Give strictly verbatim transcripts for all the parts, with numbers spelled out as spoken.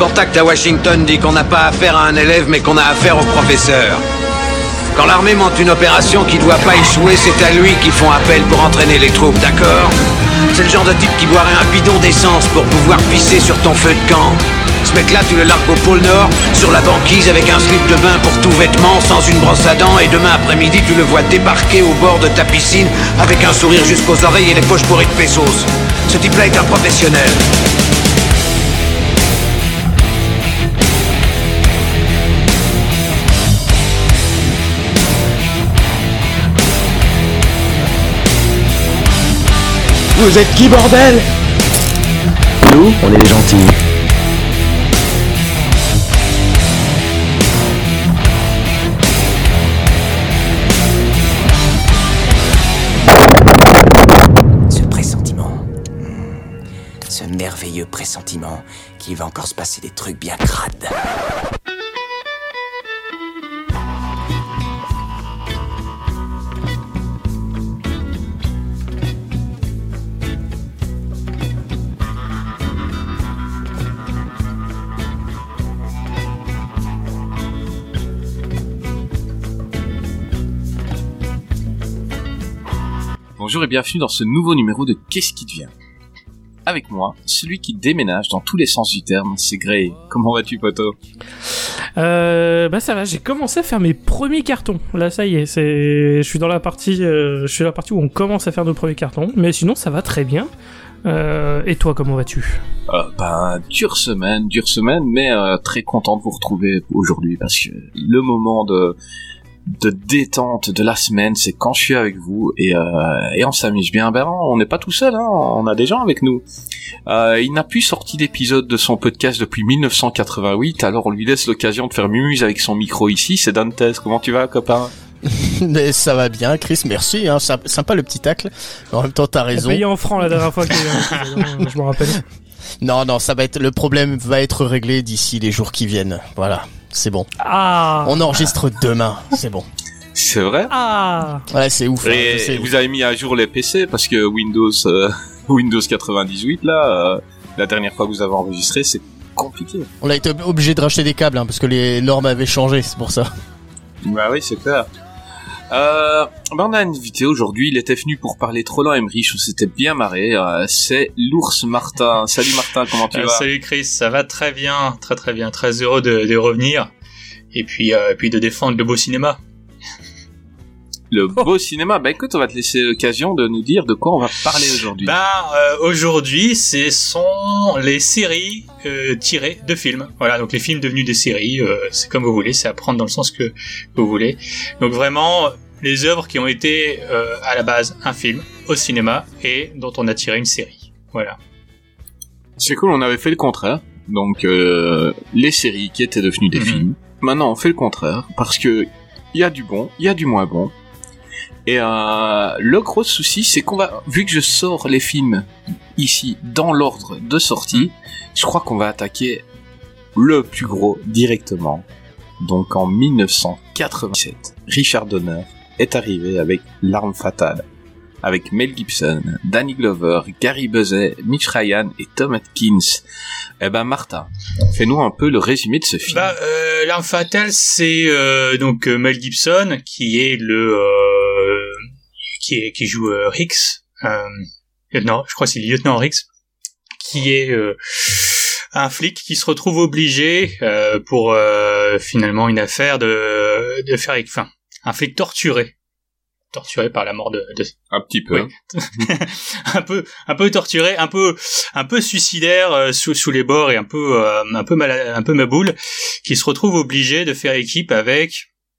contact à Washington dit qu'on n'a pas affaire à un élève, mais qu'on a affaire au professeur. Quand l'armée monte une opération qui doit pas échouer, c'est à lui qu'ils font appel pour entraîner les troupes, d'accord? C'est le genre de type qui boirait un bidon d'essence pour pouvoir pisser sur ton feu de camp. Ce mec-là, tu le largues au pôle Nord, sur la banquise avec un slip de bain pour tout vêtement, sans une brosse à dents, et demain après-midi, tu le vois débarquer au bord de ta piscine avec un sourire jusqu'aux oreilles et les poches bourrées de pesos. Ce type-là est un professionnel. Vous êtes qui, bordel? Nous, on est les gentils. Ce pressentiment, ce merveilleux pressentiment qu'il va encore se passer des trucs bien crades. Bonjour et bienvenue dans ce nouveau numéro de Qu'est-ce qui devient ? Avec moi, celui qui déménage dans tous les sens du terme, c'est Gray. Comment vas-tu, poto ? Euh, bah ça va, j'ai commencé à faire mes premiers cartons. Là, ça y est, c'est, je suis dans la partie, euh, je suis dans la partie où on commence à faire nos premiers cartons. Mais sinon, ça va très bien. Euh, et toi, comment vas-tu ? euh, Ben, dure semaine, dure semaine, mais euh, très content de vous retrouver aujourd'hui parce que le moment de de détente de la semaine, c'est quand je suis avec vous et, euh, et on s'amuse bien. Ben, on n'est pas tout seul, hein, on a des gens avec nous. Euh, il n'a plus sorti d'épisode de son podcast depuis dix-neuf cent quatre-vingt-huit, alors on lui laisse l'occasion de faire mumuse avec son micro ici. C'est Dantes, comment tu vas, copain ? Mais ça va bien, Chris, merci, hein, sympa le petit tacle. En même temps, t'as raison. On payé en francs la dernière fois que je me rappelle. Non, non, ça va être, le problème va être réglé d'ici les jours qui viennent. Voilà. C'est bon. Ah. On enregistre demain, c'est bon. C'est vrai ? Ah. Ouais, c'est ouf. Et hein, c'est vous ouf. avez mis à jour les P C parce que Windows euh, Windows quatre-vingt-dix-huit là, euh, la dernière fois que vous avez enregistré, c'est compliqué. On a été obligé de racheter des câbles hein, parce que les normes avaient changé, c'est pour ça. Bah oui, c'est clair. Euh, ben on a une invité aujourd'hui, il était venu pour parler de Roland Emmerich, on s'était bien marré, euh, c'est l'ours Martin. Salut Martin, comment tu euh, vas ? Salut Chris, ça va très bien, très très bien, très heureux de, de revenir et puis, euh, et puis de défendre le beau cinéma. Le beau cinéma, bah écoute, on va te laisser l'occasion de nous dire de quoi on va parler aujourd'hui. Ben euh, aujourd'hui, ce sont les séries euh, tirées de films. Voilà, donc les films devenus des séries, euh, c'est comme vous voulez, c'est à prendre dans le sens que, que vous voulez. Donc vraiment, les œuvres qui ont été euh, à la base un film au cinéma et dont on a tiré une série. Voilà. C'est cool, on avait fait le contraire. Donc euh, les séries qui étaient devenues des mm-hmm. films. Maintenant, on fait le contraire parce que il y a du bon, il y a du moins bon. Et euh, le gros souci, c'est qu'on va, vu que je sors les films ici dans l'ordre de sortie, mmh. je crois qu'on va attaquer le plus gros directement. Donc en dix-neuf cent quatre-vingt-sept, Richard Donner est arrivé avec L'Arme Fatale, avec Mel Gibson, Danny Glover, Gary Busey, Mitch Ryan et Tom Atkins. Eh ben Martin, fais-nous un peu le résumé de ce film. Bah, euh, L'Arme Fatale, c'est euh, donc euh, Mel Gibson qui est le euh, qui est qui joue euh, Hicks, euh, lieutenant, je crois que c'est le lieutenant Hicks, qui est euh, un flic qui se retrouve obligé euh, pour euh, finalement une affaire de de faire, enfin, un flic torturé. torturé par la mort de, de... un petit peu oui. un peu un peu torturé, un peu un peu suicidaire euh, sous sous les bords et un peu euh, un peu mal un peu maboule, qui se retrouve obligé de faire équipe avec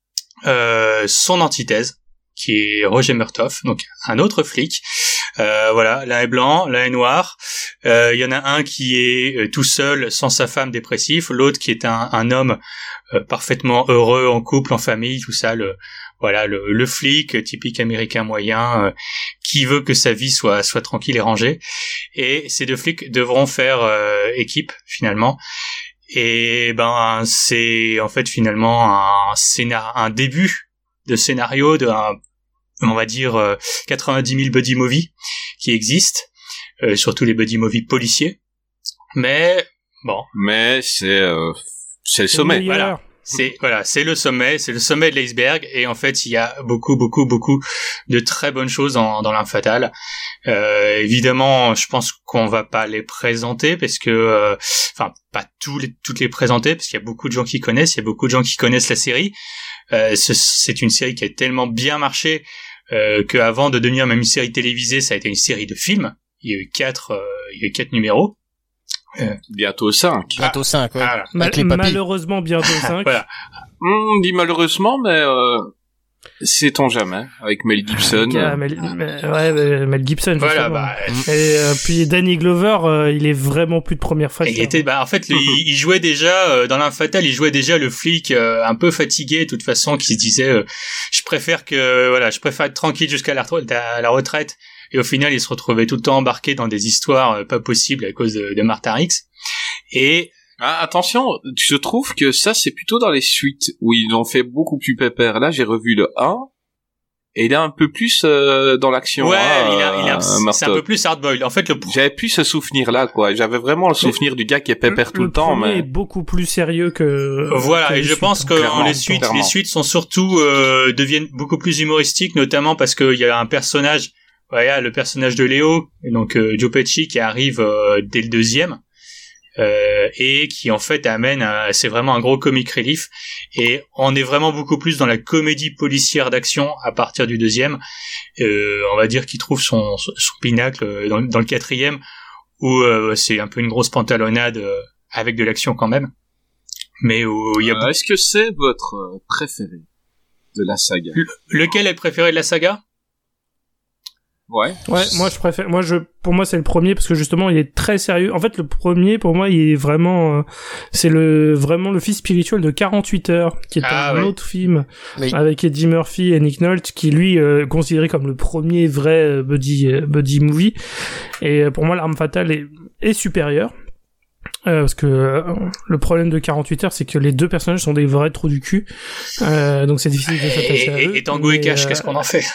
euh, son antithèse qui est Roger Murtaugh, donc un autre flic. Euh, voilà, l'un est blanc, l'un est noir. Il euh, y en a un qui est euh, tout seul, sans sa femme, dépressif. L'autre qui est un, un homme euh, parfaitement heureux, en couple, en famille, tout ça. Le voilà, le, le flic typique américain moyen euh, qui veut que sa vie soit soit tranquille et rangée. Et ces deux flics devront faire euh, équipe finalement. Et ben c'est en fait finalement un scénar, un début de scénario d'un, on va dire, euh, quatre-vingt-dix mille buddy movies qui existent, euh, surtout les buddy movies policiers. Mais Bon. Mais c'est, euh, c'est le sommet. meilleur. Voilà. C'est voilà, c'est le sommet, c'est le sommet de l'iceberg, et en fait il y a beaucoup beaucoup beaucoup de très bonnes choses dans, dans L'Arme Fatale. Euh, évidemment, je pense qu'on va pas les présenter parce que, euh, enfin pas tous les, toutes les présenter parce qu'il y a beaucoup de gens qui connaissent, il y a beaucoup de gens qui connaissent la série. Euh, ce, c'est une série qui a tellement bien marché euh, qu'avant de devenir même une série télévisée, ça a été une série de films. Il y a eu quatre, euh, il y a eu quatre numéros. Euh, bientôt cinq. Bientôt cinq, ouais. Voilà. Mal- Avec les papilles. malheureusement bientôt cinq. Voilà. On dit malheureusement, mais euh, sait-on jamais, avec Mel Gibson. Ah, Mel, Mel- ouais, mais Mel Gibson. Voilà, justement. bah, Et euh, puis Danny Glover, euh, il est vraiment plus de première Et fraîcheur. il était, bah, en fait, le- il, il jouait déjà, euh, dans L'Arme Fatale, il jouait déjà le flic, euh, un peu fatigué, de toute façon, qui se disait, euh, je préfère que, euh, voilà, je préfère être tranquille jusqu'à la, retro- à la retraite. Et au final, il se retrouvait tout le temps embarqué dans des histoires euh, pas possibles à cause de, de Martin Riggs. Et, Ah, attention, je trouve que ça, c'est plutôt dans les suites, où ils ont fait beaucoup plus pépère. Là, j'ai revu le un, et il est un peu plus euh, dans l'action. ouais, hein, il a, il a, euh, c'est un Martin. peu plus hardboiled. En fait, le, J'avais plus ce souvenir-là, quoi. J'avais vraiment le souvenir du gars qui est pépère tout le, temps, premier mais... est beaucoup plus sérieux que. Voilà, que et les je suites, pense hein. que Clairement, les suites, clairement. les suites sont surtout euh, deviennent beaucoup plus humoristiques, notamment parce qu'il y a un personnage, voilà, le personnage de Léo, et donc euh, Joe Pesci, qui arrive euh, dès le deuxième, euh, et qui en fait amène, à, c'est vraiment un gros comic relief, et on est vraiment beaucoup plus dans la comédie policière d'action à partir du deuxième. Euh, on va dire qu'il trouve son, son pinacle dans, dans le quatrième, où euh, c'est un peu une grosse pantalonnade euh, avec de l'action quand même. Mais où il y a Euh, est-ce que c'est votre euh, préféré de la saga? Le- lequel est le préféré de la saga? Ouais. Ouais, moi je préfère. Moi je, pour moi c'est le premier parce que justement il est très sérieux. En fait le premier pour moi il est vraiment, euh, c'est le vraiment le fils spirituel de quarante-huit heures, qui est Ah, un ouais. autre film Oui. avec Eddie Murphy et Nick Nolte, qui lui euh, est considéré comme le premier vrai euh, buddy euh, buddy movie. Et euh, pour moi L'Arme Fatale est, est supérieure. Euh, parce que euh, le problème de quarante-huit heures, c'est que les deux personnages sont des vrais trous du cul. Euh, donc c'est difficile de s'attacher à Et, eux. et, et Tango et Mais, Cash, euh, qu'est-ce qu'on en fait?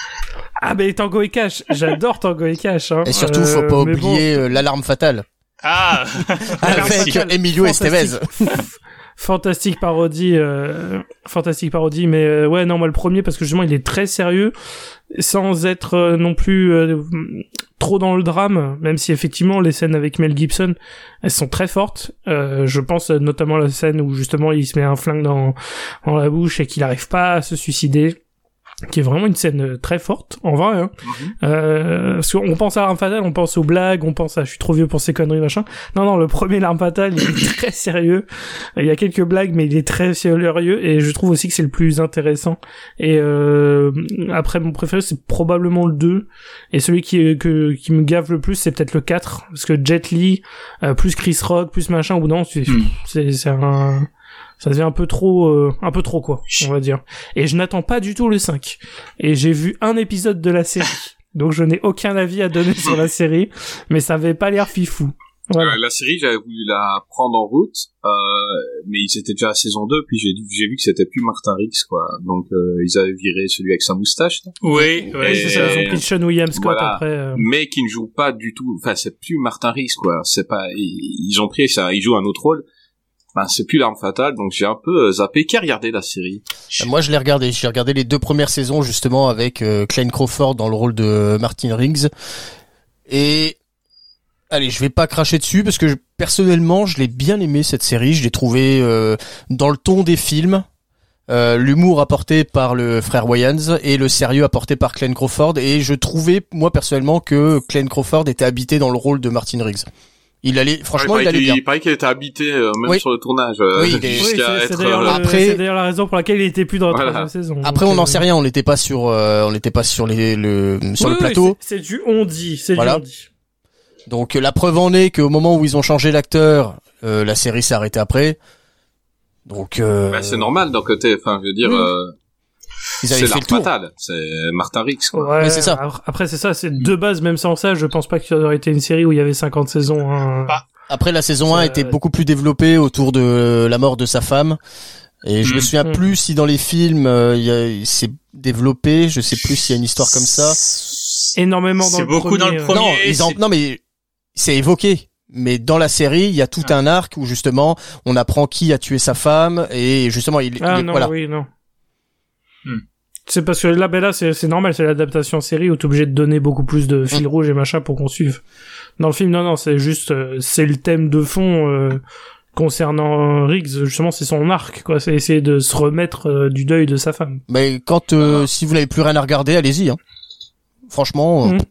Ah ben Tango et Cash, j'adore Tango et Cash. Hein. Et surtout, faut Euh, pas mais bon, oublier euh, l'Alarme Fatale. Ah, Avec merci. Emilio Estevez. Fantastique. Fantastique parodie, euh, fantastique parodie, mais euh, ouais non moi le premier parce que justement il est très sérieux sans être euh, non plus euh, trop dans le drame, même si effectivement les scènes avec Mel Gibson elles sont très fortes. Euh, je pense euh, notamment à la scène où justement il se met un flingue dans, dans la bouche et qu'il arrive pas à se suicider, qui est vraiment une scène euh, très forte en vrai hein. Mhm. Euh, parce qu'on pense à L'Arme Fatale, on pense aux blagues, on pense à je suis trop vieux pour ces conneries machin. Non non, le premier L'Arme Fatale il est très sérieux, il y a quelques blagues mais il est très sérieux et je trouve aussi que c'est le plus intéressant. Et euh, après mon préféré c'est probablement le deux, et celui qui que qui me gave le plus c'est peut-être le quatre, parce que Jet Li euh, plus Chris Rock plus machin ou non c'est Hmm. c'est c'est un ça devient un peu trop euh, un peu trop quoi on va dire, et je n'attends pas du tout le cinq, et j'ai vu un épisode de la série donc je n'ai aucun avis à donner sur la série, mais ça avait pas l'air fifou. Voilà. Euh, la série, j'avais voulu la prendre en route, euh, mais ils étaient déjà à saison deux, puis j'ai, j'ai vu que c'était plus Martin Riggs, quoi. Donc, euh, ils avaient viré celui avec sa moustache, là. Oui, oui, Oui, c'est ça, ils ont pris Sean William Scott Voilà. après. euh. Mais qui ne joue pas du tout, enfin, c'est plus Martin Riggs, quoi. C'est pas, ils, ils ont pris ça, il joue un autre rôle. Enfin, c'est plus L'Arme Fatale, donc j'ai un peu euh, zappé. Qui a regardé la série? Euh, Moi, je l'ai regardé. J'ai regardé les deux premières saisons, justement, avec euh, Clayne Crawford dans le rôle de Martin Riggs. Et... Allez, je vais pas cracher dessus, parce que je, personnellement, je l'ai bien aimé, cette série. Je l'ai trouvé euh, dans le ton des films. Euh, l'humour apporté par le frère Wayans et le sérieux apporté par Clayne Crawford. Et je trouvais, moi, personnellement, que Clayne Crawford était habité dans le rôle de Martin Riggs. Il allait, franchement, Ouais, il allait qu'il- bien. Il paraît qu'il était habité, euh, même Oui. sur le tournage, euh, Oui, il est- Oui, jusqu'à c'est, c'est, être... d'ailleurs euh, le- Après- c'est d'ailleurs la raison pour laquelle il était plus dans la Voilà. troisième saison. Après, Donc, on n'en euh, sait rien. On n'était pas sur, euh, on n'était pas sur les, le, sur oui, le oui, plateau. c'est, c'est du on dit, c'est Voilà. du on dit. Donc la preuve en est qu'au moment où ils ont changé l'acteur, euh, la série s'est arrêtée après. Donc euh, bah, c'est normal d'un côté, enfin, je veux dire, Oui. euh, ils avaient c'est fait L'Arme le tour. Fatale, c'est Martin Riggs, quoi. Ouais, Oui, c'est ça. Après, après, c'est ça, c'est de base, même sans ça, je pense pas qu'il y aurait été une série où il y avait cinquante saisons. Hein. Bah, Après la saison un Ça- était beaucoup plus développée autour de la mort de sa femme. Et je me Mm. souviens Mm. plus si dans les films euh, il y a, il s'est développé. Je sais plus s'il y a une histoire comme ça. Énormément dans C'est le beaucoup premier. dans le ouais. premier. non, ils en, c'est- non mais c'est évoqué. Mais dans la série, il y a tout ah. un arc où justement, on apprend qui a tué sa femme et justement, il, ah il non, voilà. oui, non. Hmm. C'est parce que là, ben là, c'est, c'est normal, c'est l'adaptation série où t'es obligé de donner beaucoup plus de fil mmh. rouge et machin pour qu'on suive. Dans le film, non, non, c'est juste, euh, c'est le thème de fond euh, concernant Riggs. Justement, c'est son arc, quoi. C'est essayer de se remettre euh, du deuil de sa femme. Mais quand, euh, ah. si vous n'avez plus rien à regarder, allez-y. Hein. Franchement. Mmh.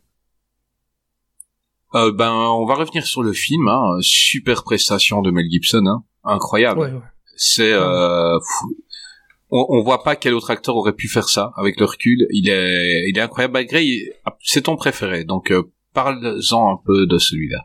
Euh, ben, on va revenir sur le film. Hein. Super prestation de Mel Gibson, hein. Incroyable. Ouais, ouais. C'est. Euh, fou. On, on voit pas quel autre acteur aurait pu faire ça avec le recul. Il est, il est incroyable. Malgré, il, c'est ton préféré, donc euh, parle-en un peu de celui-là.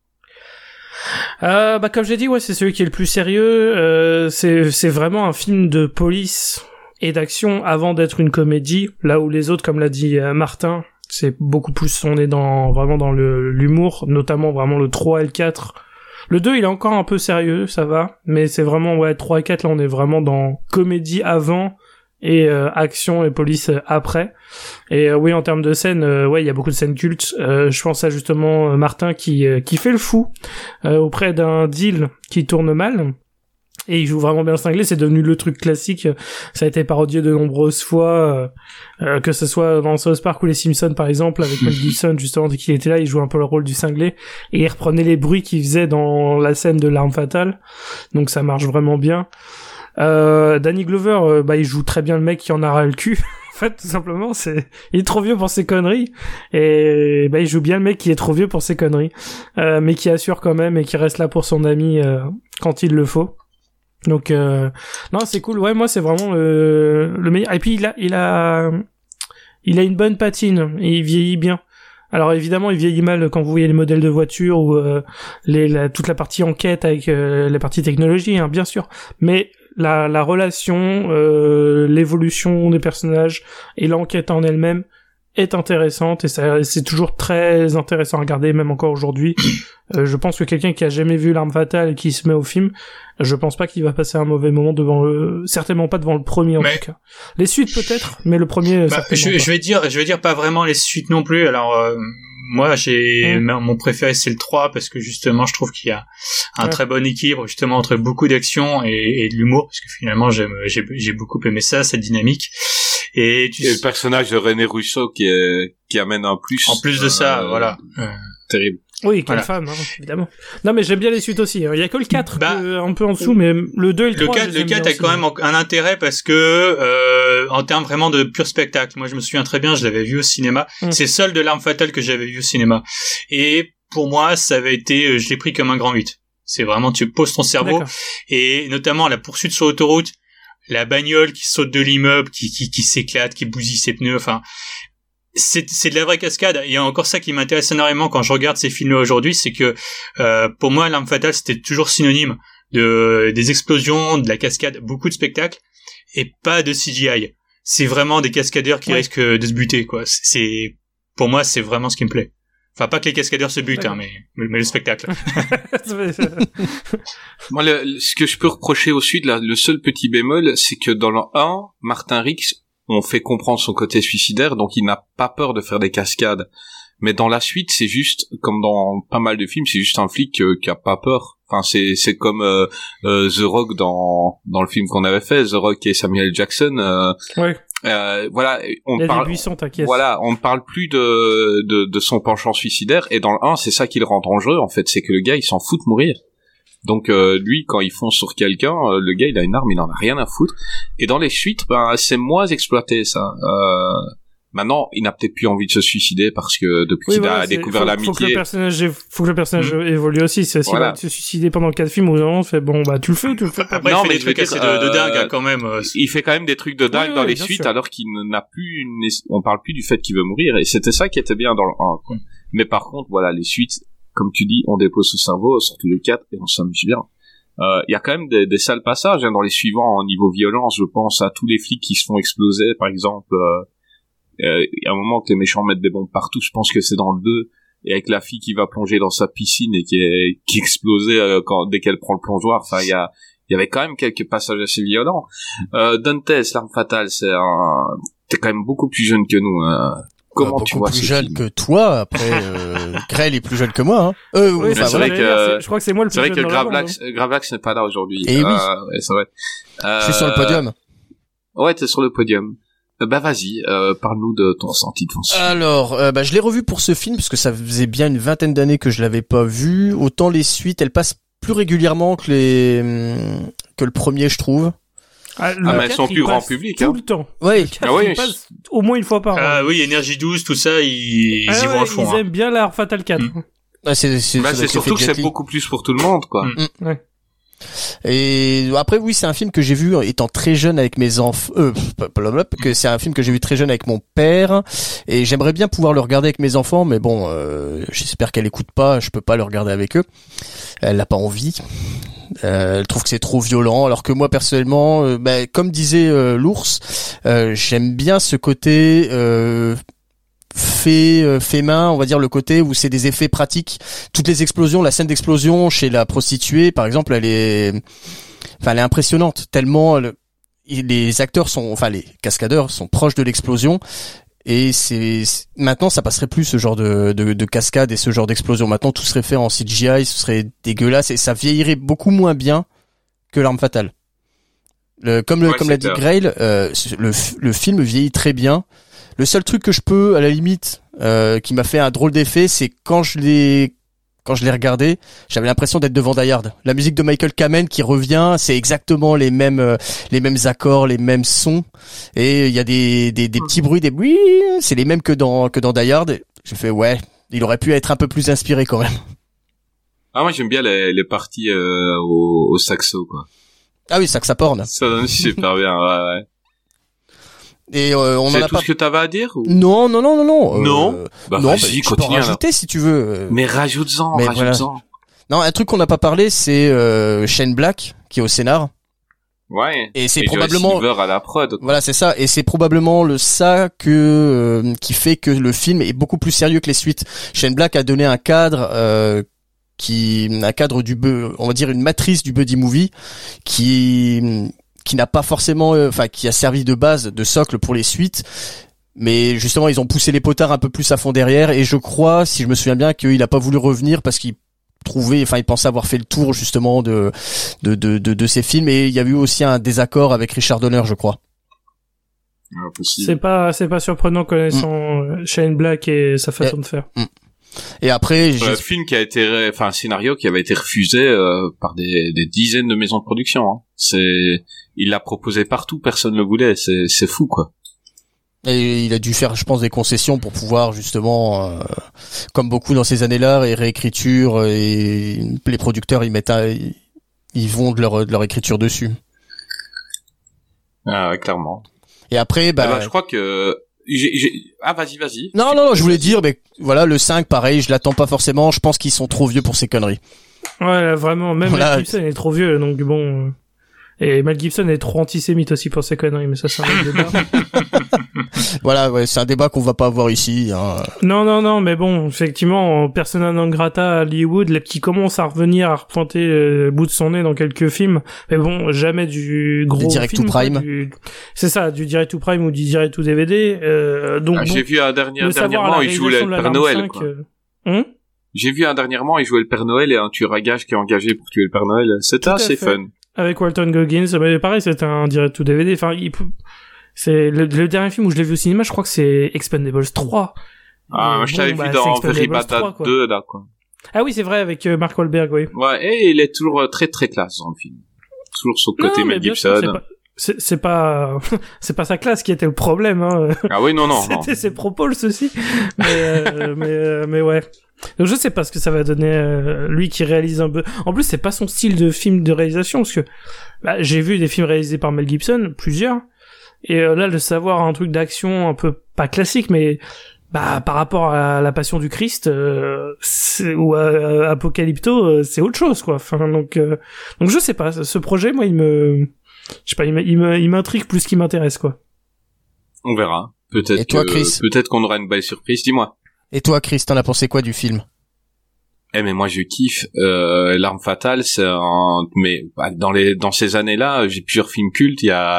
Euh, bah comme j'ai dit, ouais, c'est celui qui est le plus sérieux. Euh, c'est, c'est vraiment un film de police et d'action avant d'être une comédie. Là où les autres, comme l'a dit euh, Martin, c'est beaucoup plus. On est dans vraiment dans le l'humour, notamment vraiment le trois et le quatre. Le deux, il est encore un peu sérieux, ça va, mais c'est vraiment, ouais, trois et quatre, là, on est vraiment dans comédie avant et euh, action et police après. Et euh, oui, en termes de scènes, euh, ouais, il y a beaucoup de scènes cultes. Euh, je pense à justement Martin qui euh, qui fait le fou euh, auprès d'un deal qui tourne mal. Et il joue vraiment bien le cinglé, c'est devenu le truc classique. Ça a été parodié de nombreuses fois, euh, euh, que ce soit dans South Park ou les Simpsons par exemple, avec Mel Gibson, justement, dès qu'il était là, il jouait un peu le rôle du cinglé, et il reprenait les bruits qu'il faisait dans la scène de l'arme fatale, donc ça marche vraiment bien. Euh, Danny Glover, euh, bah il joue très bien le mec qui en a ras le cul, en fait, tout simplement, c'est, il est trop vieux pour ses conneries, et bah il joue bien le mec qui est trop vieux pour ses conneries, euh, mais qui assure quand même, et qui reste là pour son ami euh, quand il le faut. Donc euh, non, c'est cool. Ouais, moi c'est vraiment le, le meilleur. Et puis il a il a il a une bonne patine et il vieillit bien. Alors évidemment, il vieillit mal quand vous voyez les modèles de voitures ou euh, les la, toute la partie enquête avec euh, les parties technologie, hein, bien sûr. Mais la la relation, euh, l'évolution des personnages et l'enquête en elle-même est intéressante et ça, c'est toujours très intéressant à regarder, même encore aujourd'hui. Euh, je pense que quelqu'un qui a jamais vu l'arme fatale et qui se met au film, je pense pas qu'il va passer un mauvais moment devant le, certainement pas devant le premier en mais... tout cas. Les suites peut-être, mais le premier. Bah, je, je vais dire, je vais dire pas vraiment les suites non plus. Alors euh, moi j'ai mmh. mon préféré c'est le trois parce que justement je trouve qu'il y a un ouais. très bon équilibre justement entre beaucoup d'action et, et de l'humour parce que finalement j'aime, j'ai, j'ai beaucoup aimé ça, cette dynamique. Et, tu... et le personnage de René Russo qui est, qui amène un plus. En plus de ça, euh, voilà. Euh... Terrible. Oui, quelle voilà. femme, hein, évidemment. Non, mais j'aime bien les suites aussi. Il y a que le quatre, bah, que, un peu en dessous, mais le deux et le, le trois. quatre, le quatre a quand même un intérêt parce que, euh, en termes vraiment de pur spectacle. Moi, je me souviens très bien, je l'avais vu au cinéma. Mmh. C'est seul de l'arme fatale que j'avais vu au cinéma. Et pour moi, ça avait été, je l'ai pris comme un grand huit. C'est vraiment, tu poses ton cerveau. D'accord. Et notamment la poursuite sur l'autoroute, la bagnole qui saute de l'immeuble, qui, qui, qui s'éclate, qui bousille ses pneus, enfin, c'est, c'est de la vraie cascade. Il y a encore ça qui m'intéresse énormément quand je regarde ces films aujourd'hui, c'est que, euh, pour moi, l'arme fatale, c'était toujours synonyme de, des explosions, de la cascade, beaucoup de spectacles, et pas de C G I. C'est vraiment des cascadeurs qui ouais. risquent de se buter, quoi. C'est, pour moi, c'est vraiment ce qui me plaît. Enfin, pas que les cascadeurs se butent, hein, mais, mais le spectacle. Moi, le, ce que je peux reprocher au suite, là, le seul petit bémol, c'est que dans le un, Martin Riggs, on fait comprendre son côté suicidaire, donc il n'a pas peur de faire des cascades. Mais dans la suite, c'est juste, comme dans pas mal de films, c'est juste un flic euh, qui a pas peur. Enfin, c'est, c'est comme euh, euh, The Rock dans, dans le film qu'on avait fait, The Rock et Samuel Jackson. Euh, ouais. Euh, voilà, on il y a parle, des buissons, t'inquiète. Voilà, on ne parle plus de, de, de son penchant suicidaire, et dans le un, c'est ça qui le rend dangereux, en fait, c'est que le gars, il s'en fout de mourir. Donc, euh, lui, quand il fonce sur quelqu'un, euh, le gars, il a une arme, il en a rien à foutre. Et dans les suites, ben, c'est moins exploité, ça. Euh, maintenant, il n'a peut-être plus envie de se suicider parce que depuis oui, qu'il voilà, a découvert faut, l'amitié... Faut que le personnage, faut que le personnage mmh. évolue aussi. C'est s'il voilà. va se suicider pendant quatre films, ou non, on fait bon, bah, tu le fais ou tu le fais pas. Après, non, il fait des trucs assez de, de dingue, hein, quand même. Il fait quand même des trucs de dingue oui, dans oui, les suites, sûr. Alors qu'il n'a plus une... on parle plus du fait qu'il veut mourir, et c'était ça qui était bien dans le un, quoi. Mmh. Mais par contre, voilà, les suites, comme tu dis, on dépose ce cerveau, surtout le quatre, et on s'amuse bien. Il euh, y a quand même des, des sales passages, hein, dans les suivants, au niveau violence, je pense à tous les flics qui se font exploser, par exemple, il euh, euh, y a un moment que les méchants mettent des bombes partout, je pense que c'est dans le deux, et avec la fille qui va plonger dans sa piscine et qui est, qui explosait euh, quand, dès qu'elle prend le plongeoir, enfin, il y a, il y avait quand même quelques passages assez violents. Euh, Dantes, l'arme fatale, c'est un, t'es quand même beaucoup plus jeune que nous, hein. comment beaucoup tu vois plus ce jeune film que toi. Après, euh, Grell est plus jeune que moi. Hein. Euh, Oui, enfin, c'est vrai vrai que- je crois que c'est moi le plus C'est vrai jeune que dans la bande, Gravelax, hein. Gravelax n'est pas là aujourd'hui. Eh oui. Euh, ouais, c'est vrai. Euh, Je suis sur le podium. Ouais, t'es sur le podium. Euh, bah vas-y, euh, parle-nous de ton ressenti devant ce film. Alors, euh, bah, je l'ai revu pour ce film parce que ça faisait bien une vingtaine d'années que je l'avais pas vu. Autant les suites, elles passent plus régulièrement que les hum, que le premier, je trouve. Ah, le Ah, mais elles quatre, sont il plus grand passe public, tout hein. le temps. Ouais. Le quatre, Ah oui, il passe au moins une fois par an. Ah oui, Énergie douze, tout ça, ils, Ah ils y ouais, vont à fond. ils hein. aiment bien l'art Fatal quatre. Mm. Ah, c'est c'est, Bah, ça doit c'est être surtout que l'effet Jet c'est Li. beaucoup plus pour tout le monde, quoi. Mm. Ouais. Et après, oui, c'est un film que j'ai vu étant très jeune avec mes enfants. Euh, que c'est un film que j'ai vu très jeune avec mon père. Et j'aimerais bien pouvoir le regarder avec mes enfants, mais bon, euh, j'espère qu'elle écoute pas. Je peux pas le regarder avec eux. Elle n'a pas envie. Euh, elle trouve que c'est trop violent, alors que moi personnellement, euh, bah, comme disait euh, l'ours, euh, j'aime bien ce côté. Euh, fait euh, fait main, on va dire le côté où c'est des effets pratiques. Toutes les explosions, la scène d'explosion chez la prostituée par exemple, elle est enfin elle est impressionnante tellement le, les acteurs sont enfin les cascadeurs sont proches de l'explosion et c'est maintenant ça passerait plus ce genre de de, de cascade et ce genre d'explosion. Maintenant tout serait fait en C G I, ce serait dégueulasse et ça vieillirait beaucoup moins bien que L'Arme Fatale. Le, comme le, Ouais, comme c'est l'a dit clair. Grail, euh, le le film vieillit très bien. Le seul truc que je peux, à la limite, euh, qui m'a fait un drôle d'effet, c'est quand je l'ai, quand je l'ai regardé, j'avais l'impression d'être devant Die Hard. La musique de Michael Kamen qui revient, c'est exactement les mêmes, euh, les mêmes accords, les mêmes sons, et il y a des, des, des petits bruits, des bruits, c'est les mêmes que dans, que dans Die Hard. J'ai fait ouais, il aurait pu être un peu plus inspiré quand même. Ah, moi, j'aime bien les, les parties, euh, au, au saxo, quoi. Ah oui, saxaporn. Ça donne super bien, ouais, ouais. Et euh, on en C'est a tout pas. ce que t'avais à dire, ou? Non, non, non, non, non. Euh, Non Bah, non, vas-y, bah, je peux en continue, alors. rajouter si tu veux. Euh, Mais rajoute-en, Mais rajoute-en. Non, un truc qu'on n'a pas parlé, c'est euh, Shane Black qui est au scénar. Ouais. Et c'est Joyce probablement Silver à la prod, quoi. voilà, c'est ça, et c'est probablement le ça que euh, qui fait que le film est beaucoup plus sérieux que les suites. Shane Black a donné un cadre euh, qui un cadre du bu- on va dire une matrice du buddy movie qui qui n'a pas forcément enfin euh, qui a servi de base de socle pour les suites. Mais justement, ils ont poussé les potards un peu plus à fond derrière, et je crois, si je me souviens bien, qu'il a pas voulu revenir parce qu'il trouvait, enfin, il pensait avoir fait le tour justement de de de de, de ces films, et il y a eu aussi un désaccord avec Richard Donner, je crois. Ah, possible. C'est pas, c'est pas surprenant connaissant mm. Shane Black et sa façon et, de faire. Mm. Et après, j'ai... un film qui a été, enfin, un scénario qui avait été refusé euh, par des, des dizaines de maisons de production. Hein. C'est, il l'a proposé partout, personne ne le voulait. C'est, c'est fou, quoi. Et il a dû faire, je pense, des concessions pour pouvoir justement, euh, comme beaucoup dans ces années-là, et réécriture, et les producteurs ils mettent, un, ils vont de leur de leur écriture dessus. Ah, ouais, clairement. Et après, bah, ah bah, je crois que j'ai, j'ai... ah vas-y, vas-y. Non, non, non, je voulais dire, mais voilà, le cinq, pareil, je l'attends pas forcément. Je pense qu'ils sont trop vieux pour ces conneries. Ouais, vraiment. Même Voilà. Mel Gibson est trop vieux, donc bon. Et Mel Gibson est trop antisémite aussi pour ces conneries, mais ça c'est un autre débat. Voilà, ouais, c'est un débat qu'on va pas avoir ici. Hein. Non, non, non, mais bon, effectivement, persona non grata à Hollywood, les petits commencent à revenir, à repointer euh, le bout de son nez dans quelques films, mais bon, jamais du gros Du direct film, to quoi, prime. du... C'est ça, du direct to prime ou du direct to D V D. Euh, donc Ah, bon, j'ai vu un dernier, le savoir à dernièrement, la il jouait le réalisation de Père l'Alarme Noël, cinq, quoi. euh... Hum J'ai vu un dernièrement, il jouait le Père Noël et un tueur à gages qui est engagé pour tuer le Père Noël. C'était Tout à assez fait. fun. Avec Walton Goggins, mais pareil, c'était un direct to D V D. Enfin, il... c'est le, le dernier film où je l'ai vu au cinéma, je crois que c'est Expendables trois. Ah, Euh, moi, je bon, l'avais bah, vu c'est dans Expendables Very trois, Bad quoi. deux, là, quoi. Ah oui, c'est vrai, avec euh, Mark Wahlberg, oui. Ouais, et il est toujours euh, très très classe dans le film. Toujours son côté Non, mais Mel bien sûr, Gibson. c'est pas- C'est, c'est pas, c'est pas sa classe qui était le problème, hein. Ah oui, non, non, non. C'était ses propos aussi. Mais, euh, mais, euh, mais ouais. Donc je sais pas ce que ça va donner, euh, lui qui réalise un peu. En plus, c'est pas son style de film de réalisation, parce que, bah, j'ai vu des films réalisés par Mel Gibson, plusieurs. Et euh, là, le savoir un truc d'action un peu, pas classique, mais, bah, par rapport à La Passion du Christ, euh, c'est, ou à, à Apocalypto, euh, c'est autre chose, quoi. Enfin, donc, euh, donc je sais pas. Ce projet, moi, il me, je sais pas, il me- il me- il m'intrigue plus qu'il m'intéresse, quoi. On verra. Peut-être Et toi, que, Chris peut-être qu'on aura une belle surprise. Dis-moi. Et toi, Chris, t'en as pensé quoi du film? Eh mais moi je kiffe. Euh, L'Arme Fatale, c'est un... mais bah, dans les dans ces années-là, j'ai plusieurs films cultes. Il y a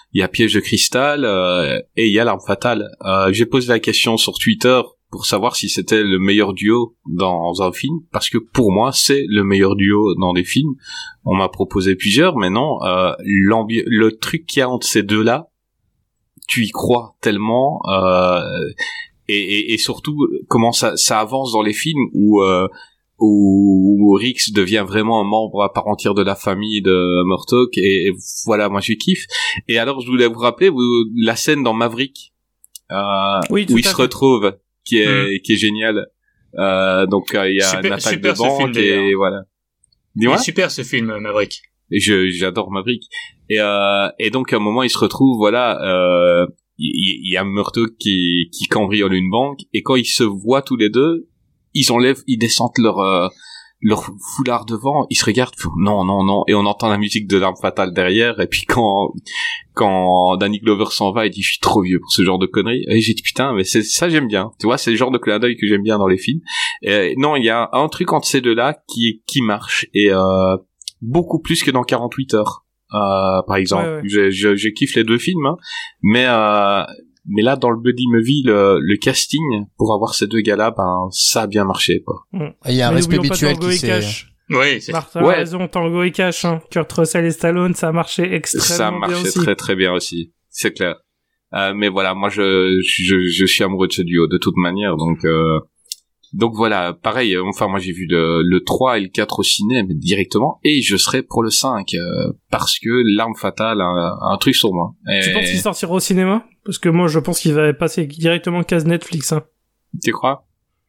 il y a Piège de cristal euh, et il y a L'Arme fatale. Euh, j'ai posé la question sur Twitter pour savoir si c'était le meilleur duo dans un film, parce que pour moi c'est le meilleur duo dans des films. On m'a proposé plusieurs, mais non, euh, l'ambi- le truc qu'il y a entre ces deux-là, tu y crois tellement, euh, et, et, et surtout comment ça, ça avance dans les films où euh, où, où Rix devient vraiment un membre à part entière de la famille de Murtaugh, et, et voilà, moi je kiffe. Et alors je voulais vous rappeler vous, la scène dans Maverick euh, oui, où il se fait. retrouve, qui est mmh. qui est génial. Euh, donc euh, il y a super, une attaque super de banque et voilà. Dis-moi. Il est super ce film, Maverick. Et je j'adore Maverick. Et euh, et donc à un moment il se retrouve, voilà, euh, il, il y a Murtaugh qui qui cambriole une banque, et quand ils se voient tous les deux, ils enlèvent, ils descendent leur euh, leur foulard devant, ils se regardent, non non non, et on entend la musique de L'Arme fatale derrière. Et puis quand quand Danny Glover s'en va, il dit je suis trop vieux pour ce genre de conneries. Et j'ai dit putain, mais c'est ça, j'aime bien, tu vois, c'est le genre de clin d'œil que j'aime bien dans les films. Et non, il y a un truc entre ces deux là qui qui marche, et euh, beaucoup plus que dans quarante-huit heures euh, par exemple. Ouais, ouais. Je, je je kiffe les deux films, hein, mais euh, mais là dans le buddy movie, le, le casting pour avoir ces deux gars-là, ben ça a bien marché, quoi. Il y a un Mais respect n'oublions pas mutuel Tango qui et s'est... Cash. Oui, c'est Martin Ouais. a raison, Tango et Cash, hein. Kurt Russell et Stallone, ça a marché Ça extrêmement bien marchait aussi. très très bien aussi, c'est clair. Euh, mais voilà, moi je, je je suis amoureux de ce duo de toute manière, donc euh, donc voilà, pareil, enfin moi j'ai vu le, le trois et le quatre au ciné mais directement, et je serai pour le cinq euh, parce que L'Arme fatale a, a un truc sur moi. Et... Tu penses qu'il sortira au cinéma? Parce que moi je pense qu'il va passer directement case Netflix, hein. Tu crois?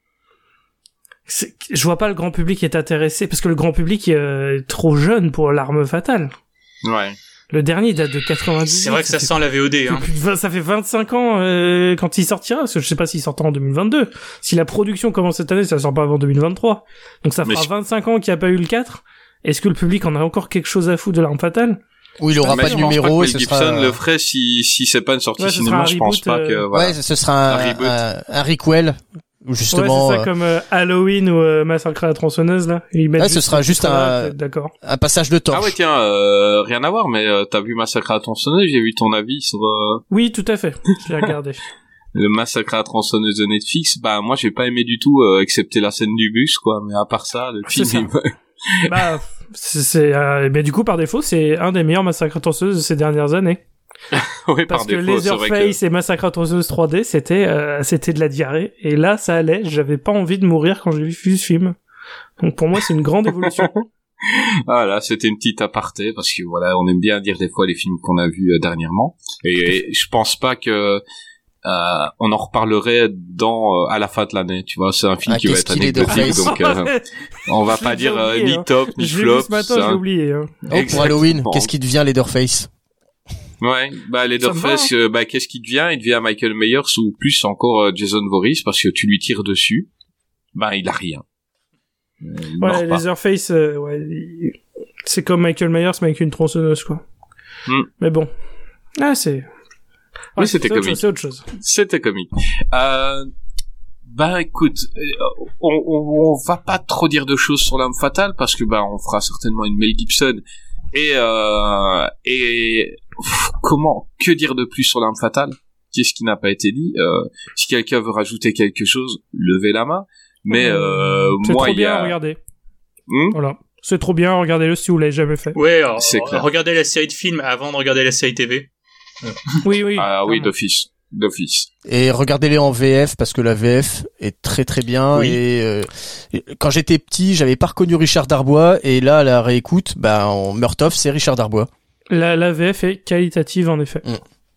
C'est- Je vois pas le grand public est intéressé, parce que le grand public est trop jeune pour L'Arme fatale. Ouais. Le dernier date de quatre-vingt-dix. c'est vrai que ça fait sent la V O D, hein. plus de vingt ça fait vingt-cinq ans euh, quand il sortira, parce que je sais pas s'il sortira en deux mille vingt-deux. Si la production commence cette année, ça sort pas avant deux mille vingt-trois. Donc ça Mais fera je- vingt-cinq ans qu'il n'y a pas eu le quatre. Est-ce que le public en a encore quelque chose à foutre de L'Arme fatale? Où il aura Mais pas je de pense numéro pas et que ce Mel sera... Gibson le ferait si si c'est pas une sortie Ouais, ce cinéma. sera un Je pense reboot, pas que euh, voilà. Ouais, ce sera un, Un reboot. un, un requel, où justement Ouais, c'est ça, euh, comme euh, Halloween ou euh, Massacre à la tronçonneuse, là. Et ils mettent Ouais, ce sera ce juste titre-là, un- vous êtes D'accord. un passage de torche. Ah ouais, tiens, euh, rien à voir, mais euh, t'as vu Massacre à la tronçonneuse? J'ai vu ton avis sur euh, Oui, tout à fait. Je l'ai regardé. le Massacre à la tronçonneuse de Netflix. Bah moi j'ai pas aimé du tout, euh, excepté la scène du bus, quoi. Mais à part ça, le C'est film. ça. il- Bah, c'est, c'est, euh, mais du coup, par défaut, c'est un des meilleurs Massacres à tronçonneuse de ces dernières années. ouais, Parce par que défaut, c'est vrai que. Leatherface et Massacre à tronçonneuse trois D, c'était, euh, c'était de la diarrhée. Et là, ça allait. J'avais pas envie de mourir quand j'ai vu ce film. Donc pour moi, c'est une grande évolution. Ah là, c'était une petite aparté parce que voilà, on aime bien dire des fois les films qu'on a vus euh, dernièrement, et, et je pense pas que euh, on en reparlerait dans euh, à la fin de l'année. Tu vois, c'est un film Ah, qui va qu'est-ce être qu'il est anecdotique, Leatherface. donc euh, on va Je pas l'ai dire déjà euh, oublié, ni hein. top ni Je l'ai flop. vu ce matin, ça. j'ai oublié. Hein. Oh, pour Exactement. Halloween, qu'est-ce qui devient Leatherface? Ouais, bah Leatherface, Ça me va, euh, bah qu'est-ce qu'il devient? Il devient Michael Myers ou plus encore euh, Jason Voorhees, parce que tu lui tires dessus, bah il a rien. Euh, il Ouais, meurt pas. Leatherface, euh, ouais, il- c'est comme Michael Myers, mais avec une tronçonneuse, quoi. Hmm. Mais bon. Ah, c'est... Oui, c'était c'est autre comique. chose, c'est autre chose. C'était comique. Euh, bah écoute, euh, on, on, on va pas trop dire de choses sur L'Arme fatale parce que bah on fera certainement une Mel Gibson et euh, et pff, comment que dire de plus sur L'Arme fatale? Qu'est-ce qui n'a pas été dit? euh, Si quelqu'un veut rajouter quelque chose, levez la main. Mais euh, C'est moi trop il y bien à a regarder. Hmm Voilà. C'est trop bien, regardez-le si vous l'avez jamais fait. Ouais, alors, C'est clair. regardez la série de films avant de regarder la série T V. Oui, oui. ah oui clairement. d'office, d'office. Et regardez-les en V F parce que la V F est très très bien. Oui. Et, euh, et quand j'étais petit, j'avais pas reconnu Richard Darbois et là à la réécoute, bah en Murtaugh, c'est Richard Darbois. La, la V F est qualitative, en effet.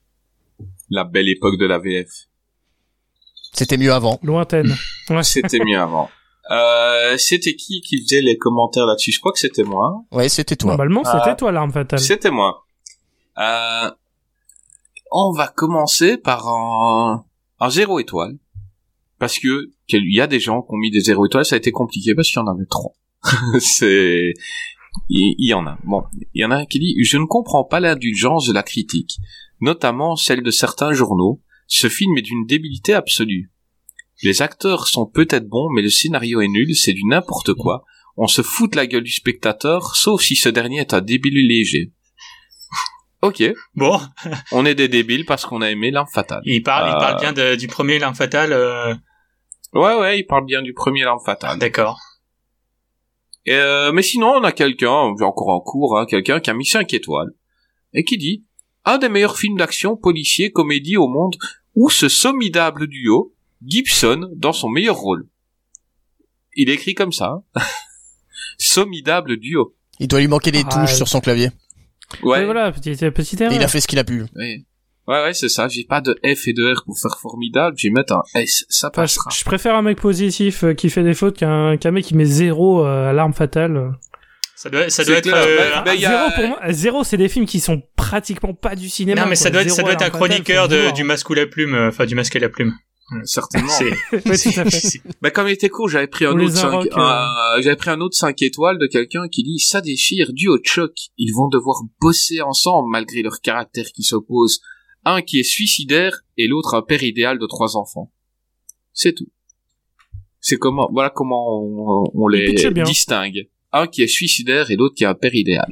La belle époque de la V F. C'était mieux avant. Lointaine. Ouais. C'était mieux avant. Euh, c'était qui qui faisait les commentaires là-dessus? Je crois que c'était moi. Ouais, c'était toi. Normalement, Ah. c'était toi, L'Arme fatale. C'était moi. Euh, on va commencer par un, un zéro étoile. Parce que, il y a des gens qui ont mis des zéro étoiles, ça a été compliqué parce qu'il y en avait trois. C'est, il, il y en a. Bon, il y en a un qui dit, je ne comprends pas l'indulgence de la critique, notamment celle de certains journaux. Ce film est d'une débilité absolue. Les acteurs sont peut-être bons, mais le scénario est nul, c'est du n'importe quoi. On se fout de la gueule du spectateur, sauf si ce dernier est un débile léger. Ok. Bon. On est des débiles parce qu'on a aimé L'Arme Fatale. Il parle, euh... il parle bien de, du premier L'Arme Fatale. Euh... Ouais, ouais, il parle bien du premier L'Arme Fatale. D'accord. Et euh, mais sinon, on a quelqu'un, encore en cours, hein, quelqu'un qui a mis cinq étoiles et qui dit un des meilleurs films d'action, policier, comédie au monde où ce formidable duo Gibson dans son meilleur rôle. Il écrit comme ça. Hein. Formidable duo. Il doit lui manquer des Ah, touches ouais. sur son clavier. Ouais. Et voilà, petite, petite erreur. Et il a fait ce qu'il a pu. Ouais. Ouais, ouais, c'est ça. J'ai pas de F et de R pour faire formidable. Je vais mettre un S. Ça Enfin, je, passera. je préfère un mec positif euh, qui fait des fautes qu'un, qu'un mec qui met zéro euh, à l'arme fatale. Ça doit, ça C'est doit être. clair. euh, Bah, bah, y a- Zéro pour moi, zéro c'est des films qui sont pratiquement pas du cinéma. non, mais quoi. ça doit être, ça Zéro doit être à un l'arme fatale, chroniqueur faut de, voir. du masque ou la plume, euh, enfin du masque et la plume. Certainement. C'est, Ouais, tout à fait. Bah, comme il était court, j'avais pris un Ou les autre cinq, Inrocks, euh, j'avais pris un autre cinq étoiles de quelqu'un qui dit ça déchire dû au choc. Ils vont devoir bosser ensemble malgré leur caractère qui s'oppose. Un qui est suicidaire et l'autre un père idéal de trois enfants. C'est tout. C'est comment, voilà comment on, on Il les pitchait bien. distingue. Un qui est suicidaire et l'autre qui est un père idéal.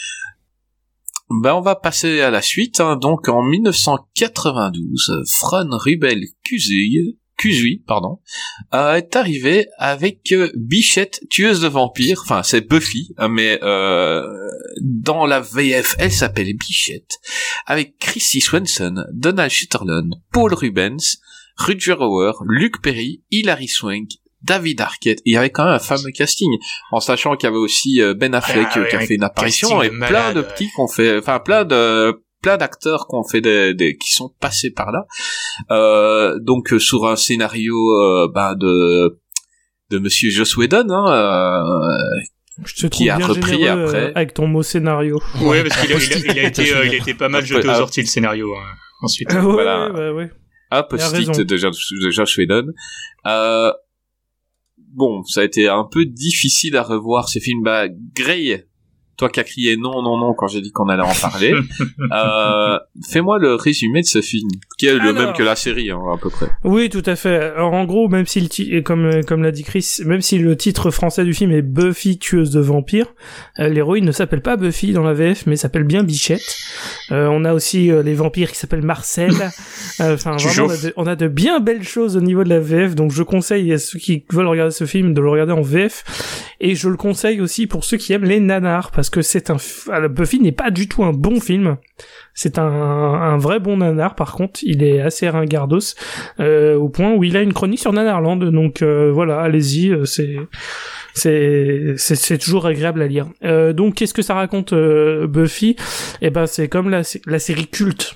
Ben, on va passer à la suite, hein. Donc, en mille neuf cent quatre-vingt-douze, Fran Rubel Kuzui, Kuzui, pardon, euh, est arrivé avec euh, Bichette, tueuse de vampires. Enfin, c'est Buffy, hein, mais euh, dans la V F, elle s'appelle Bichette, avec Chrissy Swenson, Donald Sutherland, Paul Rubens, Rutger Hauer, Luke Perry, Hilary Swank, David Arquette. Il y avait quand même un fameux casting, en sachant qu'il y avait aussi euh, Ben Affleck Ah, ouais, qui a un fait une apparition casting et de plein malade, de ouais. petits qu'on fait, enfin plein de plein d'acteurs qu'on fait des, des qui sont passés par là. Euh, donc euh, sur un scénario euh, ben de de Monsieur Joss Whedon, hein, euh, Je te trouve qui a bien repris généreux après. euh, avec ton mot scénario. ouais, parce qu'il a, il a, il a été, euh, il a été pas mal jeté aux Ah. orties le scénario, hein, ensuite. ouais, Voilà. ouais, ouais. un Il a post-it raison. de Josh, de Josh Whedon. Euh, bon, ça a été un peu difficile à revoir ces films. Bah, Grey, toi qui as crié non, non, non quand j'ai dit qu'on allait en parler, euh, fais-moi le résumé de ce film, qui est le Alors. même que la série, hein, à peu près. Oui, tout à fait. Alors en gros, même si le ti- et comme comme l'a dit Chris, même si le titre français du film est Buffy tueuse de vampires, euh, l'héroïne ne s'appelle pas Buffy dans la V F, mais s'appelle bien Bichette. Euh, on a aussi euh, les vampires qui s'appellent Marcel. Euh, Enfin, Tu vraiment, on a, chauffes. de, on a de bien belles choses au niveau de la V F. Donc, je conseille à ceux qui veulent regarder ce film de le regarder en V F, et je le conseille aussi pour ceux qui aiment les nanars, parce que c'est un f- ah, Buffy n'est pas du tout un bon film. C'est un, un vrai bon nanar, par contre, il est assez ringardos, euh, au point où il a une chronique sur Nanarland, donc euh, voilà, allez-y, euh, c'est c'est c'est c'est toujours agréable à lire. Euh, donc qu'est-ce que ça raconte euh, Buffy ? Eh ben c'est comme la la série culte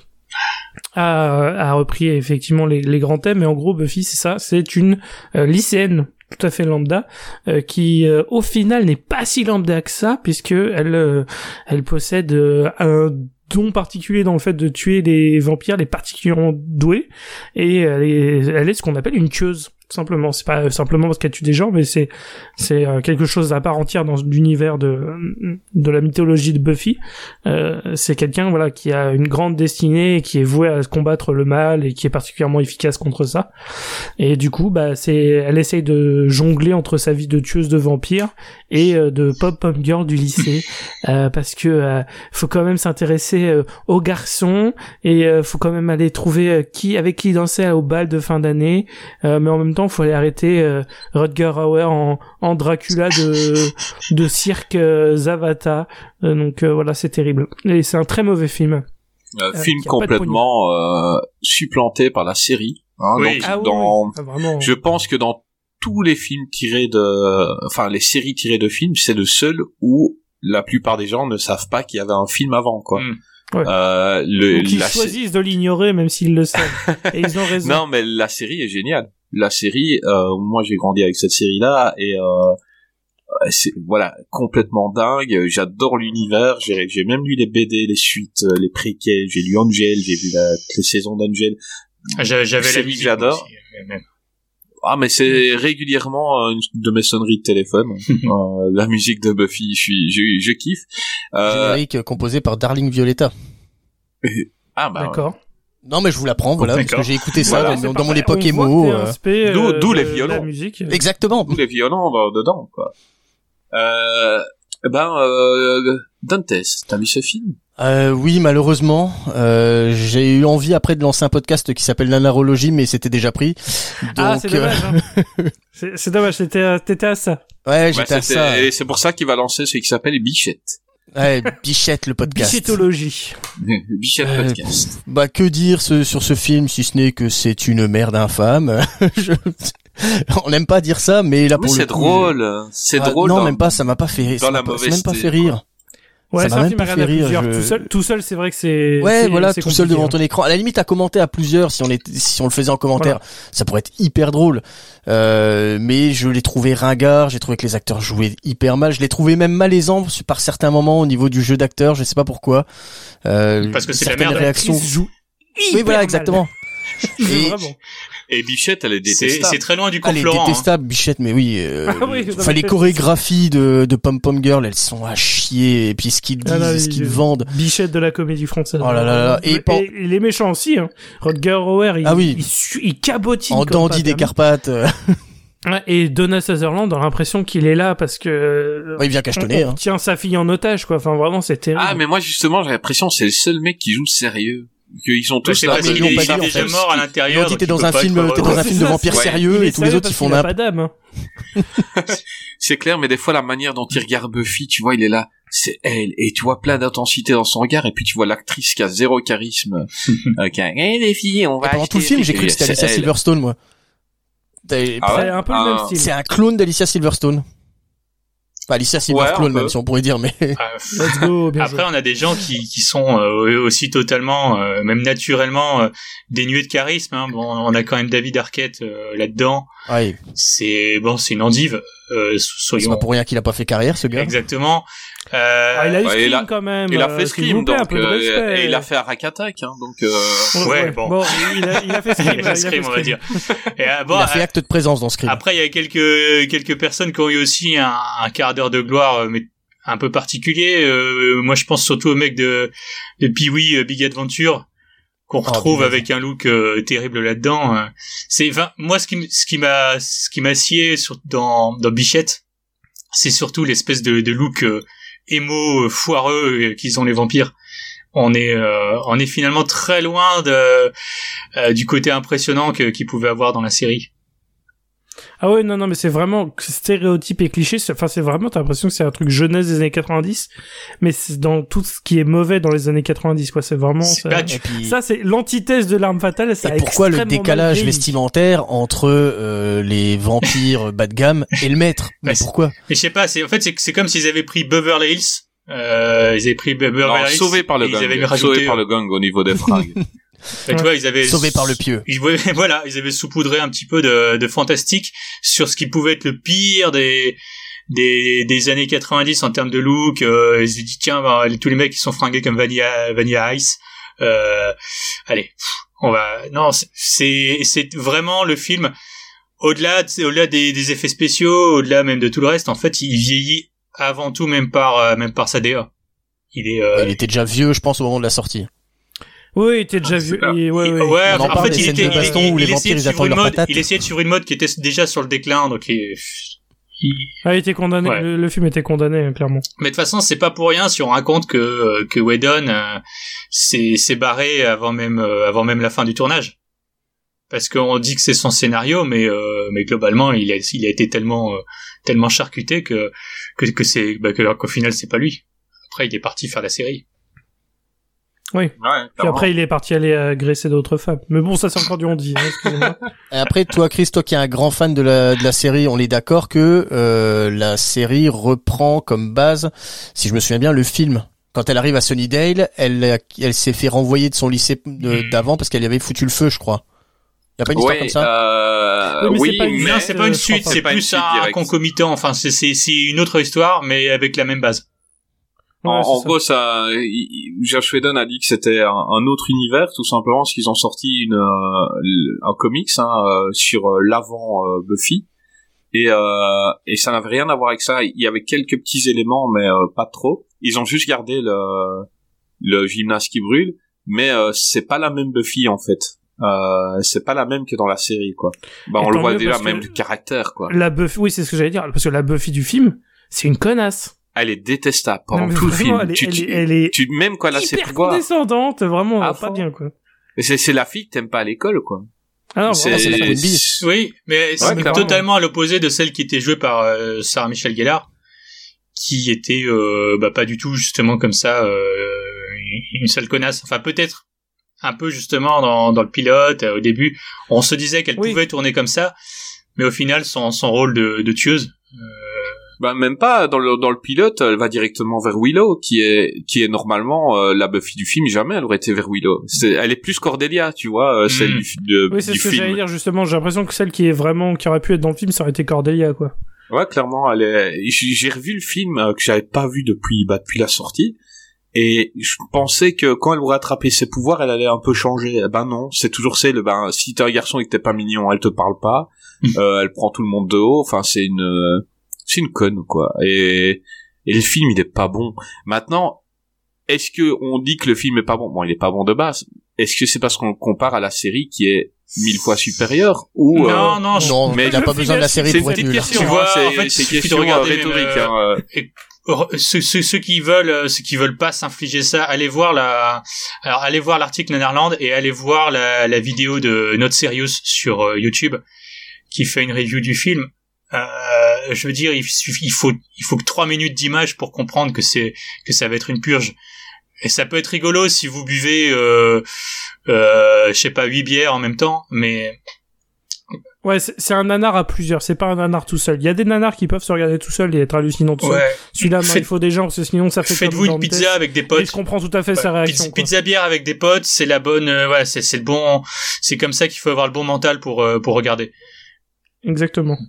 a, a repris effectivement les, les grands thèmes, mais en gros Buffy c'est ça, c'est une euh, lycéenne tout à fait lambda, euh, qui euh, au final n'est pas si lambda que ça, puisque elle euh, elle possède euh, un don particulier dans le fait de tuer les vampires, les particulièrement doués, et elle est, elle est ce qu'on appelle une tueuse, tout simplement. C'est pas simplement parce qu'elle tue des gens, mais c'est c'est euh, quelque chose à part entière dans l'univers de de la mythologie de Buffy. Euh, c'est quelqu'un voilà qui a une grande destinée, et qui est voué à combattre le mal et qui est particulièrement efficace contre ça. Et du coup, bah c'est, elle essaye de jongler entre sa vie de tueuse de vampires et euh, de pop pop girl du lycée, euh, parce que euh, faut quand même s'intéresser euh, aux garçons, et euh, faut quand même aller trouver euh, qui avec qui danser au bal de fin d'année, euh, mais en même temps faut aller arrêter euh, Rutger Hauer en, en Dracula de de cirque euh, Zavata. Euh, donc euh, voilà, c'est terrible, et c'est un très mauvais film. Euh, Euh, film qui a pas de complètement euh, supplanté par la série. Hein, Oui. donc, Ah oui, dans, oui. Ah, vraiment. je pense que dans tous les films tirés de, enfin les séries tirées de films, c'est le seul où la plupart des gens ne savent pas qu'il y avait un film avant, quoi. Mm. Ouais. Euh, le, Ou qu'ils la sé- choisissent de l'ignorer même s'ils le savent. Et ils ont raison. Non, mais la série est géniale. La série, euh, moi j'ai grandi avec cette série-là et euh, c'est voilà complètement dingue. J'adore l'univers. J'ai, j'ai même lu les B D, les suites, euh, les préquels. J'ai lu Angel, j'ai vu la, les saisons d'Angel. Ah, j'a- J'avais C'est la lui que musique j'adore. aussi, mais- mais- Ah, mais c'est régulièrement euh, une de mes sonneries de téléphone. euh, la musique de Buffy, je suis, je, je kiffe. Euh, Générique euh, composé par Darling Violetta. ah bah. D'accord. Non mais je vous l'apprends, voilà, parce D'accord. que j'ai écouté ça Voilà, dans, C'est dans parfait. mon époque On voit émo. que t'es euh. inspiré, D'où- euh, d'où les de violons. La musique. Exactement. Tous les violons dans- dedans, quoi. Euh, eh ben, euh, Dantes, t'as vu ce film? Euh, oui, malheureusement, euh, j'ai eu envie après de lancer un podcast qui s'appelle Nanarologie, mais c'était déjà pris. Donc, ah, c'est dommage. euh... Hein. c'est, c'est dommage, t'étais à, t'étais à ça. Ouais, j'étais ouais, à ça. Et c'est pour ça qu'il va lancer ce qui s'appelle Bichette. Ouais, Bichette le podcast. Bichetologie. Bichette euh, podcast. Bah que dire ce, sur ce film si ce n'est que c'est une merde infâme. Je... On n'aime pas dire ça, mais là mais pour c'est le coup, drôle, je... c'est ah, drôle. Non, dans... même pas, ça m'a pas fait, dans ça la m'a pas, mauvaise même pas idée, fait rire. Ouais, ça c'est m'a un même film à pas regarder fait à rire. plusieurs. Je... Tout seul, tout seul, c'est vrai que c'est. Ouais, c'est, voilà, c'est tout seul devant compliqué, ton écran. À la limite, à commenter à plusieurs, si on est, si on le faisait en commentaire, voilà. Ça pourrait être hyper drôle. Euh, mais je l'ai trouvé ringard. J'ai trouvé que les acteurs jouaient hyper mal. Je l'ai trouvé même malaisant par certains moments au niveau du jeu d'acteur. Je sais pas pourquoi. Euh, Parce que c'est la certaines merde. réactions. Joue Oui, voilà, exactement. Et... Et... Et Bichette, elle est détestable. C'est, c'est très loin du camp Elle est Florent. détestable, hein. Bichette, mais oui. Euh, ah oui enfin, les chorégraphies de, de Pom Pom Girl, elles sont à chier. Et puis ce qu'ils disent, ah là, et ce qu'ils il... vendent. Bichette de la comédie française. Oh là là là. Et, et, pan... et les méchants aussi. Hein. Rutger Hauer, il, ah oui. il, il, il cabotine. En dandy des Carpates. Ouais, et Donna Sutherland, on a l'impression qu'il est là parce que. Ouais, il vient cachetonner. On, on hein. tient sa fille en otage, quoi. Enfin, vraiment, c'est terrible. Ah, mais moi, justement, j'ai l'impression que c'est le seul mec qui joue sérieux. Qu'ils sont tous là. là. Il est déjà fait. mort à l'intérieur. Non, t'es dans un film, t'es dans un film de vampire sérieux et tous les autres ils font n'importe. pas d'âme. Hein. C'est clair, mais des fois la manière dont il regarde Buffy, tu vois, il est là, c'est elle, et tu vois plein d'intensité dans son regard, et puis tu vois l'actrice qui a zéro charisme, euh, qui a, eh les filles, on va. Pendant tout le film, j'ai cru que c'était Alicia Silverstone, moi. Ah ouais, c'est un peu ah, le même style. C'est un clone d'Alicia Silverstone. Enfin, Alicia Silverstone, ouais, même si on pourrait dire, mais. Let's go, bien Après, joué. On a des gens qui, qui sont euh, aussi totalement, euh, même naturellement, euh, dénués de charisme. Hein. Bon, on a quand même David Arquette euh, là-dedans. Ouais. C'est bon, c'est une endive. Euh, soyons... C'est pas pour rien qu'il a pas fait carrière, ce gars. Exactement. Euh... Ah, il a eu ouais, Scream il a, quand même. Il a fait Scream, plaît, donc euh, et il a fait Arak Attack, hein, donc. Euh... Ouais, ouais, bon. bon il, a, il a fait Scream, il a fait Scream, on va dire. Et, euh, bon, il a fait acte de présence dans Scream. Après, il y a quelques quelques personnes qui ont eu aussi un, un quart d'heure de gloire, mais un peu particulier. Euh, moi, je pense surtout au mec de de Pee-wee Big Adventure qu'on retrouve oh, avec un look euh, terrible là-dedans. C'est, enfin, moi, ce qui ce qui m'a ce qui m'a scié sur dans dans Bichette, c'est surtout l'espèce de de look euh, émo foireux qu'ils ont les vampires. On est euh, on est finalement très loin de euh, du côté impressionnant que qu'ils pouvaient avoir dans la série. Ah ouais, non, non, mais c'est vraiment stéréotype et cliché. C'est, enfin, c'est vraiment, t'as l'impression que c'est un truc jeunesse des années quatre-vingt-dix, mais c'est dans tout ce qui est mauvais dans les années quatre-vingt-dix, quoi. C'est vraiment, c'est ça, puis... ça, c'est l'antithèse de L'Arme Fatale. Ça et pourquoi le décalage vestimentaire entre euh, les vampires bas de gamme et le maître? Mais bah, pourquoi? Mais je sais pas, c'est, en fait, c'est, c'est comme s'ils avaient pris Beverly Hills, euh, ils avaient pris Beverly non, Hills. Sauvé par le gang. Ils avaient sauvé par le gang au niveau des fringues. Bah, tu vois, ils avaient sauvé par le pieu. Ils, voilà, ils avaient saupoudré un petit peu de, de fantastique sur ce qui pouvait être le pire des des, des années quatre-vingt-dix en termes de look. Euh, ils se dit tiens, bah, tous les mecs qui sont fringués comme Vanilla Vanilla Ice. Euh, allez, on va. Non, c'est c'est vraiment le film. Au-delà de, au-delà des, des effets spéciaux, au-delà même de tout le reste, en fait, il vieillit avant tout même par même par sa D A. Il est. Euh, il était déjà vieux, je pense, au moment de la sortie. Oui, il était déjà vu. Il, ouais, ouais. ouais en, en fait, il était, il, il, il, essayait de suivre une mode, il essayait de suivre une mode qui était déjà sur le déclin, donc il, il... Ah, il était condamné. Ouais. Le, le film était condamné, clairement. Mais de toute façon, c'est pas pour rien si on raconte que que Whedon euh, s'est, s'est barré avant même euh, avant même la fin du tournage, parce qu'on dit que c'est son scénario, mais euh, mais globalement, il a il a été tellement euh, tellement charcuté que que que c'est bah, que, qu'au final, c'est pas lui. Après, il est parti faire la série. Oui. Ouais, puis après, il est parti aller agresser d'autres femmes. Mais bon, ça, c'est encore du on-dit, hein, excusez-moi. Et après, toi, Chris, toi qui es un grand fan de la, de la série, on est d'accord que euh, la série reprend comme base, si je me souviens bien, le film. Quand elle arrive à Sunnydale, elle, elle s'est fait renvoyer de son lycée de, d'avant parce qu'elle y avait foutu le feu, je crois. Y a pas une histoire ouais, comme ça euh, oui, mais oui, c'est pas une, mais non, c'est pas une suite, c'est plus un concomitant. Enfin, c'est, c'est, c'est une autre histoire, mais avec la même base. Ouais, en, en gros, ça, Joss Whedon a dit que c'était un, un autre univers, tout simplement, parce qu'ils ont sorti une, euh, un comics hein, euh, sur euh, l'avant euh, Buffy, et, euh, et ça n'avait rien à voir avec ça. Il y avait quelques petits éléments, mais euh, pas trop. Ils ont juste gardé le, le gymnase qui brûle, mais euh, c'est pas la même Buffy en fait. Euh, c'est pas la même que dans la série, quoi. Bah, on le voit déjà même du caractère, quoi. La Buffy, oui, c'est ce que j'allais dire, parce que la Buffy du film, c'est une connasse. elle est détestable pendant Non, tout le vraiment, film. Elle est, tu, elle tu, est, elle est tu, même quand elle a ses hyper pouvoirs, condescendante, vraiment, à pas fond. bien, quoi. c'est, c'est la fille que t'aimes pas à l'école, quoi. Ah non, c'est- c'est la Queen Bee. Oui, mais c'est clairement. totalement à l'opposé de celle qui était jouée par euh, Sarah Michelle Gellar, qui était euh, bah, pas du tout justement comme ça, euh, une sale connasse. Enfin, peut-être un peu justement dans, dans le pilote, euh, au début, on se disait qu'elle Oui. pouvait tourner comme ça, mais au final, son, son rôle de, de tueuse... Bah même pas dans le dans le pilote, elle va directement vers Willow, qui est qui est normalement euh, la Buffy du film. Jamais elle aurait été vers Willow. C'est, elle est plus Cordelia, tu vois, euh, celle Mm. du, de, Oui, c'est du ce que film. j'allais dire, justement. J'ai l'impression que celle qui est vraiment, qui aurait pu être dans le film, ça aurait été Cordelia, quoi. Ouais, clairement, elle est. J'ai, j'ai revu le film euh, que j'avais pas vu depuis bah depuis la sortie, et je pensais que quand elle aurait attrapé ses pouvoirs, elle allait un peu changer. Eh ben non, c'est toujours celle. Ben si t'es un garçon et que t'es pas mignon, elle te parle pas. euh, elle prend tout le monde de haut. Enfin, c'est une. Euh, c'est une conne, quoi. Et, et le film, il est pas bon. Maintenant, est-ce que on dit que le film est pas bon? Bon, il est pas bon de base. Est-ce que c'est parce qu'on le compare à la série qui est mille fois supérieure ou Non, euh, non, je- Non, mais il n'a pas je besoin de la série c'est pour une être petite nul. question. Tu hein, vois, c'est, en fait, c'est il suffit de question regarder rhétorique. même, euh, hein, euh. Re- ceux, ceux, ceux qui veulent euh, ceux qui veulent pas s'infliger ça, allez voir la alors allez voir l'article Nanarland et allez voir la, la vidéo de Not Serious sur euh, YouTube qui fait une review du film. Euh, je veux dire, il suffit, il faut il faut que trois minutes d'image pour comprendre que c'est que ça va être une purge. Et ça peut être rigolo si vous buvez euh, euh, je sais pas huit bières en même temps, mais Ouais, c'est, c'est un nanar à plusieurs, c'est pas un nanar tout seul. Il y a des nanars qui peuvent se regarder tout seul et être hallucinants tout seul. ouais, Celui-là, Faites- il faut des gens, parce que sinon ça fait faites-vous comme une dans pizza Test. avec des Et potes. je comprends tout à fait sa Ouais, réaction. pizza, quoi. pizza bière avec des potes, c'est la bonne, euh, ouais, c'est, c'est le bon, c'est comme ça qu'il faut avoir le bon mental pour euh, pour regarder. Exactement.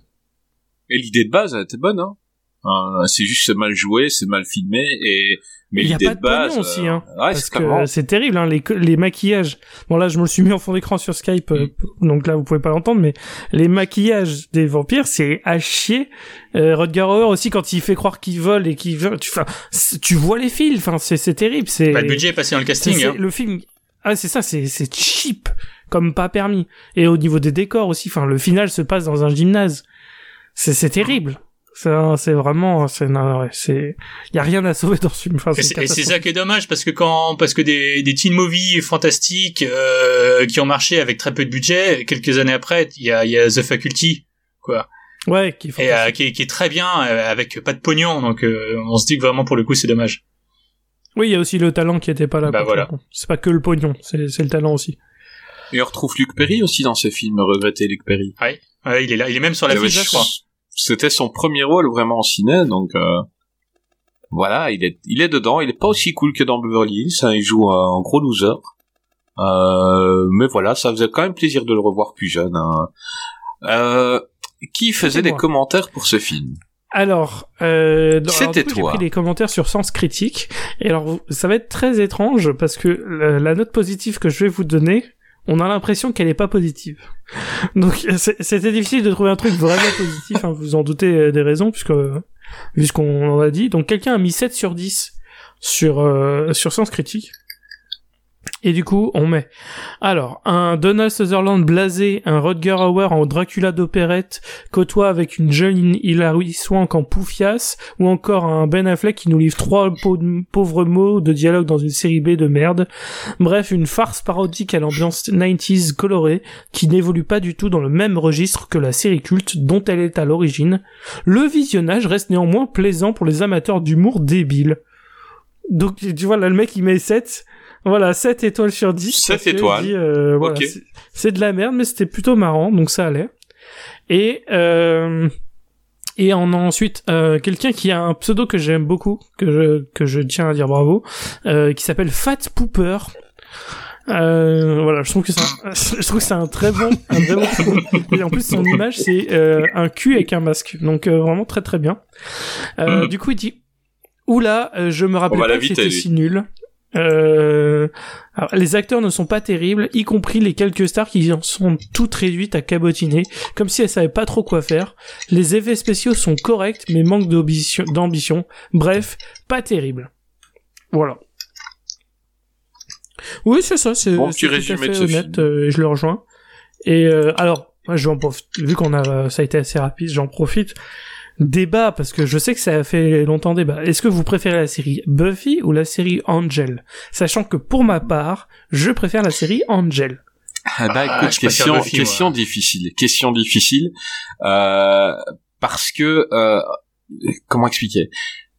Et l'idée de base, elle était bonne, hein. Euh, c'est juste c'est mal joué, c'est mal filmé, et mais Il y a l'idée pas de de base, pognon aussi, euh, hein. ouais, Parce c'est que clairement. c'est terrible, hein, les, les maquillages. Bon là, je me le suis mis en fond d'écran sur Skype, euh, donc là vous pouvez pas l'entendre, mais les maquillages des vampires, c'est à chier. Euh, Rutger Hauer aussi, quand il fait croire qu'il vole et qu'il veut, tu, enfin, c'est- tu vois les fils, enfin c'est, c'est terrible. C'est Bah, le budget est passé dans le c'est- casting. c'est- Hein. le film. Ah c'est ça, c'est c'est cheap comme pas permis. Et au niveau des décors aussi, enfin le final se passe dans un gymnase. C'est c'est terrible. C'est c'est vraiment c'est non, ouais, c'est il y a rien à sauver dans ce film. Enfin, Et c'est c'est, et c'est catastrophique. ça qui est dommage parce que quand parce que des des teen movies fantastiques euh, qui ont marché avec très peu de budget, quelques années après, il y a il y a The Faculty quoi. Ouais, qui est Et euh, qui, est, qui est très bien euh, avec pas de pognon, donc euh, on se dit que vraiment pour le coup c'est dommage. Oui, il y a aussi le talent qui était pas là. Bah quoi, voilà. par contre. C'est pas que le pognon, c'est, c'est le talent aussi. Et on retrouve Luc Perry aussi dans ce film, regretté Luc Perry. Ouais, il est là, il est même sur la Il avait- fiche, je crois. C'était son premier rôle vraiment en ciné, donc euh, voilà, il est, il est dedans. Il est pas aussi cool que dans Beverly Hills, hein, il joue euh, un gros loser. Euh, mais voilà, ça faisait quand même plaisir de le revoir plus jeune. Hein. Euh, qui faisait C'était des moi. commentaires pour ce film? Alors, euh, dans- alors, C'était du coup, toi. j'ai pris les commentaires sur Sens Critique. Et alors, vous- ça va être très étrange parce que la, la note positive que je vais vous donner, on a l'impression qu'elle est pas positive. Donc, c'est- c'était difficile de trouver un truc vraiment positif. Hein, vous en doutez euh, des raisons puisque vu ce qu'on en a dit. Donc, quelqu'un a mis sept sur dix sur euh, sur Sens Critique. Et du coup, on met alors un Donald Sutherland blasé, un Rutger Hauer en Dracula d'opérette côtoie avec une jeune Hilary Swank en poufias, ou encore un Ben Affleck qui nous livre trois pau- pauvres mots de dialogue dans une série B de merde. Bref, une farce parodique à l'ambiance quatre-vingt-dix colorée qui n'évolue pas du tout dans le même registre que la série culte dont elle est à l'origine. Le visionnage reste néanmoins plaisant pour les amateurs d'humour débile. Donc tu vois là le mec il met sept. Voilà, sept étoiles sur dix. sept parce que étoiles. il dit, euh, voilà, Ok. c'est, c'est de la merde, mais c'était plutôt marrant, donc ça allait. Et, euh, et on a ensuite euh, quelqu'un qui a un pseudo que j'aime beaucoup, que je, que je tiens à dire bravo, euh, qui s'appelle Fat Pooper. Euh, voilà, je trouve que c'est un, je trouve que c'est un très bon, un très bon pseudo. Et en plus, son image, c'est euh, un cul avec un masque. Donc euh, vraiment très très bien. Euh, Mm. Du coup, il dit, oula, euh, je me rappelle On va pas la que vite, c'était elle, si nul. Euh, alors, les acteurs ne sont pas terribles, y compris les quelques stars qui en sont toutes réduites à cabotiner, comme si elles savaient pas trop quoi faire. Les effets spéciaux sont corrects, mais manquent d'ambition. d'ambition. Bref, pas terrible. Voilà. Oui, c'est ça, c'est, Bon c'est petit tout à résumé fait de ce honnête, film. euh, et je le rejoins. Et euh, alors, moi, je vais en prof- vu qu'on a, ça a été assez rapide, j'en profite débat, parce que je sais que ça a fait longtemps débat. Est-ce que vous préférez la série Buffy ou la série Angel? Sachant que pour ma part, je préfère la série Angel. Ah bah Ah, écoute, je préfère question, Buffy, question moi. difficile, question difficile, euh, parce que euh, comment expliquer?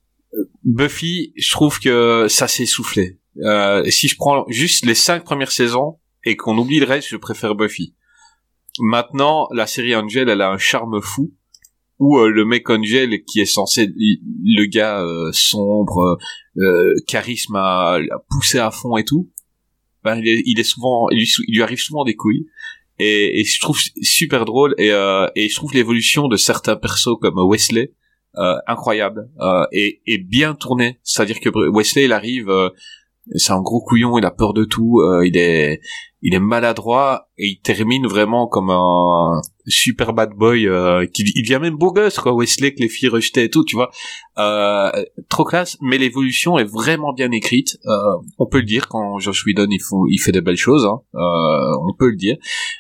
Buffy, je trouve que ça s'est essoufflé. Euh, si je prends juste les cinq premières saisons et qu'on oublie le reste, je préfère Buffy. Maintenant, la série Angel, elle a un charme fou. Où euh, le mec Angel, qui est censé, le gars euh, sombre, euh, charisme à, à pousser à fond et tout, ben il est, il est souvent, il lui, il lui arrive souvent des couilles. Et, et je trouve super drôle et, euh, et je trouve l'évolution de certains persos comme Wesley euh, incroyable euh, et, et bien tourné. C'est-à-dire que Wesley, il arrive, euh, c'est un gros couillon, il a peur de tout, euh, il est, il est maladroit et il termine vraiment comme un super bad boy. Euh, qui, il devient même beau gosse, quoi. Wesley que les filles rejetaient et tout, tu vois. Euh, trop classe, mais l'évolution est vraiment bien écrite. Euh, on peut le dire quand Joss Whedon il, faut, il fait de belles choses. Hein. Euh, on peut le dire.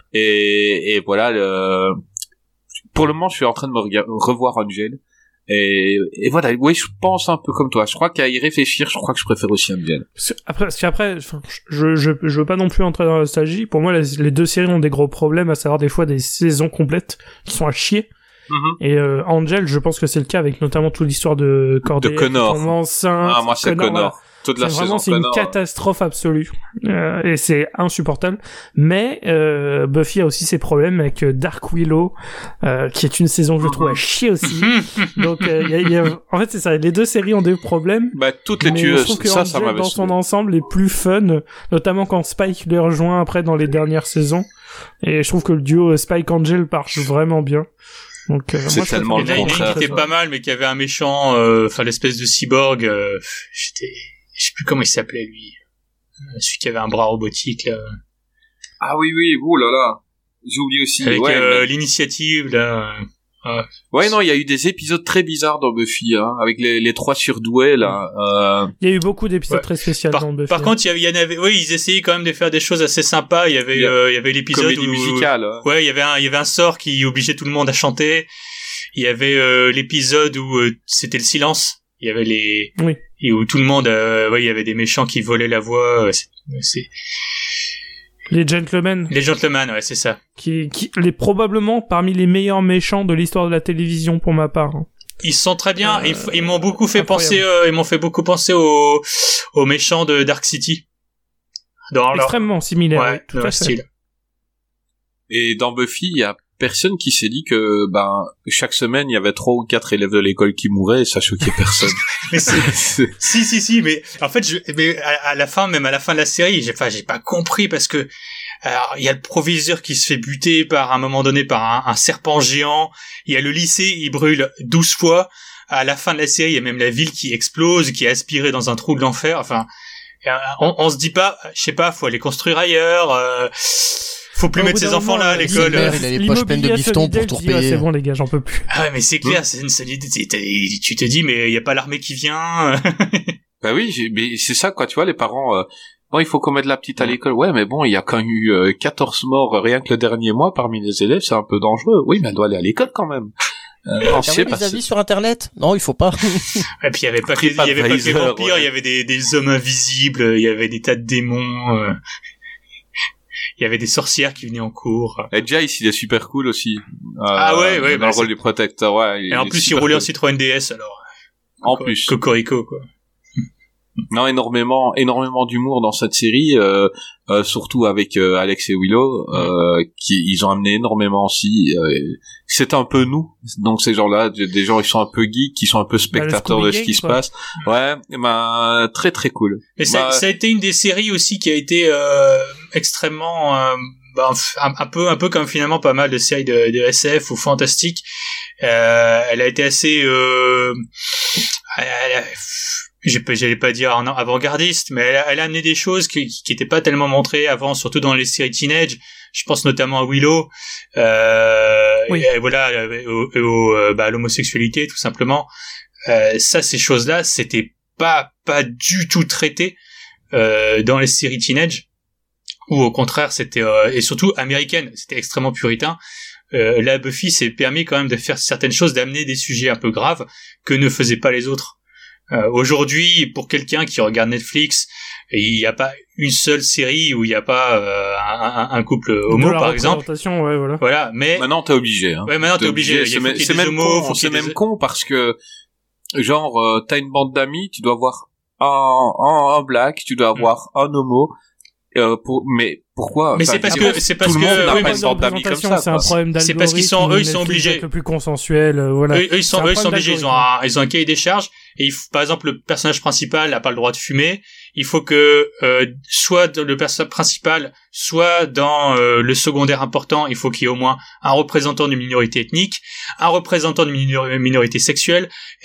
Et, et voilà. Le... Pour le moment, je suis en train de me rega- revoir Angel. Et, et voilà, oui, je pense un peu comme toi. Je crois qu'à y réfléchir, je crois que je préfère aussi Angel. Parce que après, parce qu'après, enfin, je, je, je veux pas non plus entrer dans la nostalgie. Pour moi, les, les deux séries ont des gros problèmes, à savoir des fois des saisons complètes qui sont à chier. Mm-hmm. Et euh, Angel, je pense que c'est le cas avec notamment toute l'histoire de Cordelia, de Connor. qui tombe enceinte. Ah, moi c'est Connor. Connor. Toute la c'est saison vraiment, c'est Connor. une catastrophe absolue. Euh, et c'est insupportable. Mais euh, Buffy a aussi ses problèmes avec Dark Willow, euh, qui est une saison que je trouve à chier aussi. Donc, euh, y a, y a... en fait, c'est ça. Les deux séries ont des problèmes. Bah, toutes les mais tueuses, je trouve que ça, Angel, ça m'avait dans son ensemble, est plus fun, notamment quand Spike les rejoint après dans les dernières saisons. Et je trouve que le duo Spike-Angel marche vraiment bien. Donc, euh, c'est moi, tellement le contraire. Il y en a une qui était pas mal, mais qui avait un méchant, enfin euh, l'espèce de cyborg. Euh, j'étais, je sais plus comment il s'appelait lui, euh, celui qui avait un bras robotique là. Ah oui oui, oh là là, j'ai oublié aussi. Avec ouais, euh, mais... l'initiative là. Ouais. ouais non, il y a eu des épisodes très bizarres dans Buffy, hein, avec les, les trois surdoués là. Euh... Il y a eu beaucoup d'épisodes ouais. très spéciaux par, dans Buffy. Par contre, il y, y en avait, oui, ils essayaient quand même de faire des choses assez sympas. Il y avait, il y, a... euh, il y avait l'épisode comédie où, musicale. Hein. Ouais, il y avait un, il y avait un sort qui obligeait tout le monde à chanter. Il y avait euh, l'épisode où euh, c'était le silence. Il y avait les, oui. et où tout le monde, euh, ouais, il y avait des méchants qui volaient la voix. C'est, c'est... Les Gentlemen. Les Gentlemen, ouais, c'est ça. Qui, qui, les probablement parmi les meilleurs méchants de l'histoire de la télévision pour ma part. Ils sont très bien. Euh, ils, ils m'ont beaucoup fait incroyable. penser, euh, ils m'ont fait beaucoup penser aux, aux méchants de Dark City. Dans Extrêmement leur... similaire. Ouais, oui, tout dans à leur fait. style. Et dans Buffy, il y a personne qui s'est dit que ben chaque semaine il y avait trois ou quatre élèves de l'école qui mouraient et ça choquait personne. mais c'est... si si si mais en fait je mais à, à la fin même à la fin de la série j'ai enfin j'ai pas compris parce que alors il y a le proviseur qui se fait buter par à un moment donné par un, un serpent géant, il y a le lycée il brûle douze fois, à la fin de la série il y a même la ville qui explose, qui est aspirée dans un trou de l'enfer. Enfin on, on se dit pas je sais pas faut aller construire ailleurs. Euh, Faut plus mettre ces enfants-là à l'école. Il a les poches pleines de bifton pour tout repayer. Ouais, c'est bon, les gars, j'en peux plus. Ah ouais, mais c'est clair, c'est une solide, tu te dis, mais il y a pas l'armée qui vient. Bah oui, j'ai, mais c'est ça, quoi, tu vois, les parents, euh, bon, il faut qu'on mette la petite à l'école. Ouais, mais bon, il y a quand même eu euh, quatorze morts rien que le dernier mois parmi les élèves, c'est un peu dangereux. Oui, mais elle doit aller à l'école quand même. Euh, on sait pas les avis sur internet? Non, il faut pas. Et puis il y avait pas que, il y avait pas que les vampires, il y avait des, des hommes invisibles, il y avait des tas de démons, euh... il y avait des sorcières qui venaient en cours. Et Jace, il est super cool aussi. Euh, ah ouais, ouais. Dans bah le rôle du protecteur, ouais. Et en plus, il roulait en Citroën D S, alors. En Co- plus. Cocorico, quoi. Non, énormément, énormément d'humour dans cette série, euh, euh, surtout avec euh, Alex et Willow, euh, qui ils ont amené énormément aussi. Euh, c'est un peu nous, donc ces gens-là, des, des gens qui sont un peu geeks, qui sont un peu spectateurs bah, de ce qui se passe. Ouais, bah très très cool. Mais ça, bah, ça a été une des séries aussi qui a été euh, extrêmement, euh, bah, un, un peu, un peu comme finalement pas mal de séries de, de S F ou fantastique. Euh, elle a été assez. Euh, elle a, Je peux, j'allais pas dire avant-gardiste, mais elle a, elle a amené des choses qui, qui étaient pas tellement montrées avant, surtout dans les séries teenage. Je pense notamment à Willow, euh, oui. et, et voilà, au, au, bah, à l'homosexualité, tout simplement. Euh, ça, ces choses-là, c'était pas, pas du tout traité, euh, dans les séries teenage. Ou au contraire, c'était, euh, et surtout américaine, c'était extrêmement puritain. euh, là Buffy s'est permis quand même de faire certaines choses, d'amener des sujets un peu graves que ne faisaient pas les autres. Euh, aujourd'hui, pour quelqu'un qui regarde Netflix, il n'y a pas une seule série où il n'y a pas euh, un, un couple homo, par exemple. Ouais, voilà. Voilà, mais maintenant t'es obligé. Hein. Ouais, maintenant t'es, t'es obligé. obligé. C'est, il faut c'est qu'il y ait même des homos, con. faut C'est qu'il y ait même des... con parce que genre euh, t'as une bande d'amis, tu dois avoir un, un, un black, tu dois avoir mm. un homo. Euh, pour, mais pourquoi? Mais enfin, c'est parce que c'est parce tout le monde que n'a oui, pas une bande d'amis comme ça. C'est un problème d'algorithme. C'est parce qu'ils sont eux ils sont obligés. Le plus consensuel, euh, voilà. Eux, eux ils sont eux ils sont obligés. Ils ont un, ils ont un cahier des charges et il faut, par exemple le personnage principal n'a pas le droit de fumer. Il faut que euh, soit dans le personnage principal, soit dans euh, le secondaire important, il faut qu'il y ait au moins un représentant d'une minorité ethnique, un représentant d'une minor- minorité sexuelle,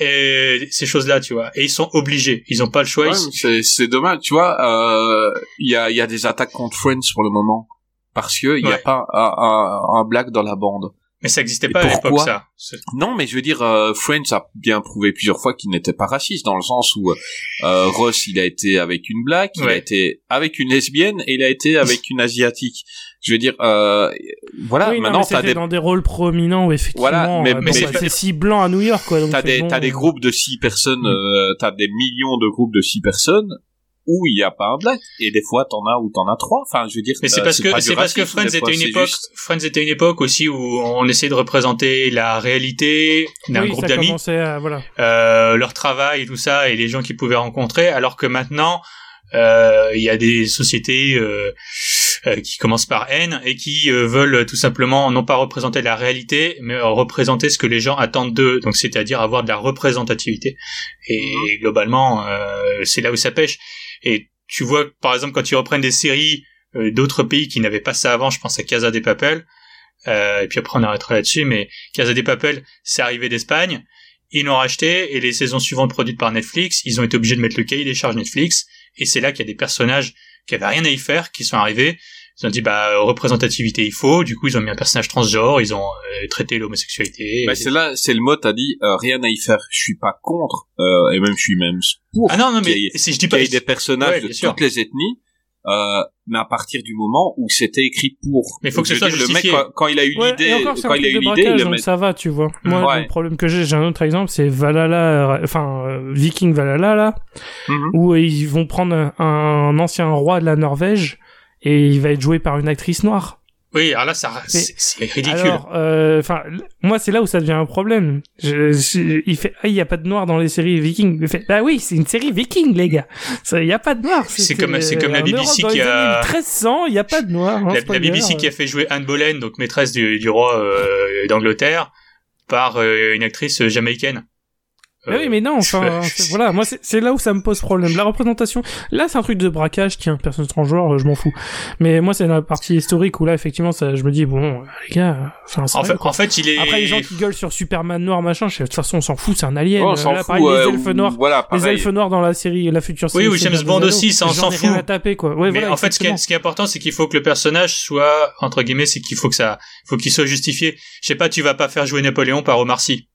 et ces choses-là, tu vois. Et ils sont obligés, ils ont pas le choix. Ouais, ils... c'est, c'est dommage, tu vois. Il euh, y a, il y a des attaques contre Friends pour le moment parce que il y ouais. a pas un, un, un black dans la bande. Mais ça existait pas à l'époque, ça. C'est... Non, mais je veux dire, euh, Friends a bien prouvé plusieurs fois qu'il n'était pas raciste, dans le sens où euh, Ross, il a été avec une black, il ouais. a été avec une lesbienne, et il a été avec une asiatique. Je veux dire, euh, voilà, oui, maintenant non, t'as des... dans des rôles prominents où effectivement, voilà, mais, euh, mais bon, c'est... Bah, c'est si blanc à New York, quoi. Donc t'as des, bon, t'as des euh... groupes de six personnes, mm. euh, t'as des millions de groupes de six personnes, où il y a pas un black, et des fois t'en as ou t'en as trois. Enfin, je veux dire, mais c'est parce euh, c'est que pas c'est parce que Friends était une époque, juste... Friends était une époque aussi où on essayait de représenter la réalité d'un oui, groupe ça d'amis, à, voilà. euh, leur travail et tout ça, et les gens qu'ils pouvaient rencontrer, alors que maintenant il euh, y a des sociétés euh, euh, qui commencent par N et qui euh, veulent tout simplement non pas représenter la réalité, mais euh, représenter ce que les gens attendent d'eux, donc c'est-à-dire avoir de la représentativité. Et mmh. globalement, euh, c'est là où ça pêche. Et tu vois, par exemple, quand ils reprennent des séries euh, d'autres pays qui n'avaient pas ça avant, je pense à Casa de Papel, euh, et puis après on arrêtera là-dessus, mais Casa de Papel, c'est arrivé d'Espagne, ils l'ont racheté, et les saisons suivantes produites par Netflix, ils ont été obligés de mettre le cahier des charges Netflix, et c'est là qu'il y a des personnages qui avaient rien à y faire, qui sont arrivés, ils ont dit, bah, représentativité il faut, du coup ils ont mis un personnage transgenre, ils ont euh, traité l'homosexualité. Bah, et... c'est là, c'est le mot, t'as dit, euh, rien à y faire, je suis pas contre, euh, et même je suis même pour. Ah non, non, mais qu'il y ait, si je dis pas. Qu'il y ait des personnages ouais, de sûr. toutes les ethnies, euh, mais à partir du moment où c'était écrit pour. Mais il faut que ce soit dire, justifié. Le mec, quand, quand il a eu ouais, l'idée, encore, quand il a eu l'idée, braquage, il le donc met... ça va, tu vois. Moi, ouais. le problème que j'ai, j'ai un autre exemple, c'est Valhalla, enfin, euh, Viking Valhalla, là, mm-hmm. où euh, ils vont prendre un, un ancien roi de la Norvège, et il va être joué par une actrice noire. Oui, alors là, ça, c'est, c'est ridicule. Alors, enfin, euh, moi, c'est là où ça devient un problème. Je, je, il fait, ah, il y a pas de noirs dans les séries Vikings. Il fait, bah oui, c'est une série Viking, les gars. Il y a pas de noirs. C'est comme, c'est comme la B B C Europe, qui a. treize cents, il y a pas de noirs. Hein, la, la B B C qui a fait jouer Anne Boleyn, donc maîtresse du, du roi euh, d'Angleterre, par euh, une actrice jamaïcaine. Euh, oui, mais non, enfin, voilà, moi, c'est, c'est là où ça me pose problème. La représentation, là, c'est un truc de braquage, tiens, personne transgenre, je m'en fous. Mais moi, c'est la partie historique où là, effectivement, ça, je me dis, bon, les gars, enfin, en fait, en fait, il est... Après, les gens qui gueulent sur Superman noir, machin, je sais, de toute façon, on s'en fout, c'est un alien. Oh, on s'en là, fout, pareil, euh, les elfes noirs, voilà, les elfes noirs dans la série, la future série. Oui, oui, James Bond aussi, ça, on s'en fout. Rien à taper, quoi. Ouais, mais voilà, en fait, ce qui, est, ce qui est important, c'est qu'il faut que le personnage soit, entre guillemets, c'est qu'il faut que ça, faut qu'il soit justifié. Je sais pas, tu vas pas faire jouer Napoléon par Omar Sy.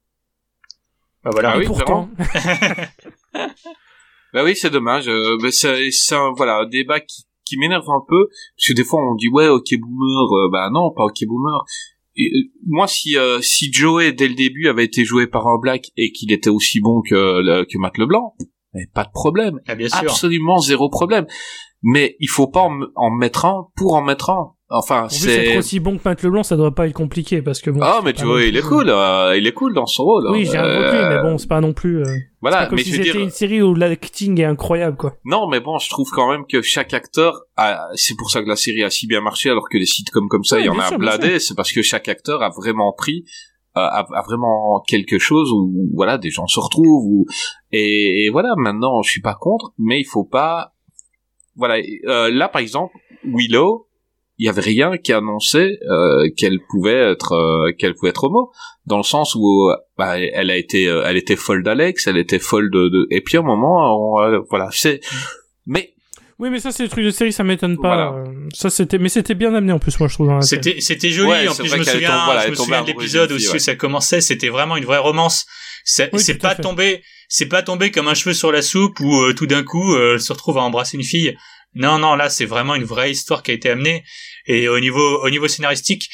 Bah voilà. Ah oui, pourtant. Bah oui, c'est dommage. Euh, bah c'est, c'est un, voilà, un débat qui, qui m'énerve un peu, parce que des fois on dit ouais, ok boomer, euh, bah non, pas ok boomer. Et, euh, moi, si euh, si Joey dès le début avait été joué par un black et qu'il était aussi bon que que Matt Leblanc, mais pas de problème. Ah, bien sûr. Absolument zéro problème. Mais il faut pas en, en mettre un pour en mettre un. Enfin, en c'est... plus, être aussi bon que Matt Leblanc, ça doit pas être compliqué, parce que bon... Ah, mais tu vois, il est cool, euh, il est cool dans son rôle. Oui, j'ai un euh... repris, mais bon, c'est pas non plus... Euh... Voilà, c'est pas comme mais si je veux c'était dire... une série où l'acting est incroyable, quoi. Non, mais bon, je trouve quand même que chaque acteur a... C'est pour ça que la série a si bien marché, alors que les sitcoms comme ça, oui, il y en a sûr, bladé, c'est parce que chaque acteur a vraiment pris... Euh, a, a vraiment quelque chose où, où, voilà, des gens se retrouvent, où... Et, et voilà, maintenant, je suis pas contre, mais il faut pas... Voilà, euh, là, par exemple, Willow... il y avait rien qui annonçait euh, qu'elle pouvait être euh, qu'elle pouvait être homo, dans le sens où euh, bah, elle a été euh, elle était folle d'Alex, elle était folle de, de... et puis à un moment on, euh, voilà, c'est mais oui, mais ça c'est le truc de série, ça m'étonne pas. Voilà. Euh, ça c'était mais c'était bien amené en plus, moi je trouve dans la C'était série. c'était joli, ouais, en plus je me souviens tombe, voilà, je me souviens de l'épisode où ouais. ça commençait, c'était vraiment une vraie romance. C'est, oui, c'est pas tombé c'est pas tombé comme un cheveu sur la soupe où euh, tout d'un coup euh, elle se retrouve à embrasser une fille. Non non, là c'est vraiment une vraie histoire qui a été amenée. Et au niveau au niveau scénaristique,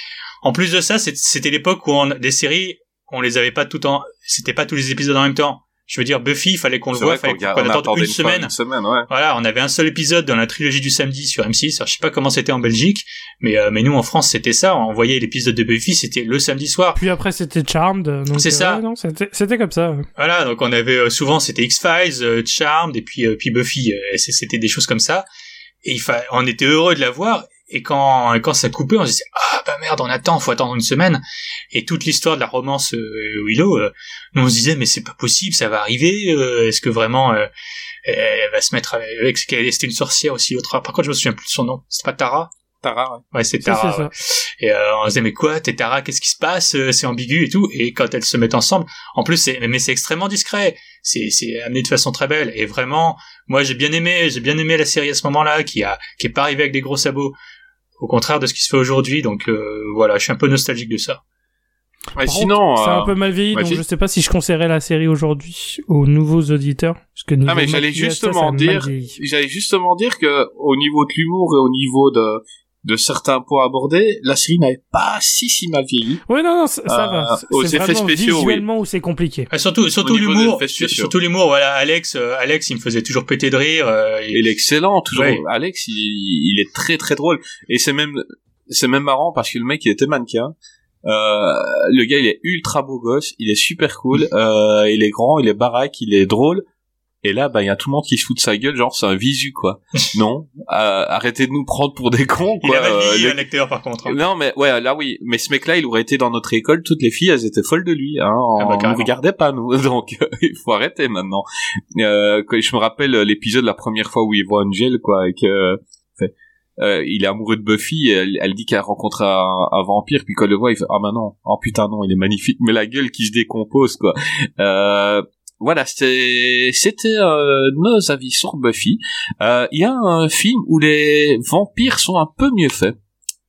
en plus de ça, c'était l'époque où on, les séries, on les avait pas tout en, c'était pas tous les épisodes en même temps. Je veux dire, Buffy, il fallait qu'on le voit, il fallait qu'on, qu'on attende une semaine. une semaine. Ouais. Voilà, on avait un seul épisode dans la trilogie du samedi sur M six. Alors, je sais pas comment c'était en Belgique, mais euh, mais nous en France c'était ça. On voyait l'épisode de Buffy, c'était le samedi soir. Puis après c'était Charmed. Donc, c'est euh, ça. Ouais, non, c'était, c'était comme ça. Ouais. Voilà, donc on avait euh, souvent c'était X-Files, euh, Charmed et puis euh, puis Buffy. Euh, c'était des choses comme ça. Et il fa... on était heureux de la voir. Et quand quand ça coupait, on se disait ah bah merde, on attend, faut attendre une semaine. Et toute l'histoire de la romance euh, Willow, euh, nous on se disait mais c'est pas possible, ça va arriver. Euh, est-ce que vraiment euh, elle va se mettre avec c'était une sorcière aussi l'autre. Par contre, je me souviens plus de son nom. C'est pas Tara. Tara, ouais. Ouais, c'est Tara. C'est, c'est ouais. Et euh, on se disait mais quoi, t'es Tara, qu'est-ce qui se passe? C'est ambigu et tout. Et quand elles se mettent ensemble, en plus c'est mais c'est extrêmement discret. C'est c'est amené de façon très belle. Et vraiment, moi j'ai bien aimé, j'ai bien aimé la série à ce moment-là, qui a qui est pas arrivée avec des gros sabots. Au contraire de ce qui se fait aujourd'hui, donc euh, voilà, je suis un peu nostalgique de ça. Ouais, sinon, contre, c'est euh... un peu mal vieilli, ouais, donc si... je sais pas si je conseillerais la série aujourd'hui aux nouveaux auditeurs, parce que ah mais j'allais justement ça, dire, j'allais justement dire que au niveau de l'humour et au niveau de de certains points abordés, la série n'avait pas si si mal vieilli. Oui, non, non, ça, ça euh, va. C'est aux effets spéciaux, visuellement oui. où c'est compliqué. Ah, surtout, surtout l'humour, surtout l'humour. Voilà, Alex, euh, Alex, il me faisait toujours péter de rire. Euh, et... Il est excellent, toujours. Ouais. Alex, il, il est très très drôle. Et c'est même, c'est même marrant parce que le mec, il était mannequin. Euh, le gars, il est ultra beau gosse, il est super cool, euh, il est grand, il est baraque, il est drôle. Et là, bah, il y a tout le monde qui se fout de sa gueule, genre, c'est un visu, quoi. Non. Euh, arrêtez de nous prendre pour des cons, quoi. Il a mal vieilli, euh, un lecteur, par contre. Hein. Non, mais, ouais, là, oui. Mais ce mec-là, il aurait été dans notre école, toutes les filles, elles étaient folles de lui, hein. On, ah bah, on ne regardait pas, nous. Donc, euh, il faut arrêter, maintenant. Euh, quand je me rappelle l'épisode, la première fois où il voit Angel, quoi, et que, fait, euh, il est amoureux de Buffy, et elle, elle dit qu'elle a rencontré un, un vampire, puis quand elle le voit, il fait, ah, bah non. Oh, putain, non, il est magnifique. Mais la gueule qui se décompose, quoi. Euh, Voilà, c'était c'était euh, nos avis sur Buffy. Il euh, y a un film où les vampires sont un peu mieux faits,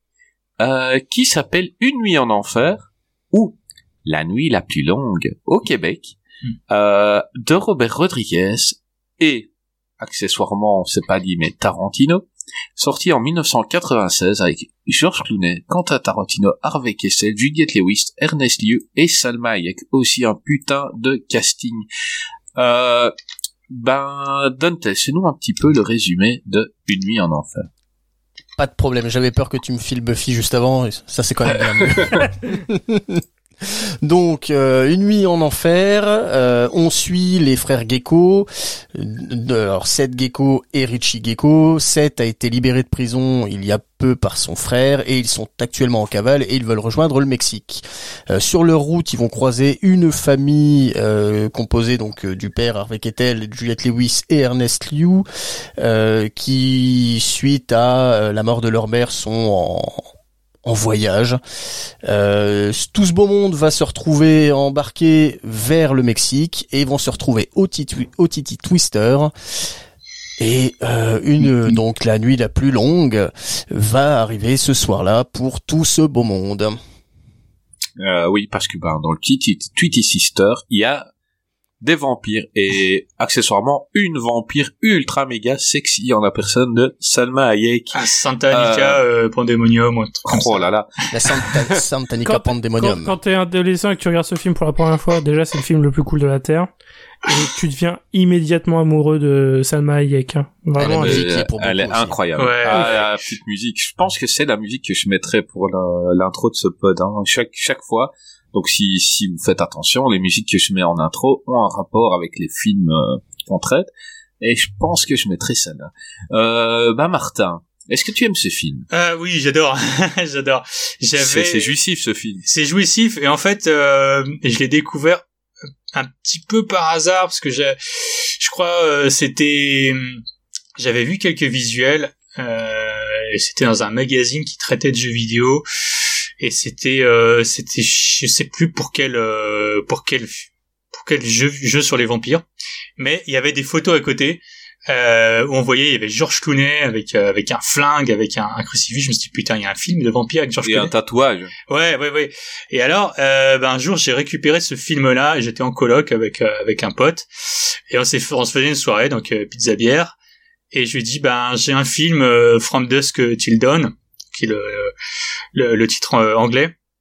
euh, qui s'appelle Une nuit en enfer ou La nuit la plus longue au Québec, mm. euh, de Robert Rodriguez et accessoirement, c'est pas dit mais Tarantino, sorti en dix-neuf cent quatre-vingt-seize avec George Clooney, Quentin Tarantino, Harvey Keitel, Juliette Lewis, Ernest Liu et Salma Hayek. Aussi un putain de casting. Euh, ben, Dante, fais-nous un petit peu le résumé de Une nuit en enfer. Pas de problème, j'avais peur que tu me files Buffy juste avant, et ça c'est quand même bien mieux. Donc, euh, Une nuit en enfer, euh, on suit les frères Gecko, euh, alors Seth Gecko et Richie Gecko. Seth a été libéré de prison il y a peu par son frère et ils sont actuellement en cavale et ils veulent rejoindre le Mexique. Euh, sur leur route, ils vont croiser une famille euh, composée donc euh, du père Harvey Keitel, Juliette Lewis et Ernest Liu, euh, qui suite à euh, la mort de leur mère sont en en voyage. Euh, tout ce beau monde va se retrouver embarqué vers le Mexique et vont se retrouver au Titi, au Titi Twister. Et euh, une donc la nuit la plus longue va arriver ce soir-là pour tout ce beau monde. Euh, oui, parce que ben, dans le Titi Twister, il y a des vampires et accessoirement une vampire ultra méga sexy en la personne de Salma Hayek. Ah, Santa Anica euh, euh, Pandemonium ou un truc comme oh ça. là là. La Santa, Santa Anica Pandemonium. Quand, quand t'es adolescent et que tu regardes ce film pour la première fois, déjà c'est le film le plus cool de la Terre. Et tu deviens immédiatement amoureux de Salma Hayek. Hein. Vraiment, elle, elle, est, pour elle est aussi. incroyable. Ouais. Ah, la petite musique. Je pense que c'est la musique que je mettrais pour la, l'intro de ce pod. Hein. Chaque chaque fois. Donc si si vous faites attention, les musiques que je mets en intro ont un rapport avec les films euh, qu'on traite. Et je pense que je mettrai celle-là. Euh, bah Martin, est-ce que tu aimes ce film? Ah oui, j'adore, j'adore. J'avais. C'est, c'est jouissif ce film. C'est jouissif et en fait, euh, je l'ai découvert un petit peu par hasard parce que j'ai, je crois, euh, c'était, j'avais vu quelques visuels. Euh, et c'était dans un magazine qui traitait de jeux vidéo. Et c'était, euh, c'était, je sais plus pour quel, euh, pour quel, pour quel jeu, jeu sur les vampires, mais il y avait des photos à côté euh, où on voyait, il y avait George Clooney avec euh, avec un flingue, avec un, un crucifix. Je me suis dit putain, il y a un film de vampire avec George et Clooney. Et un tatouage. Ouais, ouais, ouais. Et alors, euh, ben un jour, j'ai récupéré ce film-là et j'étais en coloc avec euh, avec un pote et on s'est, on se faisait une soirée donc euh, pizza bière et je lui dis ben j'ai un film euh, From Dusk Till Dawn, qui est le, le, le titre euh, anglais.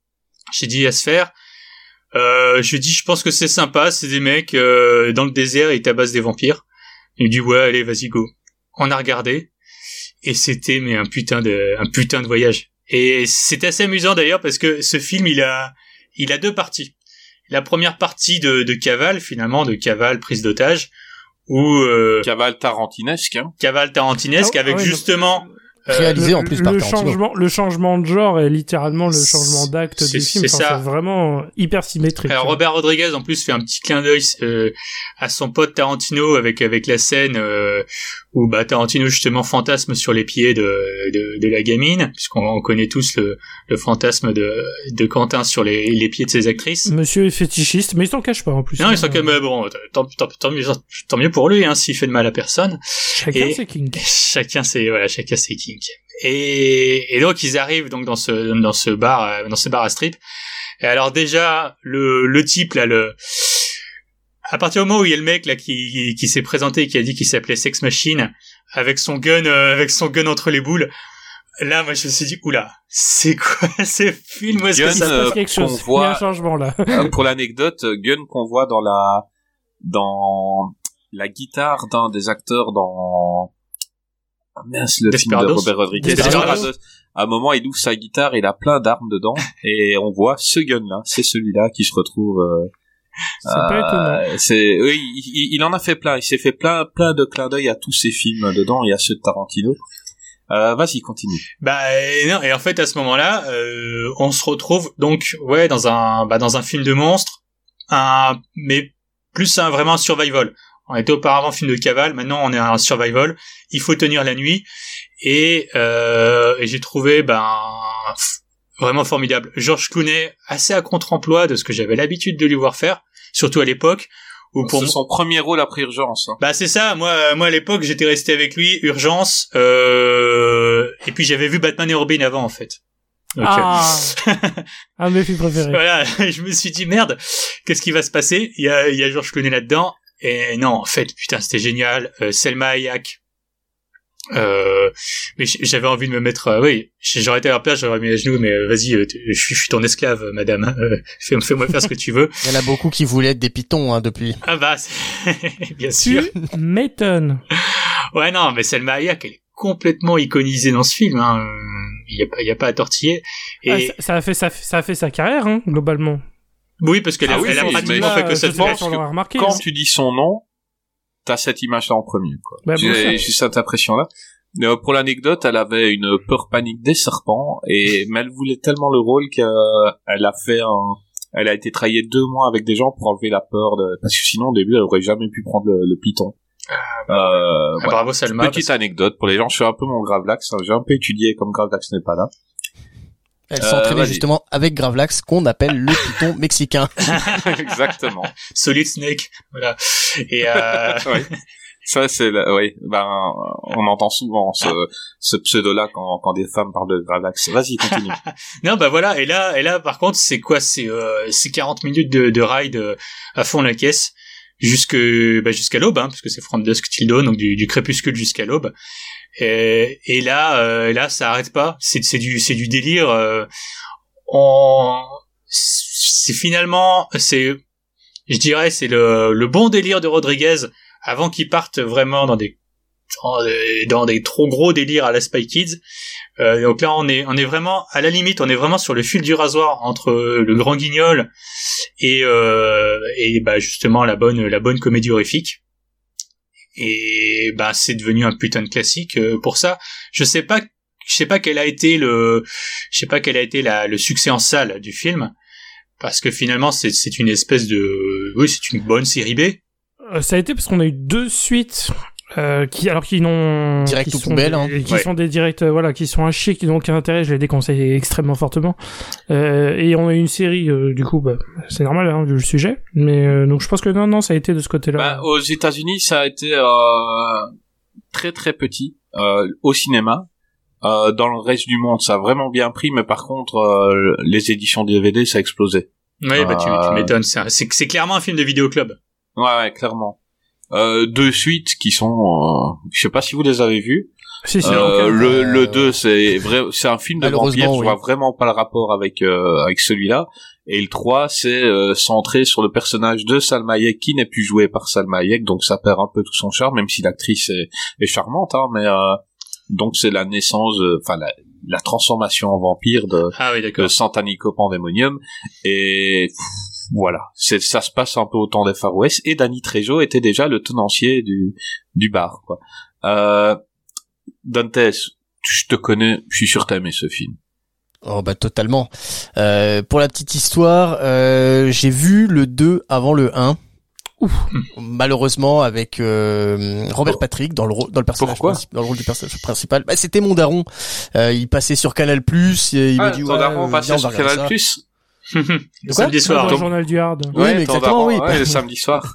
J'ai dit à se faire. Euh, je lui ai dit, je pense que c'est sympa, c'est des mecs euh, dans le désert, ils tabassent des vampires. Il me dit, ouais, allez, vas-y, go. On a regardé, et c'était mais un putain de, un putain de voyage. Et c'était assez amusant d'ailleurs parce que ce film, il a, il a deux parties. La première partie de, de cavale, finalement, de cavale prise d'otage, ou euh, cavale tarantinesque, hein. Cavale tarantinesque ah, avec ah ouais, justement. Donc... réalisé le, en plus par le Tarantino. changement, le changement de genre est littéralement le changement d'acte c'est, du film. c'est enfin, ça. C'est vraiment hyper symétrique. Alors Robert Rodriguez en plus fait un petit clin d'œil euh, à son pote Tarantino avec avec la scène euh, où bah Tarantino justement fantasme sur les pieds de de, de la gamine, puisqu'on on connaît tous le, le fantasme de de Quentin sur les les pieds de ses actrices. Monsieur est fétichiste, mais il s'en cache pas en plus. Non, il s'en cache. Mais bon, tant, tant, tant mieux tant mieux pour lui, hein, s'il fait de mal à personne. Chacun Et ses kinks. Chacun ses voilà, chacun ses kinks. Et, et donc ils arrivent donc dans ce dans ce bar dans ce bar à strip. Et alors déjà le le type là le à partir du moment où il y a le mec là qui qui, qui s'est présenté et qui a dit qu'il s'appelait Sex Machine avec son gun euh, avec son gun entre les boules. Là moi je me suis dit oula, c'est quoi ce film, où est-ce Gun, que ça Ça euh, passe quelque chose. qu'on voit- Il y a un changement là. Euh, pour l'anecdote, Gun qu'on voit dans la dans la guitare d'un des acteurs dans ah, mince le film de Desperados. Robert Rodriguez. Desperados. Desperados. À un moment, il ouvre sa guitare, il a plein d'armes dedans, et on voit ce gun-là, c'est celui-là qui se retrouve. Euh, C'est pas étonnant. euh, c'est, oui, il, il- il en a fait plein. Il s'est fait plein, plein de clins d'œil à tous ses films dedans et à ceux de Tarantino. Euh, vas-y, continue. Bah et non, et en fait à ce moment-là, euh, on se retrouve donc ouais dans un bah dans un film de monstre, un mais plus un vraiment un survival. On était auparavant film de cavale, maintenant on est un survival. Il faut tenir la nuit et, euh, et j'ai trouvé ben vraiment formidable. George Clooney assez à contre-emploi de ce que j'avais l'habitude de lui voir faire, surtout à l'époque. Ou pour C'est moi- son premier rôle après Urgence. Hein. Bah c'est ça, moi euh, moi à l'époque j'étais resté avec lui, Urgence, euh... et puis j'avais vu Batman et Robin avant en fait. Donc, Ah, un de mes films euh, préférés. voilà, je me suis dit merde, qu'est-ce qui va se passer? Il y a il y a George Clooney là-dedans, et non en fait putain c'était génial. Euh, Selma Hayek. Euh, mais j- j'avais envie de me mettre, euh, oui, j'aurais été à leur place, j'aurais mis à genoux, mais euh, vas-y, euh, t- je suis je suis ton esclave, madame, hein, euh, fais- fais-moi faire ce que tu veux. Il y en a beaucoup qui voulaient être des pitons hein, depuis. Ah bah, c'est- bien sûr. Tu m'étonnes. Ouais, non, mais Selma Hayek, elle est complètement iconisée dans ce film. Hein. Il y a pas, il y a pas à tortiller. Et Ah, ça, ça a fait ça, ça a fait sa carrière, hein, globalement. oui, parce qu'elle a, Ah oui, elle a oui, pratiquement mais- fait que Là, ça. je sais pas pense si on que l'aura remarqué. Quand hein. tu dis son nom, t'as cette image-là en premier. Quoi. Bah, bien J'ai sûr. j'ai cette impression-là. Mais, euh, pour l'anecdote, elle avait une peur panique des serpents, et mais elle voulait tellement le rôle qu'elle a fait un, elle a été travailler deux mois avec des gens pour enlever la peur de, parce que sinon au début elle aurait jamais pu prendre le, le python. Euh, Ah, voilà. bravo Selma. Petite anecdote pour les gens, je fais un peu mon Gravelax, hein. J'ai un peu étudié comme Gravelax n'est pas là. Elle Euh, s'entraînait vas-y. justement avec Gravelax, qu'on appelle le python mexicain. Exactement. Solid Snake. Voilà. Et euh, Ouais. Ça c'est la- oui, ben on entend souvent ce, ce pseudo-là quand, quand des femmes parlent de Gravelax. Vas-y, continue. non, bah voilà. Et là, et là, par contre, c'est quoi? C'est euh, c'est quarante minutes de, de ride euh, à fond la caisse jusque bah, jusqu'à l'aube, hein, parce que c'est From Dusk Till Dawn, donc du, du crépuscule jusqu'à l'aube. Et, et là, euh, là, ça arrête pas. C'est c'est du c'est du délire. Euh, on c'est finalement c'est je dirais c'est le le bon délire de Rodriguez avant qu'il parte vraiment dans des dans des, dans des trop gros délires à la Spy Kids. Euh, donc là on est on est vraiment à la limite, on est vraiment sur le fil du rasoir entre le Grand Guignol et euh, et bah justement la bonne la bonne comédie horrifique. Et bah c'est devenu un putain de classique euh, pour ça. Je sais pas je sais pas quel a été le je sais pas quel a été la, le succès en salle du film, parce que finalement c'est c'est une espèce de oui, c'est une bonne série B. Euh, ça a été parce qu'on a eu deux suites euh, qui, alors qui n'ont Direct qui ou sont poubelle, des, hein. qui Ouais. sont des directs, euh, voilà, qui sont à chier, qui n'ont aucun intérêt. Je les déconseille extrêmement fortement. Euh, et on a eu une série, euh, du coup, bah, c'est normal hein, vu le sujet. Mais euh, donc je pense que non, non, ça a été de ce côté-là. Ben, aux États-Unis, ça a été euh, très très petit euh, au cinéma. Euh, dans le reste du monde, ça a vraiment bien pris, mais par contre, euh, les éditions D V D, ça a explosé. Ouais, bah tu, Euh, tu m'étonnes, c'est, un- c'est c'est clairement un film de vidéoclub. Ouais, ouais, clairement. Euh, deux suites qui sont, euh, je sais pas si vous les avez vues. Si, si, euh, donc, le euh, le deux c'est vrai, c'est un film de malheureusement, vampire, je oui. vois vraiment pas le rapport avec euh, avec celui-là. Et le trois c'est euh, centré sur le personnage de Salma Hayek qui n'est plus joué par Salma Hayek, donc ça perd un peu tout son charme, même si l'actrice est, est charmante, hein, mais euh, donc c'est la naissance, enfin la, la transformation en vampire de, Ah oui, de d'accord. Santanico Pandemonium, et pff, voilà, c'est ça se passe un peu au temps des Far West, et Danny Trejo était déjà le tenancier du du bar, quoi. Euh, Dantes, je te connais, je suis sûr que t'as aimé ce film. Oh bah totalement. Euh, pour la petite histoire, euh, j'ai vu le deux avant le un. Ouf. Malheureusement avec euh, Robert Patrick dans le ro- dans le personnage Pourquoi princi- dans le rôle du personnage principal. Bah c'était mon daron. Euh, il passait sur Canal Plus, et il Ah, m'a dit ton ouais, daron euh, passait viens, on va sur regarder Canal ça. Plus. Le quoi samedi Dans soir. le journal du Hard. Oui, mais ton exactement, daron, oui. ouais, le samedi soir.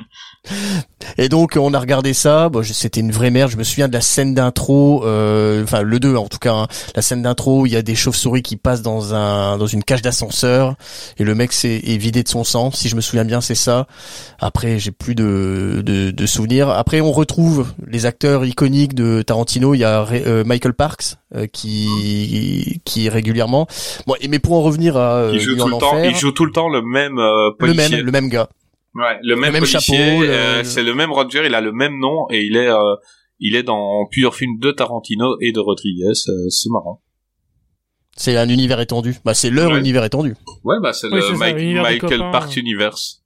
Et donc on a regardé ça, bon, je- c'était une vraie merde, je me souviens de la scène d'intro, euh, enfin le deux en tout cas, hein, la scène d'intro où il y a des chauves-souris qui passent dans un dans une cage d'ascenseur et le mec s'est est vidé de son sang, si je me souviens bien c'est ça. Après j'ai plus de, de de souvenirs. Après on retrouve les acteurs iconiques de Tarantino, il y a euh, Michael Parks euh, qui qui régulièrement. Bon, et mais pour en revenir à euh, Il joue Nuit tout en le temps, Enfer, il joue tout le temps le même euh, le policier. même le même gars. Ouais, le même, même policier, chapeau, euh, le- c'est le même Roger, il a le même nom et il est euh, il est dans plusieurs films de Tarantino et de Rodriguez, euh, c'est marrant. C'est un univers étendu. Bah c'est leur Ouais. univers étendu. Ouais, bah c'est Oui, le c'est ça, Mike- l'univers des Michael copains. Parks Universe.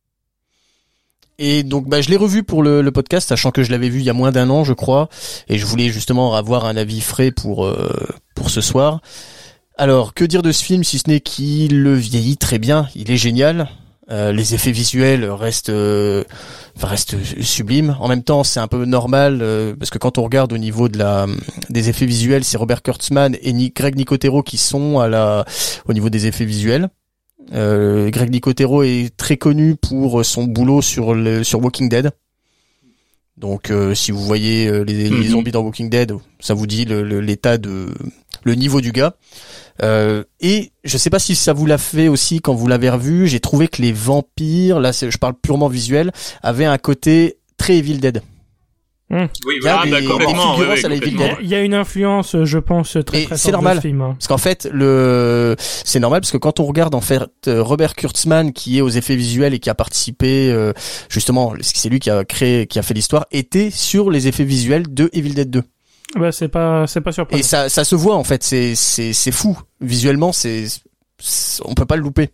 Et donc bah je l'ai revu pour le, le podcast, sachant que je l'avais vu il y a moins d'un an je crois, et je voulais justement avoir un avis frais pour euh, pour ce soir. Alors que dire de ce film si ce n'est qu'il le vieillit très bien, il est génial. Euh, les effets visuels restent euh, enfin, restent sublimes. En même temps, c'est un peu normal euh, parce que quand on regarde au niveau de la des effets visuels, c'est Robert Kurtzman et Ni- Greg Nicotero qui sont à la au niveau des effets visuels. Euh, Greg Nicotero est très connu pour son boulot sur le sur Walking Dead. Donc euh, si vous voyez euh, les, les Mhm. zombies dans Walking Dead, ça vous dit le, le- l'état de le niveau du gars. Euh, et je sais pas si ça vous l'a fait aussi quand vous l'avez revu, j'ai trouvé que les vampires, là c'est, je parle purement visuel, avaient un côté très Evil Dead. Oui, Il y a Ah, des, bah, des complètement, figurances oui, oui, à la Evil Il y, Dead. a, il y a une influence, je pense, très Et très c'est forte de normal. ce film. hein. Parce qu'en fait, le c'est normal parce que quand on regarde en fait euh, Robert Kurtzman qui est aux effets visuels et qui a participé euh, justement, c'est lui qui a créé, qui a fait l'histoire, était sur les effets visuels de Evil Dead deux. Bah, c'est pas, c'est pas surprenant. Et ça, ça se voit en fait, c'est c'est c'est fou visuellement, c'est, c'est on peut pas le louper.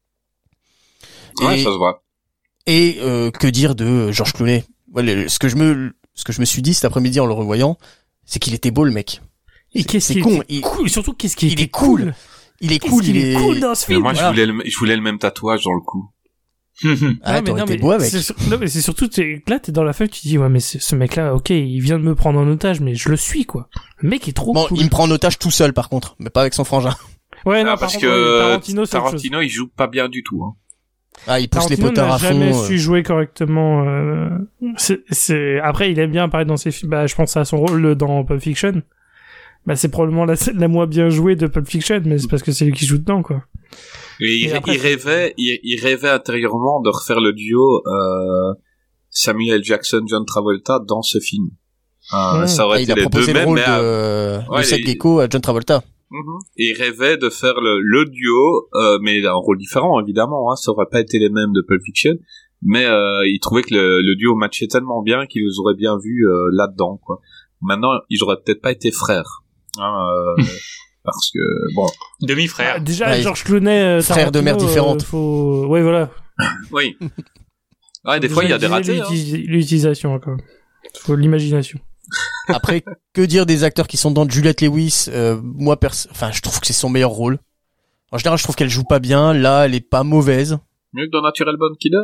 Ouais, Et- ça se voit. Et euh, que dire de Georges Clooney? Voilà, ce que je me ce que je me suis dit cet après-midi en le revoyant, c'est qu'il était beau le mec. Et qu'est-ce c'est qui con, était il- cool, surtout qu'est-ce qui il était est cool. cool. Il est Qu'est-ce cool, qu'il il est est cool dans ce Mais film. moi, voilà. je voulais le, je voulais le même tatouage dans le cou. Ah, Non, mais t'aurais non, été mais beau avec. c'est sur- Non, mais c'est surtout, t'es- là, t'es dans la feuille, tu te dis, ouais, mais ce ce mec-là, ok, il vient de me prendre en otage, mais je le suis, quoi. Le mec est trop Bon, cool. il me prend en otage tout seul par contre, mais pas avec son frangin. Ouais, non, Ah, par parce contre, ouais, que Tarantino, c'est autre chose. Tarantino, il joue pas bien du tout. Hein. Ah, il pousse les Tarantino potards n'a à fond. jamais euh. su jouer correctement. Euh... C'est, c'est... Après, il aime bien apparaître dans ses films. Bah, je pense à son rôle dans Pulp Fiction. Bah, c'est probablement la, la moins bien jouée de Pulp Fiction, mais c'est parce que c'est lui qui joue dedans, quoi. Et il, Et après, il rêvait, il, il rêvait intérieurement de refaire le duo euh, Samuel L. Jackson, John Travolta dans ce film. Euh, Ouais. Ça aurait Ah, il été a les deux proposé le mêmes, rôle mais à- de, Ouais, de Seth il- Gecko à John Travolta. Mhm. Et il rêvait de faire le, le duo, euh, mais un rôle différent évidemment. Hein, ça aurait pas été les mêmes de Pulp Fiction, mais euh, il trouvait que le, le duo matchait tellement bien qu'il les aurait bien vus euh, là-dedans. Quoi. Maintenant, ils auraient peut-être pas été frères, hein, euh, parce que bon, Demi-frère. Ah, déjà, Ouais, George Clooney, euh, frère de Tarantino, mère différente. euh, faut... Ouais, voilà. oui. Ouais, des fois il y a des ratés. Hein. L'utis- L'utilisation, quand même. Faut l'imagination. Après, que dire des acteurs qui sont dans Juliette Lewis? Euh, moi, pers- enfin, je trouve que c'est son meilleur rôle. En général, je trouve qu'elle joue pas bien. Là, elle est pas mauvaise. Mieux que dans Natural Born Killer.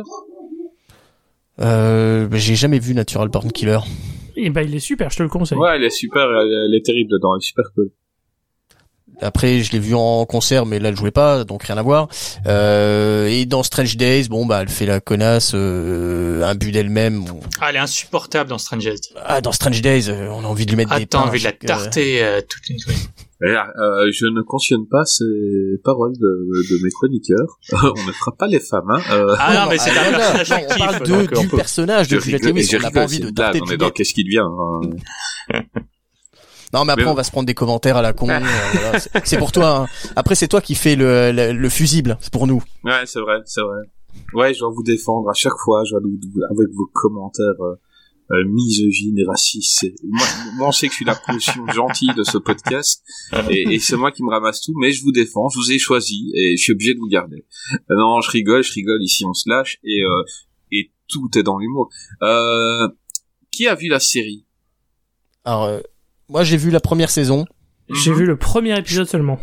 Euh, j'ai jamais vu Natural Born Killer. Et bah, il est super, je te le conseille. Ouais, elle est super, elle, elle est terrible dedans, elle est super cool. Après, je l'ai vu en concert, mais là, elle jouait pas, donc rien à voir. Euh, et dans Strange Days, bon, bah, elle fait la connasse, euh, un but d'elle-même. Bon. Ah, elle est insupportable dans Stranger Days. Ah, dans Strange Days, euh, on a envie de lui mettre des Attends, pains. envie de la chaque, euh, tarter euh, toute une journée. Et là, euh, je ne cautionne pas ces paroles de, de mes chroniqueurs. on ne fera pas les femmes, hein. Euh, Ah non, mais c'est ah, un là, là, personnage non, on parle fictif. de, donc on du peut- personnage de je Juliette rigole, Lewis. je On n'a rigole, pas envie c'est de une blague, tarter on est Juliette. dans Qu'est-ce qui devient. Hein. Non, mais après, mais... on va se prendre des commentaires à la con. euh, voilà. c'est, c'est pour toi. Hein. Après, c'est toi qui fais le, le, le fusible. C'est pour nous. Ouais, c'est vrai, c'est vrai. Ouais, je dois vous défendre à chaque fois, je dois vous, avec vos commentaires euh, euh, misogynes et racistes. C'est... Moi, moi, on sait que je suis la caution gentille de ce podcast, et, et c'est moi qui me ramasse tout, mais je vous défends, je vous ai choisi, et je suis obligé de vous garder. Euh, non, je rigole, je rigole, ici on se lâche, et, euh, et tout est dans l'humour. Euh, qui a vu la série? Alors, euh, moi, j'ai vu la première saison. J'ai vu le premier épisode seulement.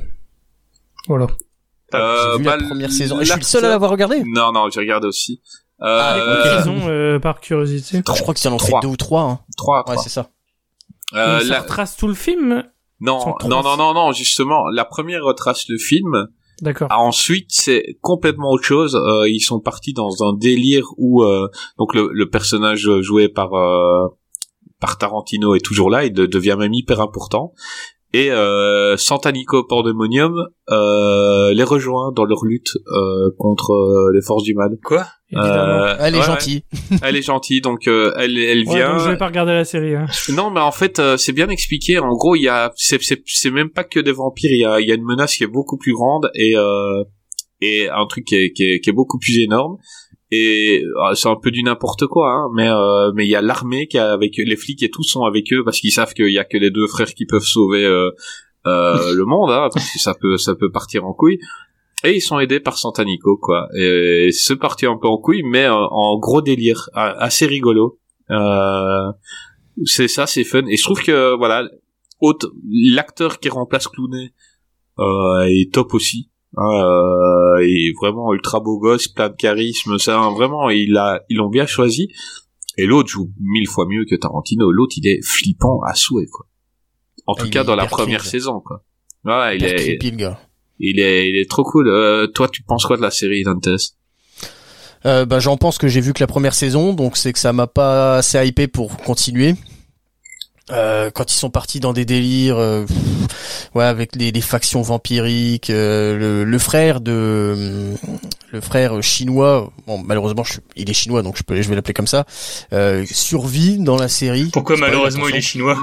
Voilà. Euh, j'ai vu bah, la première saison. Et je suis le seul à l'avoir regardé. Non, non, j'ai regardé aussi. Euh, Ah, quelle saison, euh, par curiosité? Je crois qu'ils en ont fait Trois. deux ou trois. Hein. Trois, Ouais, trois. c'est ça. Euh, Ça la... retrace tout le film? Non, Sont trois. non, non, non, non, justement, la première retrace le film. D'accord. Ah, ensuite, c'est complètement autre chose. Euh, ils sont partis dans un délire où euh, donc le, le personnage joué par euh, par Tarantino est toujours là. Il de- devient même hyper important. Et euh, Santanico Pandemonium euh, les rejoint dans leur lutte euh, contre euh, les forces du mal. Quoi? Évidemment. Euh, Elle est ouais, gentille. ouais. Elle est gentille, donc euh, elle elle Ouais, vient. donc je vais pas regarder la série. Hein. Non, mais en fait, euh, c'est bien expliqué. En gros, il y a, c'est, c'est, c'est même pas que des vampires. Il y a, il y a une menace qui est beaucoup plus grande et euh, et un truc qui est, qui est, qui est beaucoup plus énorme. Et euh, c'est un peu du n'importe quoi, hein, mais euh, mais il y a l'armée qui est avec les flics et tout sont avec eux parce qu'ils savent qu'il y a que les deux frères qui peuvent sauver euh, euh, le monde, hein, parce que ça peut ça peut partir en couille. Et ils sont aidés par Santanico, quoi. Et c'est parti un peu en couille, mais euh, en gros délire, assez rigolo. Euh, c'est ça, c'est fun. Et je trouve que voilà, autre, l'acteur qui remplace Clooney euh, est top aussi. Euh, il est vraiment ultra beau gosse, plein de charisme. Ça, vraiment, il a, ils l'ont bien choisi. Et l'autre joue mille fois mieux que Tarantino. L'autre, il est flippant à souhait, quoi. En tout Il cas, est dans la hyper première creepy. saison, quoi. Ouais, il Hyper est, creepy, le gars. il est, il est trop cool. Euh, toi, tu penses quoi de la série, Dantes? Euh, bah, j'en pense que j'ai vu que la première saison, donc c'est que ça m'a pas assez hypé pour continuer. Euh, quand ils sont partis dans des délires, euh, pff, ouais, avec les, les factions vampiriques, euh, le, le frère de, le frère chinois, bon, malheureusement, je, il est chinois, donc je peux, je vais l'appeler comme ça, euh, survit dans la série. Pourquoi Spoil, malheureusement il est attention. chinois?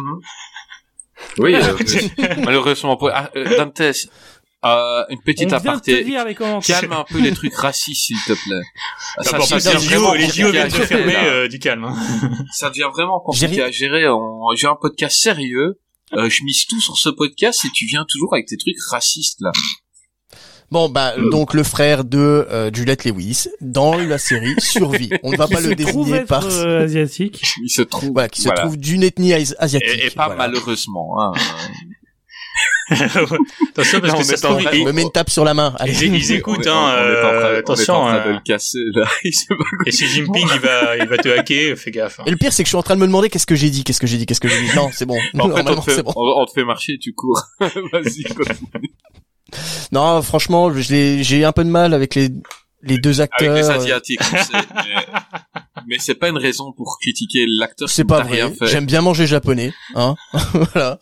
Oui, euh, malheureusement. pour- Ah, euh, Dantes, euh, une petite On vient de te aparté. dire les commentaires. Calme un peu les trucs racistes, s'il te plaît. Ah, Ça, bon, ça parce devient que les J O, vraiment les J O compliqué viennent à de gérer, fermer, là. euh, du calme. Hein. Ça devient vraiment compliqué J'ai- à gérer. On... J'ai un podcast sérieux. Euh, je mise tout sur ce podcast et tu viens toujours avec tes trucs racistes, là. Bon, bah, donc le frère de euh, Juliette Lewis dans la série survit. On ne va Qui pas se le trouve désigner être par, euh, asiatique. Il se trouve. voilà, qui se voilà. trouve d'une ethnie asi- asiatique. Et, et pas voilà. malheureusement, hein. Attention parce Non, que mais ça se attends, trouve, on- Je ils, me mets une tape sur la main. Allez. ils, ils écoutent, On est- hein, on est pas en train- euh, on est attention, pas en train de hein. le casser, là. Il sait pas quoi. Et Xi Jinping, il va, il va te hacker, fais gaffe. Hein. Et le pire, c'est que je suis en train de me demander qu'est-ce que j'ai dit, qu'est-ce que j'ai dit, qu'est-ce que j'ai dit. Non, c'est bon. En fait, on Normalement, te fait, c'est bon. on, on te fait marcher, tu cours. Vas-y, continue. Non, franchement, je l'ai- j'ai un peu de mal avec les les deux acteurs. Avec les Asiatiques, on sait, mais, mais c'est pas une raison pour critiquer l'acteur qui C'est pas n'a rien vrai. fait. J'aime bien manger japonais, hein. Voilà.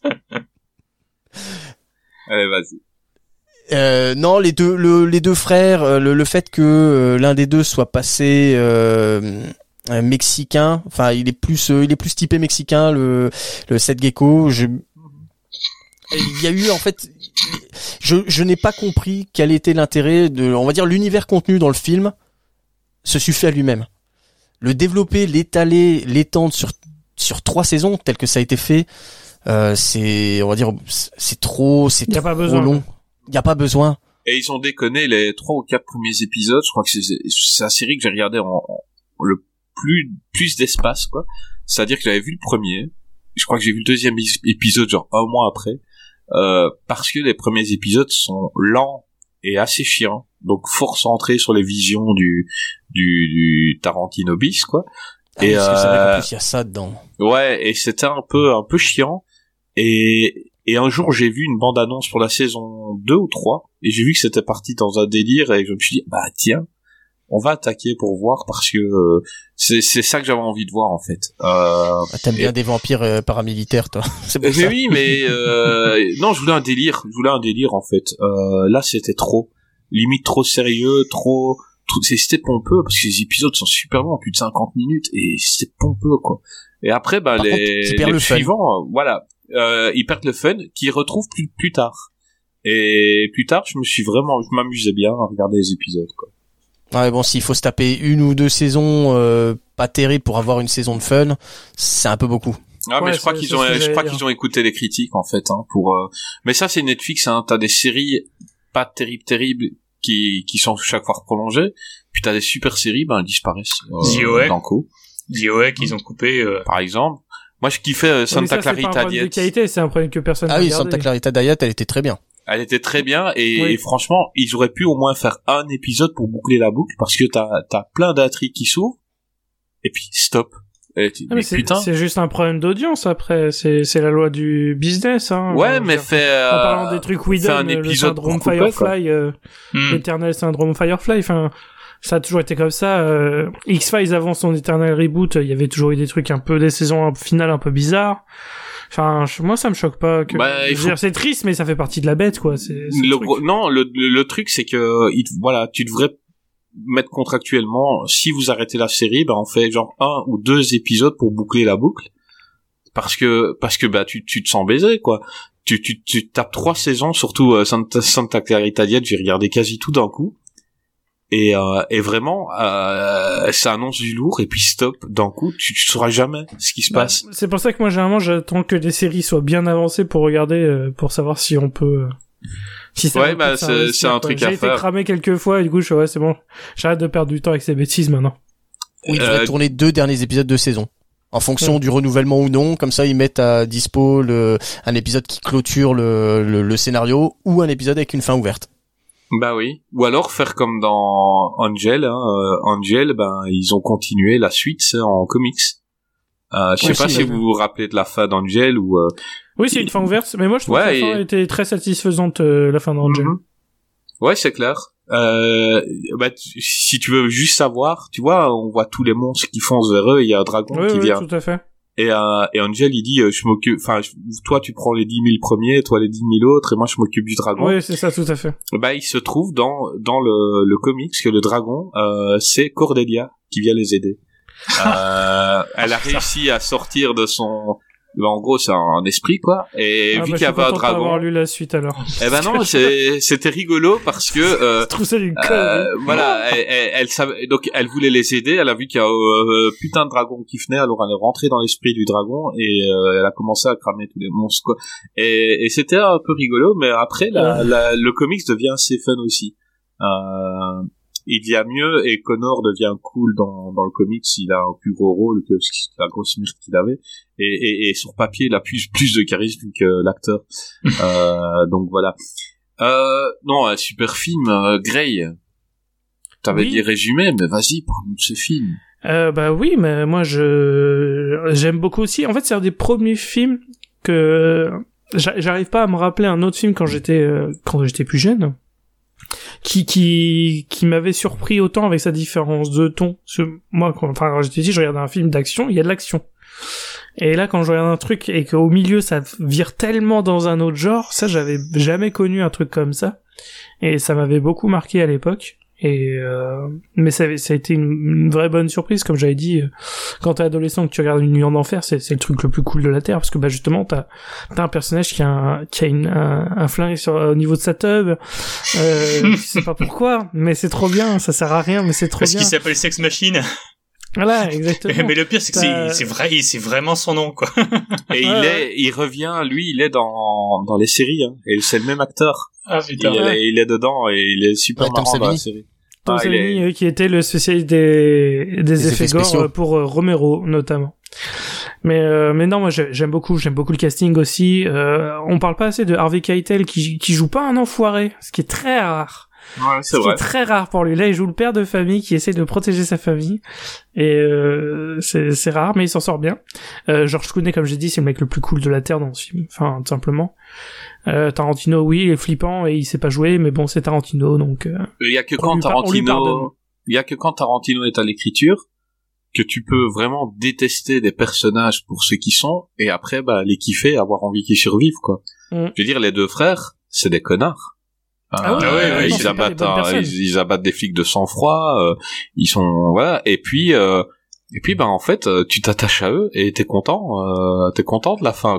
Allez, vas-y. Euh, non, les deux, le, les deux frères, euh, le, le fait que euh, l'un des deux soit passé euh, un mexicain, enfin, il est plus, euh, il est plus typé mexicain, le, le Seth Gecko. Je, il y a eu en fait, je, je n'ai pas compris quel était l'intérêt de, on va dire, l'univers contenu dans le film se suffit à lui-même. Le développer, l'étaler, l'étendre sur sur trois saisons, tel que ça a été fait, euh, c'est, on va dire, c'est trop, c'est Y a trop pas besoin. long. Il y a pas besoin. Et ils ont déconné les trois ou quatre premiers épisodes. Je crois que c'est, c'est la série que j'ai regardé en, en le plus, plus d'espace, quoi. C'est-à-dire que j'avais vu le premier. Je crois que j'ai vu le deuxième épisode, genre un mois après. Euh, parce que les premiers épisodes sont lents et assez chiants. Donc, fort centrés sur les visions du, du, du Tarantino bis, quoi. Ah, Et, parce que c'est vrai euh, qu'en plus il y a ça dedans. Ouais, et c'était un peu, un peu chiant. Et, et un jour, j'ai vu une bande-annonce pour la saison deux ou trois, et j'ai vu que c'était parti dans un délire, et je me suis dit, bah tiens, on va attaquer pour voir, parce que euh, c'est, c'est ça que j'avais envie de voir, en fait. Euh, Ah, t'aimes et- bien des vampires euh, paramilitaires, toi. C'est pour mais ça. oui, mais euh, non, je voulais un délire, je voulais un délire, en fait. Euh, là, c'était trop, limite trop sérieux, trop... trop- C'était pompeux, parce que les épisodes sont super longs, plus de cinquante minutes, et c'est pompeux, quoi. Et après, bah, Par les, contre, tu perds les le fun. suivants, euh, voilà. euh, ils perdent le fun qu'ils retrouvent plus plus tard. Et plus tard, je me suis vraiment, je m'amusais bien à regarder les épisodes, quoi. Ouais, bon, s'il faut se taper une ou deux saisons euh, pas terribles pour avoir une saison de fun, c'est un peu beaucoup. Ah, ouais, mais je crois c'est, qu'ils c'est ont, ce que je crois dire. qu'ils ont écouté les critiques, en fait, hein, pour, euh... mais ça, c'est Netflix, hein. T'as des séries pas terribles, terribles, qui, qui sont chaque fois prolongées. Puis t'as des super séries, ben, elles disparaissent, The O euh, A. d'un coup. The O A qu'ils ont coupé. Euh... Par exemple. Moi, je kiffais euh, Mais Santa ça, c'est pas un Clarita problème de Diet. qualité, c'est un problème que personne n'a Ah oui, regardé. Santa Clarita Diet, elle était très bien. Elle était très bien et, Oui. et franchement, ils auraient pu au moins faire un épisode pour boucler la boucle parce que t'as, t'as plein d'intrigues qui s'ouvrent et puis stop. Et tu- Ah, mais mais c'est, putain. c'est juste un problème d'audience après, c'est, c'est la loi du business, hein. Ouais, Euh, mais je veux dire, fait, euh, en parlant des trucs fait Whedon, un le épisode syndrome pour couper, quoi. Firefly, euh, hmm. l'éternel syndrome Firefly, enfin, ça a toujours été comme ça. Euh, X-Files avant son éternel reboot, il y avait toujours eu des trucs un peu, des saisons finales un peu bizarres. Enfin, je- moi, ça me choque pas. Que... Bah, il je veux faut- dire, c'est triste, mais ça fait partie de la bête, quoi. C'est, c'est le Le truc. gros- non, le, le, le truc c'est que il, voilà, tu devrais mettre contractuellement, si vous arrêtez la série, ben on fait genre un ou deux épisodes pour boucler la boucle, parce que parce que bah tu tu te sens baisé, quoi. Tu tu tu tapes trois saisons, surtout euh, Santa, Santa Clarita Diet, j'ai regardé quasi tout d'un coup. Et, euh, et vraiment, euh, ça annonce du lourd, et puis stop, d'un coup, tu, tu sauras jamais ce qui se Bah, passe. c'est pour ça que moi, généralement, j'attends que les séries soient bien avancées pour regarder, euh, pour savoir si on peut... euh, si ça Ouais, vaut le bah, coup de c'est- s'investir, c'est un quoi. truc J'ai à été faire. cramé quelques fois, et du coup, je suis ouais, c'est bon, j'arrête de perdre du temps avec ces bêtises maintenant. Où ils devraient Euh, tourner deux derniers épisodes de saison. En fonction du renouvellement ou non, comme ça ils mettent à dispo le, un épisode qui clôture le, le, le scénario ou un épisode avec une fin ouverte. Bah oui. Ou alors faire comme dans Angel, hein, euh, Angel, ben ils ont continué la suite c'est en comics. Euh, je sais Ouais, pas si, si ouais. vous vous rappelez de la fin d'Angel ou. Euh... Oui, c'est une fin ouverte, mais moi, je trouve Ouais, que la fin et- était très satisfaisante, euh, la fin d'Angel. Mhm. Ouais, c'est clair. Euh, bah, tu- si tu veux juste savoir, tu vois, on voit tous les monstres qui foncent vers eux. Il y a un dragon Oui, qui oui, vient. tout à fait. Et, euh, et Angel, il dit, euh, je m'occupe. Enfin, je- toi, tu prends les dix mille premiers, toi les dix mille autres, et moi, je m'occupe du dragon. Oui, c'est ça, tout à fait. Bah, il se trouve dans dans le, le comics que le dragon, euh, c'est Cordelia qui vient les aider. Euh, elle a réussi à sortir de son. Bah, en gros, c'est un esprit, quoi. Et Ah, vu bah, qu'il y je suis avait un content d'avoir dragon. lu la suite, alors. Eh ben non, c'est, c'était rigolo parce que. Euh, Je trouve ça une connerie. Euh, voilà, elle, elle, elle savait, donc elle voulait les aider. Elle a vu qu'il y a euh, putain de dragon qui venait, alors elle est rentrée dans l'esprit du dragon et euh, elle a commencé à cramer tous les monstres, quoi. Et, et c'était un peu rigolo, mais après la, la, le comics devient assez fun aussi. Euh, il devient mieux et Connor devient cool dans dans le comics. Il a un plus gros rôle que la grosse merde qu'il avait et, et, et sur papier il a plus plus de charisme que l'acteur. euh, donc voilà. Euh, non, un super film, euh, Grey. T'avais Oui. dit résumé, mais vas-y, parle-nous de ce film. Euh, bah oui, mais moi je j'aime beaucoup aussi. En fait, c'est un des premiers films que j'a- j'arrive pas à me rappeler un autre film quand j'étais euh, quand j'étais plus jeune qui qui qui m'avait surpris autant avec sa différence de ton. Parce que moi, quand, enfin, quand j'étais petit, je regardais un film d'action, il y a de l'action. Et là, quand je regarde un truc et qu'au milieu ça vire tellement dans un autre genre, ça j'avais jamais connu un truc comme ça. Et ça m'avait beaucoup marqué à l'époque. Et euh, mais ça, ça a été une, une vraie bonne surprise, comme j'avais dit. euh, Quand t'es adolescent que tu regardes Une nuit en enfer, c'est, c'est le truc le plus cool de la terre, parce que bah justement t'as t'as un personnage qui a un, qui a une, un, un flingue sur au niveau de sa teub. Euh, je sais pas pourquoi, mais c'est trop bien. Ça sert à rien, mais c'est trop Parce bien. qu'il s'appelle Sex Machine. Voilà, exactement. Mais le pire, c'est que Bah, c'est, c'est vrai, c'est vraiment son nom, quoi. Et il Ouais, est, il revient, lui, il est dans dans les séries, hein, et c'est le même acteur. Ah, Il, putain. Ouais. est, il est dedans et il est super Ouais, Tom marrant dans la Savini. série. Tom Ah, il Savini, est- euh, qui était le spécialiste des, des, Des effets, effets gore spéciaux. euh, pour euh, Romero, notamment. Mais, euh, mais non, moi, j'ai- j'aime beaucoup, j'aime beaucoup le casting aussi. Euh, on parle pas assez de Harvey Keitel qui, qui joue pas un enfoiré, ce qui est très rare. Ouais, c'est Ce qui vrai. est très rare pour lui. Là, il joue le père de famille qui essaie de protéger sa famille. Et euh, c'est, c'est rare, mais il s'en sort bien. Euh, George Clooney, comme j'ai dit, c'est le mec le plus cool de la Terre dans ce film. Enfin, tout simplement. Euh, Tarantino, oui, il est flippant et il sait pas jouer, mais bon, c'est Tarantino, donc... euh, Il y a que On quand lui par- on lui pardonne. Tarantino, il y a que quand Tarantino est à l'écriture que tu peux vraiment détester des personnages pour ce qu'ils sont et après, bah, les kiffer, avoir envie qu'ils survivent, quoi. Mm. Je veux dire, les deux frères, c'est des connards. Ah ouais, Euh, ouais, ouais, ils, non, c'est pas abattent, des bonnes un- personnes. ils, ils abattent des flics de sang-froid. Euh, ils sont voilà. Et puis, euh, et puis, bah en fait, euh, tu t'attaches à eux et t'es content. Euh, t'es content de la fin, quoi.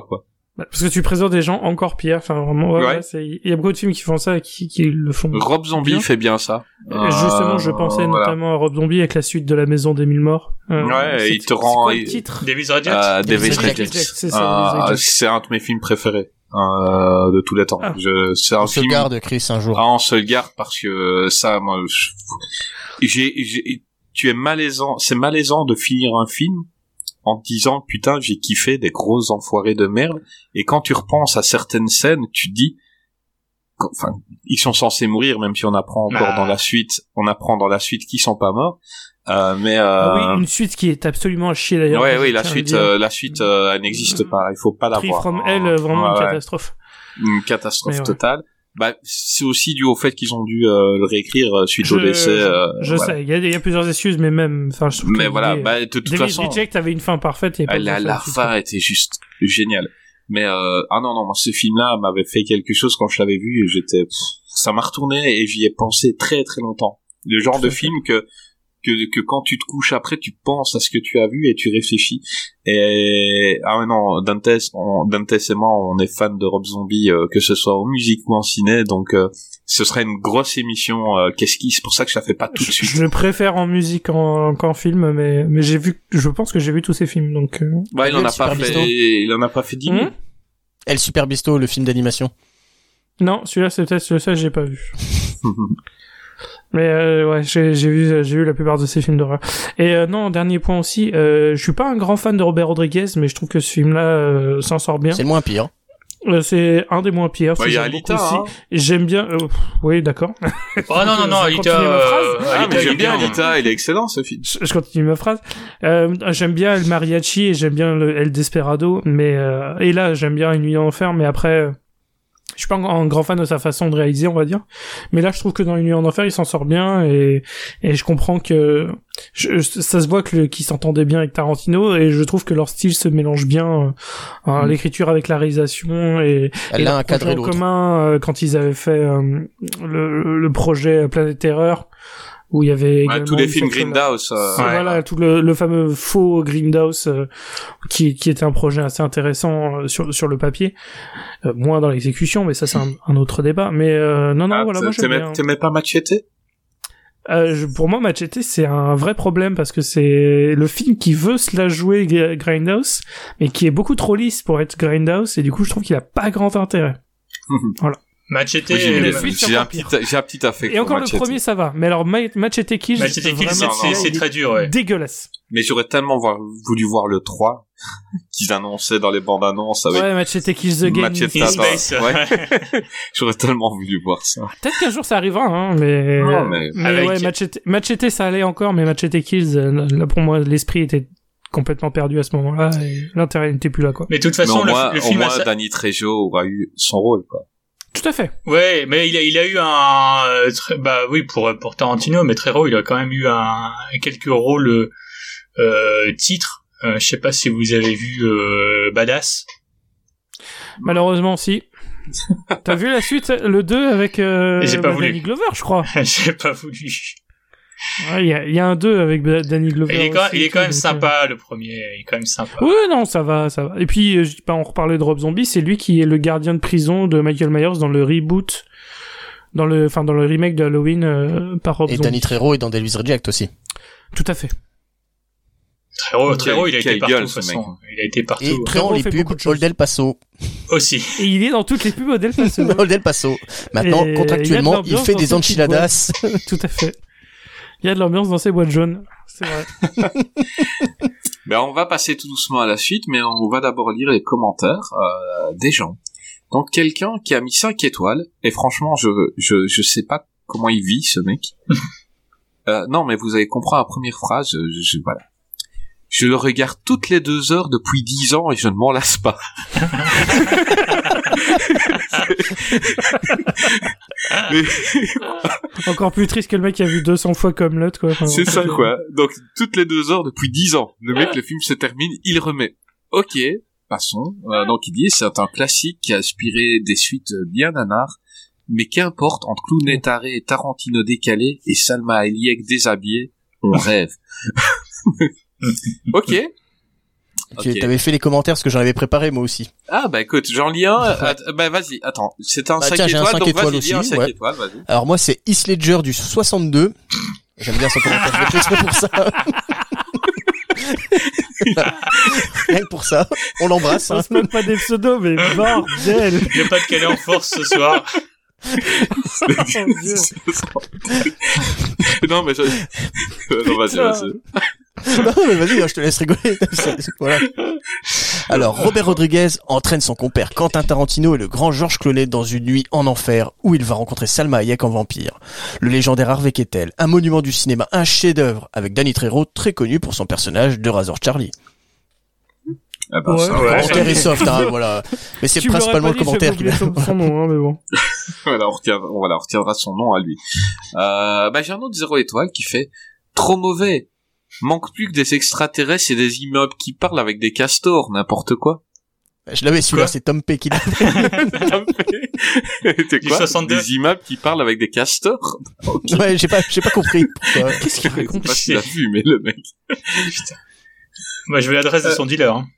Bah, parce que tu présentes des gens encore pires. Enfin, vraiment, ouais, Ouais. ouais, c'est, il y a beaucoup de films qui font ça et qui, qui le font. Rob Zombie bien. fait bien ça. Et justement, je Euh, pensais voilà. notamment à Rob Zombie avec la suite de La Maison des Mille Morts. Euh, Ouais, c'est- il te c'est rend- quoi le il- titre? Davis Reject. Euh, David David Reject. Reject, c'est ça, Euh, David Reject. c'est un de mes films préférés euh, de tous les temps. Ah. Je, c'est un On se film. garde, Chris, un jour. Ah, on se le garde parce que ça, moi, je- j'ai, j'ai, tu es malaisant. C'est malaisant de finir un film en te disant putain, j'ai kiffé des gros enfoirés de merde. Et quand tu repenses à certaines scènes, tu te dis, enfin, ils sont censés mourir, même si on apprend encore Ah. dans la suite, on apprend dans la suite qu'ils sont pas morts. Euh, mais euh, Ah oui, une suite qui est absolument à chier d'ailleurs. ouais, je oui, la tiens à suite, le dire. euh, la suite, euh, elle n'existe pas. Il faut pas la Tree voir. from Hell, euh, vraiment une Ouais, ouais. catastrophe. Une catastrophe Mais ouais. totale. Bah, c'est aussi dû au fait qu'ils ont dû euh, le réécrire euh, suite Je, au décès. euh, je voilà. sais, il y, a, il y a plusieurs excuses, mais même, enfin, je trouve Mais que voilà, l'idée- bah, de toute David façon, Reject avait une fin parfaite. Il y a pas euh, besoin la, de la faire une suite. fin était juste géniale. Mais euh, ah non non, moi ce film-là m'avait fait quelque chose quand je l'avais vu et j'étais, pff, ça m'a retourné et j'y ai pensé très très longtemps. Le genre Tout de à fait. film que que que quand tu te couches après, tu penses à ce que tu as vu et tu réfléchis. Et ah ouais non, Dantes, on, Dantes et moi, on est fans de Rob Zombie, euh, que ce soit en musique ou en ciné, donc euh, ce serait une grosse émission. Euh, Qu'est-ce qui, c'est pour ça que je la fais pas tout de Je, suite. je le préfère en musique en- qu'en film, mais, mais j'ai vu, je pense que j'ai vu tous ces films, donc, euh... Bah, il en a Super pas Bisto. fait, il en a pas fait dix mille. Hmm El Super Bisto, le film d'animation. non, celui-là, c'est peut-être celui-là, que j'ai pas vu. Mais euh, ouais, j'ai j'ai vu j'ai vu la plupart de ces films d'horreur. Et euh, non, dernier point aussi, euh, je suis pas un grand fan de Robert Rodriguez, mais je trouve que ce film-là euh, s'en sort bien. C'est le moins pire. Euh, c'est un des moins pires. Bah, si il y a j'aime Alita, beaucoup hein. aussi. J'aime bien. euh, pff, oui, d'accord. Oh non, non, non, Je Alita, continue ma phrase. euh, Ah, Alita, mais il est j'aime bien bien. Alita, il est excellent ce film. je, je continue ma phrase. Euh, j'aime bien El Mariachi et j'aime bien le El Desperado, mais euh, et là j'aime bien Une nuit en enfer, mais après. Euh, je suis pas un, un grand fan de sa façon de réaliser, on va dire. Mais là, je trouve que dans Une nuit en enfer, il s'en sort bien et, et je comprends que je, ça se voit que le, qu'il s'entendait bien avec Tarantino et je trouve que leur style se mélange bien, euh, Mm. l'écriture avec la réalisation et, Elle et a leur un cadre projet et en l'autre. commun euh, quand ils avaient fait euh, le, le projet Planète Terreur où il y avait Ouais, également tous les une films section- Grindhouse. Euh, c'est- Ouais. voilà, tout le, le fameux faux Grindhouse euh, qui, qui était un projet assez intéressant euh, sur, sur le papier, euh, moins dans l'exécution, mais ça c'est un, un autre débat. Mais euh, non, non, ah, voilà, moi j'aime t'aimais, bien. t'aimais pas Machete? Euh, je- pour moi, Machete c'est un vrai problème parce que c'est le film qui veut se la jouer Gr- Grindhouse, mais qui est beaucoup trop lisse pour être Grindhouse et du coup je trouve qu'il a pas grand intérêt. Machete, Moi, j'ai, Et euh, la suite, c'est j'ai un encore petit, pire. j'ai un petit affect Et pour encore le Machete. premier ça va, mais alors Ma- Machete Kills, Machete Kills, vraiment, c'est- non, c'est non, c'est il est très dur, ouais. dégueulasse. Mais j'aurais tellement voir- voulu voir le trois qu'ils annonçaient dans les bandes annonces avec Ouais, Machete Kills the Game. Machete In à Space. ouais. J'aurais tellement voulu voir ça. Peut-être qu'un jour ça arrivera, hein, mais, Non, mais- mais Avec- ouais, Machete, Machete ça allait encore, mais Machete Kills, euh, là pour moi l'esprit était complètement perdu à ce moment-là et l'intérêt n'était plus là, quoi. Mais de toute Mais façon, au le, moins, le au film a moins sa- Danny Trejo aura eu son rôle, quoi. Tout à fait. Ouais, mais il a, il a eu un, euh, très- bah oui, pour pour Tarantino, mais Trejo, il a quand même eu un quelques rôles euh, titres. Euh, je sais pas si vous avez vu euh, Badass. Malheureusement, si. T'as vu la suite, le deux avec euh, J'ai pas bah, voulu. Danny Glover, je crois. J'ai pas voulu. Ouais, il y a, il y a un deux avec bah, Danny Glover. Il est quand, aussi, il est quand même donc, sympa, le premier. Il est quand même sympa. euh, Ouais, non, ça va, ça va. Et puis, euh, je dis pas, on reparlait de Rob Zombie, c'est lui qui est le gardien de prison de Michael Myers dans le reboot, dans le, enfin, dans le remake de Halloween euh, par Rob Et Zombie. Danny Trejo est dans Davis Reject aussi. Tout à fait. Trejo, Trejo, il a Quelle été partout, gueule, de ce toute façon. mec. Il a été partout. Et très dans les fait pubs, beaucoup de choses. Old El Paso. Aussi. Et il est dans toutes les pubs au Del Paso. Old El Paso. Maintenant, Et il y a contractuellement, de il l'ambiance fait dans des cette petite enchiladas. Tout à fait. Il y a de l'ambiance dans ces boîtes jaunes. C'est vrai. Ben, on va passer tout doucement à la suite, mais on va d'abord lire les commentaires euh, des gens. Donc, quelqu'un qui a mis cinq étoiles, et franchement, je je je sais pas comment il vit, ce mec. euh, non, mais vous avez compris la première phrase, je, je, voilà. Je le regarde toutes les deux heures depuis dix ans et je ne m'en lasse pas. Mais Encore plus triste que le mec qui a vu deux cents fois comme l'autre, quoi. Enfin, c'est ça, quoi. Donc, toutes les deux heures depuis dix ans. Le mec, le film se termine, il remet. Ok, passons. Euh, donc, il dit, c'est un classique qui a inspiré des suites bien nanars. Mais qu'importe, entre Clooney taré, Tarantino décalé et Salma Hayek déshabillée, on rêve. Ok. Tu Ok. avais fait les commentaires parce que j'en avais préparé moi aussi. Ah bah écoute, j'en lis un. Att- bah vas-y, attends. C'est un Bah, cinq tiens, j'ai un étoiles, cinq donc étoiles vas-y, lis un aussi, cinq ouais. étoiles, vas-y. Alors moi c'est Heath Ledger du soixante-deux. J'aime bien son commentaire, je l'ai fait exprès pour ça. Rien que pour ça, on l'embrasse. On Hein. se moque pas des pseudos, mais bordel. Il n'y a pas de calé en force ce soir. Oh, mon Dieu. Non mais je... non vas-y, vas-y. Non mais vas-y, je te laisse rigoler. C'est- Voilà. Alors Robert Rodriguez entraîne son compère Quentin Tarantino et le grand Georges Clooney dans une nuit en enfer où il va rencontrer Salma Hayek en vampire. Le légendaire Harvey Keitel, un monument du cinéma, un chef-d'œuvre avec Danny Trejo très connu pour son personnage de Razor Charlie. Ah bah, Ouais. ça, Ouais. Commentaire est soft, hein, voilà. Mais c'est Tu me l'aurais principalement pas le dit, commentaire j'avais qui oublié son, son nom, hein, mais bon. voilà, on retiendra, voilà, on retiendra son nom à lui. Euh, bah j'ai un autre zéro étoile qui fait trop mauvais. Manque plus que des extraterrestres et des immeubles qui parlent avec des castors, n'importe quoi. Je l'avais celui-là, Quoi c'est Tom P qui l'a. T'es Du quoi? soixante-deux. Des immeubles qui parlent avec des castors? Ouais, j'ai pas, j'ai pas compris. Pourquoi. Qu'est-ce qu'il Je sais raconte? pas s'il a vu, mais le mec. Moi, je veux l'adresse de son dealer. Hein.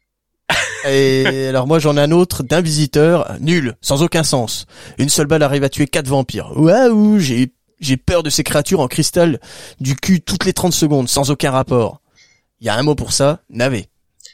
Et alors moi j'en ai un autre d'un visiteur, nul, sans aucun sens. Une seule balle arrive à tuer quatre vampires. Waouh, j'ai j'ai peur de ces créatures en cristal du cul toutes les trente secondes, sans aucun rapport. Il y a un mot pour ça, navet.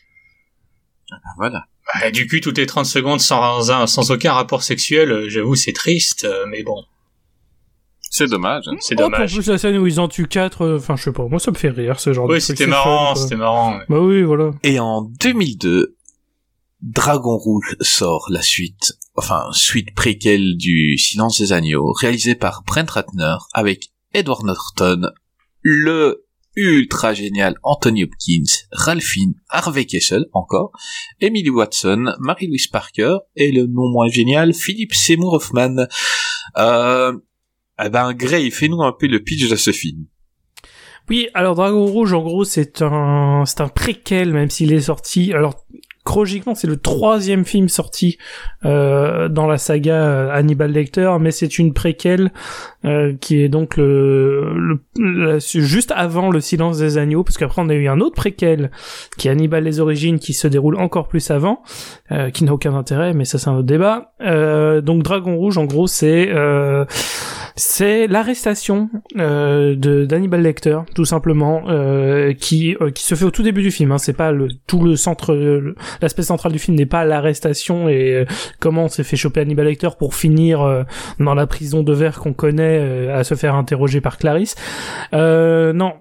Ah, voilà. Bah, du cul toutes les trente secondes sans, un- sans aucun rapport sexuel, euh, j'avoue, c'est triste, euh, mais bon, C'est dommage. hein. c'est Hop, en dommage. plus, la scène où ils en tuent quatre, euh, enfin, je sais pas, moi, ça me fait rire, ce genre de Oui, truc. c'était c'est marrant, fun, quoi. c'était marrant. ouais. Bah oui, voilà. Et en deux mille deux, Dragon Rouge sort la suite, enfin, suite préquelle du Silence des Agneaux, réalisée par Brent Ratner, avec Edward Norton, le ultra génial Anthony Hopkins, Ralph Fiennes, Harvey Keitel encore, Emily Watson, Mary-Louise Parker, et le non moins génial Philip Seymour Hoffman. Euh, eh ben, Gray, fais-nous un peu le pitch de ce film. Oui, alors Dragon Rouge, en gros, c'est un, c'est un préquel, même s'il est sorti. Alors, chronologiquement, c'est le troisième film sorti euh, dans la saga euh, Hannibal Lecter, mais c'est une préquelle euh, qui est donc le, le, le- juste avant le Silence des Agneaux, parce qu'après on a eu un autre préquel qui est Hannibal les Origines, qui se déroule encore plus avant, euh, qui n'a aucun intérêt, mais ça c'est un autre débat. Euh, donc Dragon Rouge, en gros, c'est euh, c'est l'arrestation euh, de d'Hannibal Lecter, tout simplement, euh, qui euh, qui se fait au tout début du film. Hein. C'est pas le tout le centre, le- l'aspect central du film n'est pas l'arrestation et euh, comment on s'est fait choper Hannibal Lecter pour finir euh, dans la prison de verre qu'on connaît euh, à se faire interroger par Clarisse. Euh, non,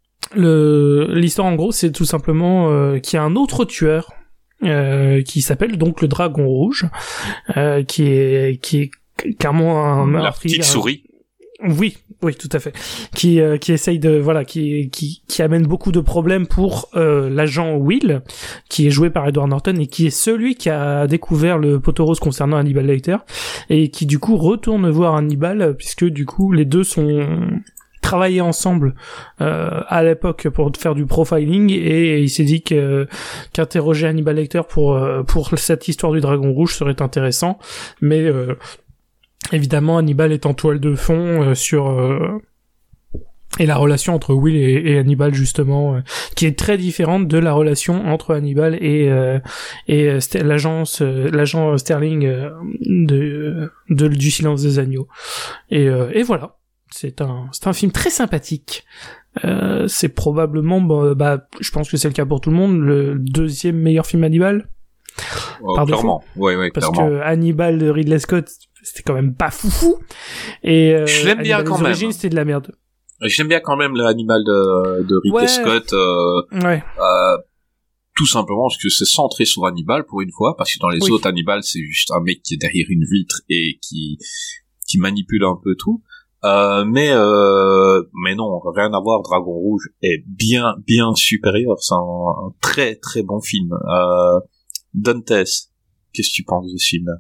le l'histoire en gros c'est tout simplement euh, qu'il y a un autre tueur euh, qui s'appelle donc le Dragon Rouge, euh, qui est qui est clairement un La meurtrier, petite un- souris. oui, oui, tout à fait. Qui euh, qui essaye de voilà, qui qui qui amène beaucoup de problèmes pour euh, l'agent Will, qui est joué par Edward Norton et qui est celui qui a découvert le poteau rose concernant Hannibal Lecter et qui du coup retourne voir Hannibal puisque du coup les deux sont travaillé ensemble euh, à l'époque pour faire du profiling et il s'est dit que qu'interroger Hannibal Lecter pour euh, pour cette histoire du Dragon Rouge serait intéressant, mais euh, évidemment Hannibal est en toile de fond euh, sur euh, et la relation entre Will et, et Hannibal justement euh, qui est très différente de la relation entre Hannibal et euh, et euh, St- l'agence euh, l'agent Sterling euh, de, de du Silence des Agneaux et euh, et voilà. C'est un, c'est un film très sympathique. Euh, c'est probablement, bah, bah, je pense que c'est le cas pour tout le monde, le deuxième meilleur film Hannibal. Oh, Par défaut. clairement. Ouais, ouais, Parce clairement. que Hannibal de Ridley Scott, c'était quand même pas foufou. Et euh, Je l'aime bien Hannibal quand des même. Origines, c'était de la merde. J'aime bien quand même l'animal de, de Ridley Ouais. Scott, euh, Ouais. euh, tout simplement parce que c'est centré sur Hannibal pour une fois, parce que dans les Oui. autres, Hannibal c'est juste un mec qui est derrière une vitre et qui qui manipule un peu tout. Euh, mais euh, mais non, rien à voir. Dragon Rouge est bien bien supérieur. C'est un, un très très bon film. Euh, Dantes, qu'est-ce que tu penses de ce film-là?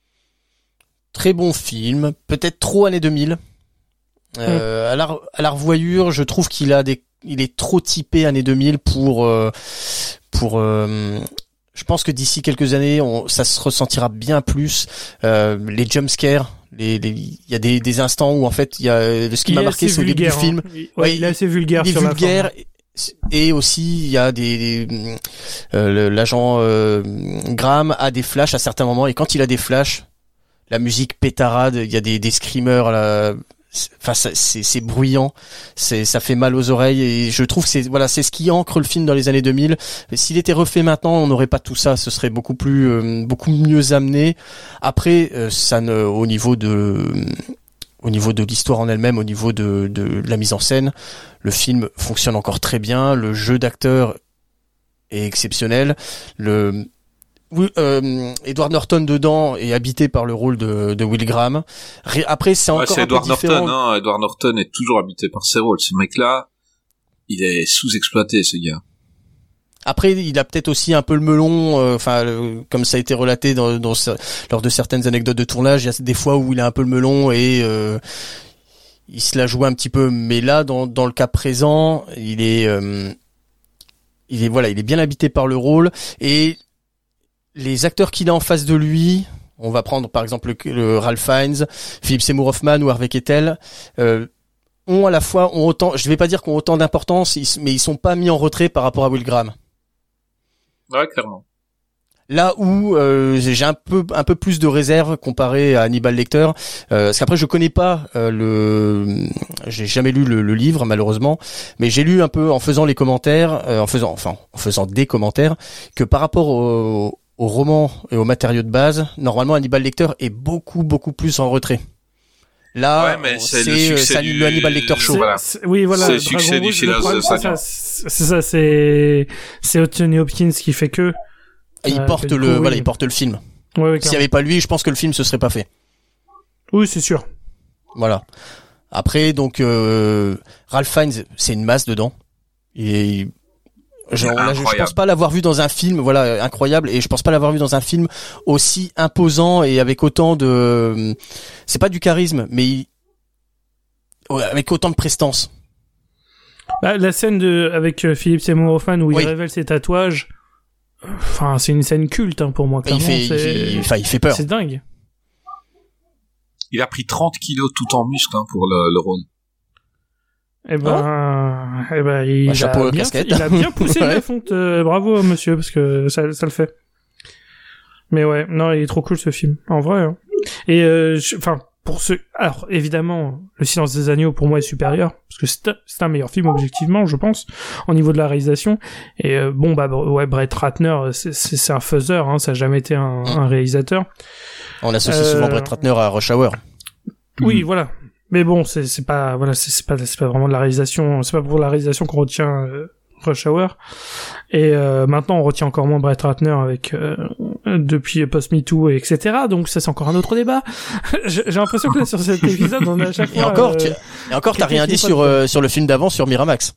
Très bon film, peut-être trop années deux mille. Euh, à la à la revoyure, je trouve qu'il a des il est trop typé années deux mille pour euh, pour euh, je pense que d'ici quelques années, on, ça se ressentira bien plus. Euh, les jumpscares, les les il y a des des instants où en fait il y a ce qui Il m'a est marqué assez c'est au début du vulgaire, film. hein. Il- Ouais, ouais, il est assez vulgaire il est sur vulgaire la fin. et aussi il y a des, des euh, l'agent euh, Graham a des flashs à certains moments, et quand il a des flashs, la musique pétarade, il y a des, des screamers à la... Enfin, c'est, c'est bruyant, c'est, ça fait mal aux oreilles, et je trouve que c'est, voilà, c'est ce qui ancre le film dans les années deux mille. S'il était refait maintenant, on n'aurait pas tout ça, ce serait beaucoup plus, euh, beaucoup mieux amené. Après, euh, ça ne, au niveau de, au niveau de l'histoire en elle-même, au niveau de, de, de la mise en scène, le film fonctionne encore très bien, le jeu d'acteur est exceptionnel, le, Oui, euh, Edward Norton dedans est habité par le rôle de, de Will Graham. Ré- Après, c'est encore ouais, c'est un Edward peu différent. Norton, hein. Edward Norton est toujours habité par ses rôles. Ce mec-là, il est sous-exploité, ce gars. Après, il a peut-être aussi un peu le melon, enfin, euh, comme ça a été relaté dans, dans, lors de certaines anecdotes de tournage. Il y a des fois où il a un peu le melon et euh, il se la joue un petit peu. Mais là, dans, dans le cas présent, il est, euh, il est, voilà, il est bien habité par le rôle, et les acteurs qu'il a en face de lui, on va prendre par exemple le, le Ralph Fiennes, Philip Seymour Hoffman ou Harvey Keitel, euh, ont à la fois, ont autant, je vais pas dire qu'ont autant d'importance, ils, mais ils sont pas mis en retrait par rapport à Will Graham. Ouais, clairement. Là où euh, j'ai un peu un peu plus de réserve comparé à Hannibal Lecter, euh, parce qu'après je connais pas euh, le, j'ai jamais lu le, le livre malheureusement, mais j'ai lu un peu en faisant les commentaires, euh, en faisant enfin en faisant des commentaires, que par rapport au au roman et aux matériaux de base, normalement Hannibal Lecter est beaucoup beaucoup plus en retrait. Là, ouais, mais c'est, c'est le succès ça, du... le Hannibal Lecter show. C'est, Voilà. c'est, oui, voilà. C'est le succès Dragon du Rouge, Silas le problème, de c'est Sagnan. ça, c'est ça, c'est, c'est Anthony Hopkins qui fait que. Et il euh, porte que le, du coup, voilà, oui. il porte le film. Ouais, ouais, S'il y avait pas lui, je pense que le film se serait pas fait. oui, c'est sûr. Voilà. Après, donc, euh, Ralph Fiennes, c'est une masse dedans. Et genre, là, je, je pense pas l'avoir vu dans un film, voilà, incroyable. Et je pense pas l'avoir vu dans un film aussi imposant et avec autant de, c'est pas du charisme, mais il... ouais, avec autant de prestance. Bah, la scène de avec euh, Philip Seymour Hoffman où Oui. il révèle ses tatouages, enfin, c'est une scène culte hein, pour moi. Il Clairement, fait, c'est... il, enfin, il fait peur. c'est dingue. Il a pris trente kilos tout en muscle, hein, pour le, le rôle. Eh ben, eh ben, il, Un chapeau, a bien, casquette. il a bien poussé Ouais. la fonte. Euh, bravo, monsieur, parce que ça, ça le fait. Mais ouais, non, il est trop cool ce film, en vrai. Hein. Et euh, enfin, pour ceux, alors évidemment, Le Silence des Agneaux pour moi est supérieur parce que c'est, c'est un meilleur film objectivement, je pense, au niveau de la réalisation. Et euh, bon, bah ouais, Brett Ratner, c'est, c'est, c'est un faiseur, hein, ça a jamais été un, un réalisateur. On associe Euh, souvent Brett Ratner à Rush Hour. Oui, voilà. Mais bon, c'est c'est pas voilà, c'est c'est pas c'est pas vraiment de la réalisation, c'est pas pour la réalisation qu'on retient euh, Rush Hour. Et euh, maintenant, on retient encore moins Brett Ratner avec euh, depuis Post Me Too et etc. Donc ça, c'est encore un autre débat. j'ai, j'ai l'impression que là sur cet épisode, on a à chaque fois. Et encore, euh, tu, et encore, t'as rien quelqu'un dit qui est sur pas- euh, sur le film d'avant, sur Miramax.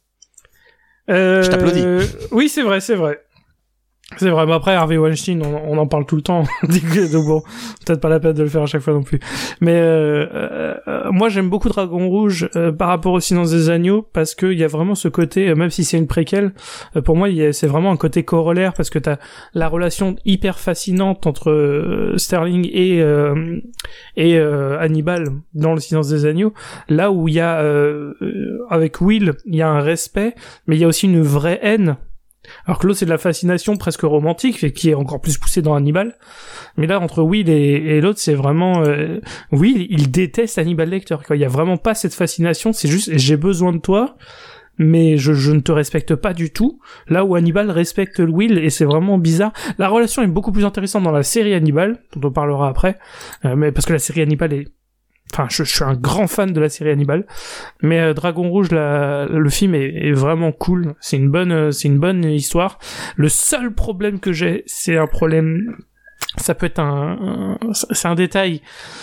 euh, je t'applaudis. Oui, c'est vrai, c'est vrai. C'est vrai, mais après Harvey Weinstein, on, on en parle tout le temps, donc bon, peut-être pas la peine de le faire à chaque fois non plus. Mais euh, euh, euh, moi j'aime beaucoup Dragon Rouge euh, par rapport au Silence des Agneaux parce que il y a vraiment ce côté, euh, même si c'est une préquelle, euh, pour moi il y a, c'est vraiment un côté corollaire parce que t'as la relation hyper fascinante entre euh, Sterling et euh, et euh, Hannibal dans le Silence des Agneaux, là où il y a euh, euh, avec Will il y a un respect, mais il y a aussi une vraie haine. Alors que l'autre c'est de la fascination presque romantique et qui est encore plus poussée dans Hannibal. Mais là entre Will et, et l'autre c'est vraiment euh, Will il déteste Hannibal Lecter quoi. Il y a vraiment pas cette fascination, c'est juste j'ai besoin de toi mais je, je ne te respecte pas du tout. Là où Hannibal respecte Will et c'est vraiment bizarre. La relation est beaucoup plus intéressante dans la série Hannibal dont on parlera après, euh, mais parce que la série Hannibal est Enfin, je, je suis un grand fan de la série Hannibal, mais euh, Dragon Rouge, la, le film est, est vraiment cool. C'est une bonne, euh, c'est une bonne histoire. Le seul problème que j'ai, c'est un problème. Ça peut être un, un c'est un détail,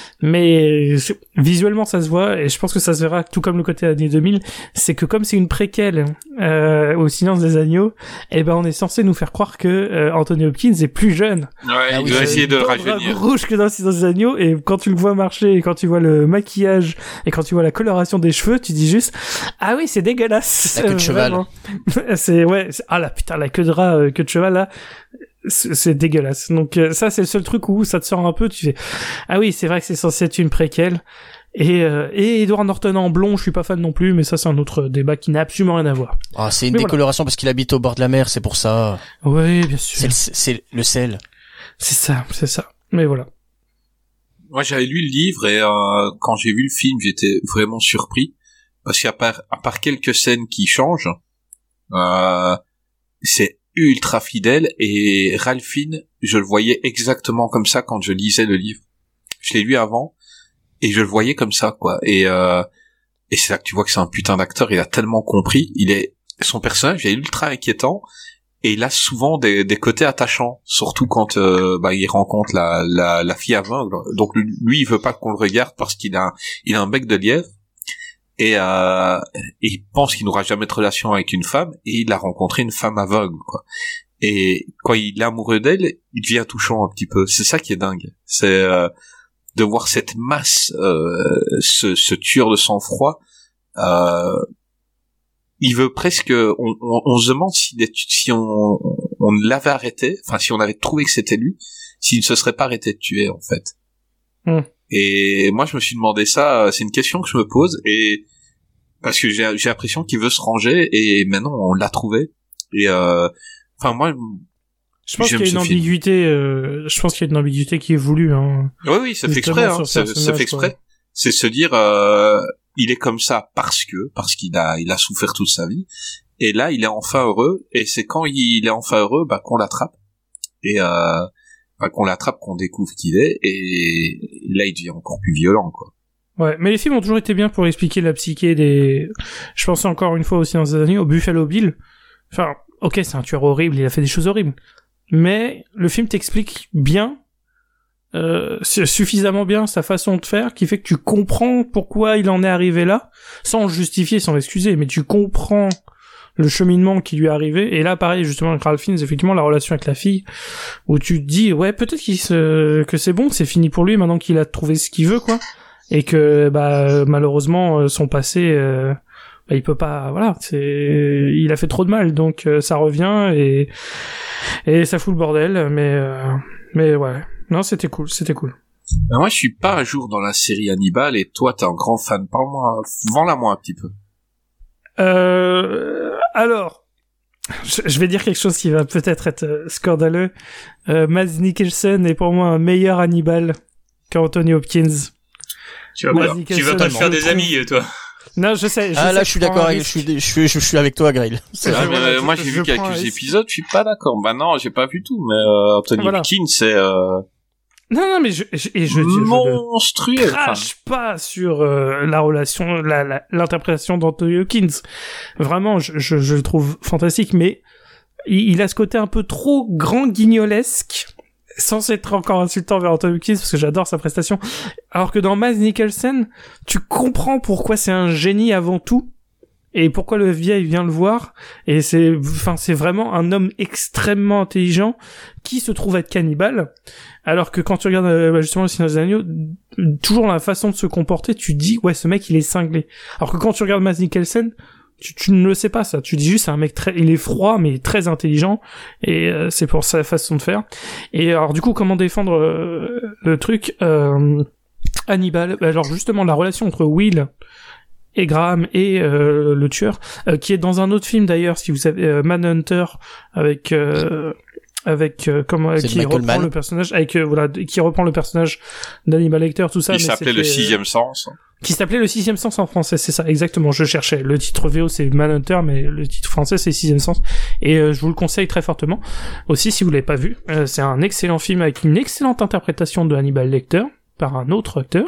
mais visuellement ça se voit et je pense que ça se verra tout comme le côté années deux mille. C'est que comme c'est une préquelle euh, au Silence des Agneaux, eh ben on est censé nous faire croire que euh, Anthony Hopkins est plus jeune. Ouais, Ah il oui, doit c'est essayer de le dans rajeunir. Dragon Rouge que dans Silence des Agneaux et quand tu le vois marcher et quand tu vois le maquillage et quand tu vois la coloration des cheveux, tu dis juste ah oui c'est dégueulasse. La queue de cheval. Vraiment. c'est ouais, c'est... ah la putain la queue de rat, euh, queue de cheval là. c'est, c'est dégueulasse. Donc euh, ça, c'est le seul truc où ça te sort un peu. Tu fais ah oui, c'est vrai que c'est censé être une préquelle. Et euh, et Edward Norton en blond, je suis pas fan non plus, mais ça c'est un autre débat qui n'a absolument rien à voir. Ah, c'est une mais décoloration voilà. Parce qu'il habite au bord de la mer, c'est pour ça. Oui, bien sûr. C'est le, c'est le sel. C'est ça, c'est ça. Mais voilà. Moi, j'avais lu le livre et euh, quand j'ai vu le film, j'étais vraiment surpris parce qu'à part à part quelques scènes qui changent, euh, c'est ultra fidèle et Ralph Fiennes, je le voyais exactement comme ça quand je lisais le livre. Je l'ai lu avant et je le voyais comme ça, quoi. Et euh, et c'est là que tu vois que c'est un putain d'acteur. Il a tellement compris. Il est son personnage est ultra inquiétant. Et il a souvent des, des côtés attachants, surtout quand euh, bah, il rencontre la, la, la fille aveugle. Donc lui, il veut pas qu'on le regarde parce qu'il a, il a un bec de lièvre et, euh, et il pense qu'il n'aura jamais de relation avec une femme et il a rencontré une femme aveugle, quoi. Et quand il est amoureux d'elle, il devient touchant un petit peu. C'est ça qui est dingue. C'est euh, de voir cette masse, euh, ce, ce tueur de sang-froid. Euh, Il veut presque, on, on, on se demande si, si on, on l'avait arrêté, enfin si on avait trouvé que c'était lui, s'il ne se serait pas arrêté de tuer en fait. Mm. Et moi je me suis demandé ça, c'est une question que je me pose et parce que j'ai, j'ai l'impression qu'il veut se ranger et maintenant on l'a trouvé. Et euh, enfin moi, je pense qu'il y a une ambiguïté. Euh, je pense qu'il y a une ambiguïté qui est voulue. Hein, oui oui, ça fait exprès. Hein, ça, ça fait exprès. Quoi. C'est se dire. Euh, il est comme ça parce que, parce qu'il a, il a souffert toute sa vie. Et là, il est enfin heureux. Et c'est quand il est enfin heureux, bah, qu'on l'attrape. Et, euh, bah, qu'on l'attrape, qu'on découvre qui il est. Et là, il devient encore plus violent, quoi. Ouais. Mais les films ont toujours été bien pour expliquer la psyché des, je pensais encore une fois aussi dans ces années au Buffalo Bill. Enfin, ok, c'est un tueur horrible, il a fait des choses horribles. Mais le film t'explique bien, Euh, suffisamment bien sa façon de faire qui fait que tu comprends pourquoi il en est arrivé là sans justifier, sans l'excuser, mais tu comprends le cheminement qui lui est arrivé. Et là pareil justement avec Ralph Fiennes, effectivement la relation avec la fille où tu te dis ouais peut-être qu'il se... que c'est bon, c'est fini pour lui maintenant qu'il a trouvé ce qu'il veut quoi, et que bah malheureusement son passé euh... bah, il peut pas, voilà, c'est il a fait trop de mal donc euh, ça revient et et ça fout le bordel, mais euh... mais ouais. Non, c'était cool, c'était cool. Ben moi, je suis pas à jour dans la série Hannibal, et toi, t'es un grand fan. Parle-moi, vends-la moi un petit peu. Euh, alors, je vais dire quelque chose qui va peut-être être scandaleux. Euh, Mads Mikkelsen est pour moi un meilleur Hannibal qu'Anthony Hopkins. Tu vas pas, tu vas pas te faire des amis, toi. Non, je sais. Je ah sais là, je suis d'accord avec, je suis, je suis, je suis avec toi, Grail. C'est ah, mais, moi, j'ai vu quelques épisodes, je suis pas d'accord. Bah non, j'ai pas vu tout, mais euh, Anthony voilà. Hopkins, c'est. Euh... Non, non, mais je, je, je, je, monstrueux. Je ne crache pas sur euh, la relation, la, la, l'interprétation d'Anthony Hopkins. Vraiment, je, je, je le trouve fantastique, mais il, il a ce côté un peu trop grand guignolesque, sans être encore insultant vers Anthony Hopkins, parce que j'adore sa prestation. Alors que dans Mads Mikkelsen, tu comprends pourquoi c'est un génie avant tout, et pourquoi le vieil vient le voir, et c'est, enfin, c'est vraiment un homme extrêmement intelligent qui se trouve être cannibale. Alors que quand tu regardes euh, justement le Seigneur des Anneaux, toujours dans la façon de se comporter, tu dis ouais ce mec il est cinglé. Alors que quand tu regardes Mads Mikkelsen, tu, tu ne le sais pas ça. Tu dis juste c'est un mec très, il est froid mais très intelligent et euh, c'est pour sa façon de faire. Et alors du coup comment défendre euh, le truc euh, Hannibal. Alors justement la relation entre Will et Graham et euh, le tueur, euh, qui est dans un autre film d'ailleurs si vous savez euh, Manhunter avec euh, avec euh, comment c'est qui reprend Mann. le personnage avec euh, voilà qui reprend le personnage d'Hannibal Lecter tout ça. Il s'appelait le sixième euh, sens. Qui s'appelait le sixième sens en français, c'est ça exactement. Je cherchais le titre V O c'est Manhunter, mais le titre français c'est sixième sens. Et euh, je vous le conseille très fortement. Aussi si vous l'avez pas vu, euh, c'est un excellent film avec une excellente interprétation de Hannibal Lecter par un autre acteur.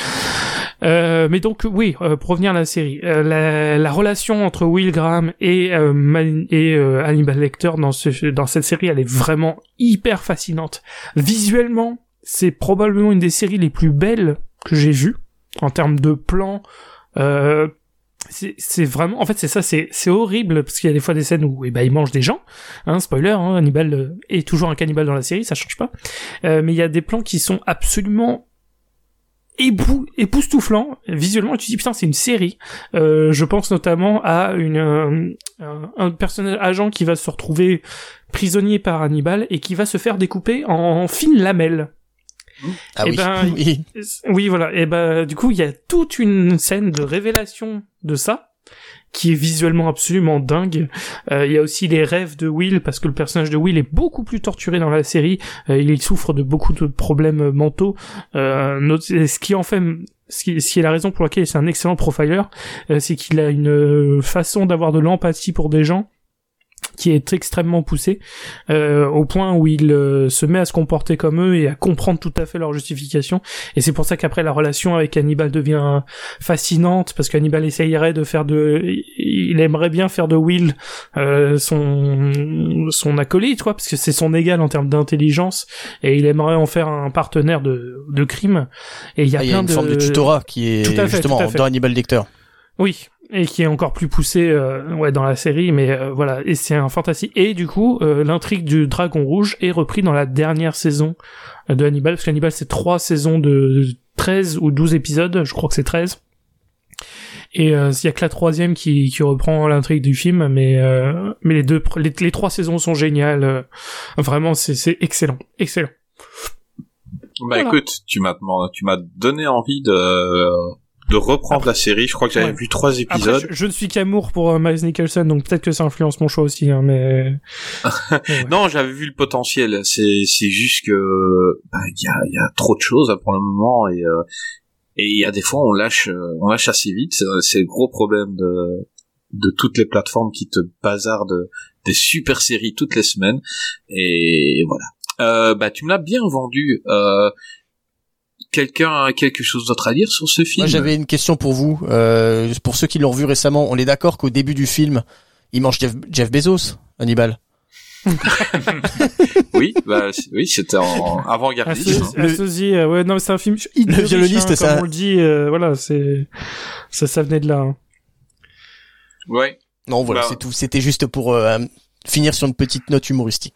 Euh, mais donc oui, euh, pour revenir à la série, euh, la, la relation entre Will Graham et euh, Man- et euh, Hannibal Lecter dans ce dans cette série, elle est vraiment hyper fascinante. Visuellement, c'est probablement une des séries les plus belles que j'ai vues en termes de plans. Euh, c'est, c'est vraiment, en fait, c'est ça, c'est c'est horrible parce qu'il y a des fois des scènes où eh ben il mange des gens. Hein, spoiler, hein, Hannibal euh, est toujours un cannibale dans la série, ça change pas. Euh, mais il y a des plans qui sont absolument épou- époustouflant visuellement. Tu te dis putain, c'est une série. Euh, je pense notamment à une euh, un, un personnage agent qui va se retrouver prisonnier par Hannibal et qui va se faire découper en fines lamelles. Ah et oui. ben, oui. oui, voilà. Et ben, du coup, il y a toute une scène de révélation de ça, qui est visuellement absolument dingue. Euh, il y a aussi les rêves de Will, parce que le personnage de Will est beaucoup plus torturé dans la série. Euh, il souffre de beaucoup de problèmes mentaux. Euh, notre- ce qui en fait, ce qui, ce qui est la raison pour laquelle c'est un excellent profiler, euh, c'est qu'il a une façon d'avoir de l'empathie pour des gens qui est extrêmement poussé, euh, au point où il euh, se met à se comporter comme eux et à comprendre tout à fait leur justification. Et c'est pour ça qu'après la relation avec Hannibal devient fascinante, parce qu'Hannibal essayerait de faire de, il aimerait bien faire de Will euh, son son acolyte, quoi, parce que c'est son égal en termes d'intelligence, et il aimerait en faire un partenaire de de crime. Et il y a Ah, il y plein a une de forme de tutorat qui est Tout à fait, justement tout à fait. dans Hannibal Lecter. Oui, et qui est encore plus poussé euh, ouais dans la série, mais euh, voilà, et c'est un fantastique. Et du coup, euh, l'intrigue du Dragon Rouge est repris dans la dernière saison de Hannibal, parce qu'Hannibal c'est trois saisons de treize ou douze épisodes, je crois que c'est treize. Et euh, il y a que la troisième qui qui reprend l'intrigue du film, mais euh, mais les deux les, les trois saisons sont géniales. euh, vraiment, c'est c'est excellent, excellent. Bah Voilà. écoute, tu m'as demandé- tu m'as donné envie de de reprendre Après- la série. Je crois que j'avais Ouais. vu trois Après, épisodes. je, je ne suis qu'amour pour euh, Miles Nicholson, donc peut-être que ça influence mon choix aussi, hein, mais... mais ouais. Non, j'avais vu le potentiel. C'est c'est juste que bah il y a il y a trop de choses pour le moment et euh, et il y a des fois on lâche euh, on lâche assez vite. C'est, c'est le gros problème de de toutes les plateformes qui te bazardent des super séries toutes les semaines et voilà. Euh, bah tu me l'as bien vendu. Euh, quelqu'un a quelque chose d'autre à dire sur ce film? Moi, j'avais une question pour vous. Euh, pour ceux qui l'ont vu récemment, on est d'accord qu'au début du film, il mange Jeff, Jeff Bezos, Hannibal. Oui, bah c- oui, c'était en Un avant-gardiste. sosie, hein. un sosie, euh, ouais, non, mais c'est un film hyper Le riche, violoniste, hein, ça- comme on le dit, euh, voilà, c'est, ça, ça venait de là, hein. Ouais. Non, voilà, Bah. c'est tout. C'était juste pour euh, finir sur une petite note humoristique.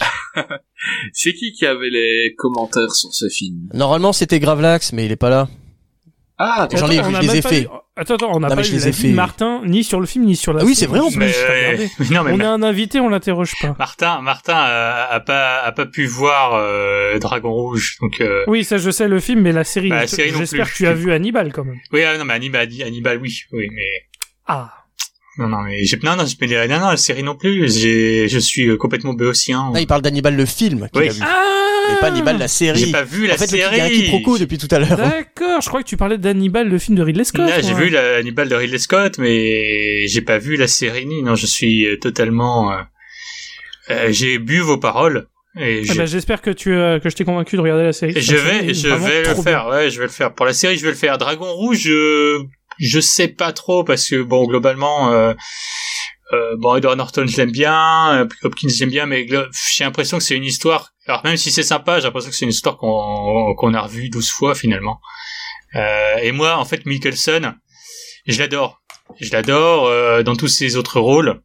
C'est qui qui avait les commentaires sur ce film? Normalement, c'était Gravelax, mais il est pas là. Ah, J'en ai Attends, vu, on je a les ai même pas fait. eu- Attends, attends, on n'a Non, pas mais je eu les ai l'avis fait. de Martin, ni sur le film, ni sur la Ah oui, série. c'est vrai, en Je plus. me suis Mais, regardé. mais non, mais On Ma- a un invité, on l'interroge pas. Martin, Martin a, a pas a pas pu voir euh, Dragon Rouge, donc euh, Oui, ça, je sais le film, mais la série, Bah, la série non j'espère plus. que tu as vu Hannibal, quand même. oui, ah, non, mais Hannibal, Hannibal, oui, oui, mais Ah. non, non, mais j'ai non, non, je mais non, non, la série non plus. J'ai, je suis euh, complètement béotien. Là, il parle d'Hannibal le film qu'il Oui. a vu. Ah! Mais pas Hannibal la série. J'ai pas vu la en fait, série. il y a un quiproquo depuis tout à l'heure. D'accord, je crois que tu parlais d'Hannibal, le film de Ridley Scott. Là, j'ai moi. vu la Hannibal de Ridley Scott, mais j'ai pas vu la série ni. Non, je suis euh, totalement. Euh, euh, j'ai bu vos paroles et Ah j'ai- bah, j'espère que tu euh, que je t'ai convaincu de regarder la série. et je La série vais, est je vraiment vais le trop faire. Ouais, je vais le faire. Pour la série, je vais le faire. Dragon Rouge, je, je sais pas trop parce que bon, globalement. Euh, Euh, bon, Edward Norton, je l'aime bien, euh, Hopkins, j'aime bien, mais glo- j'ai l'impression que c'est une histoire. Alors même si c'est sympa, j'ai l'impression que c'est une histoire qu'on qu'on a revue douze fois finalement. Euh, et moi, en fait, Mikkelsen, je l'adore, je l'adore euh, dans tous ses autres rôles.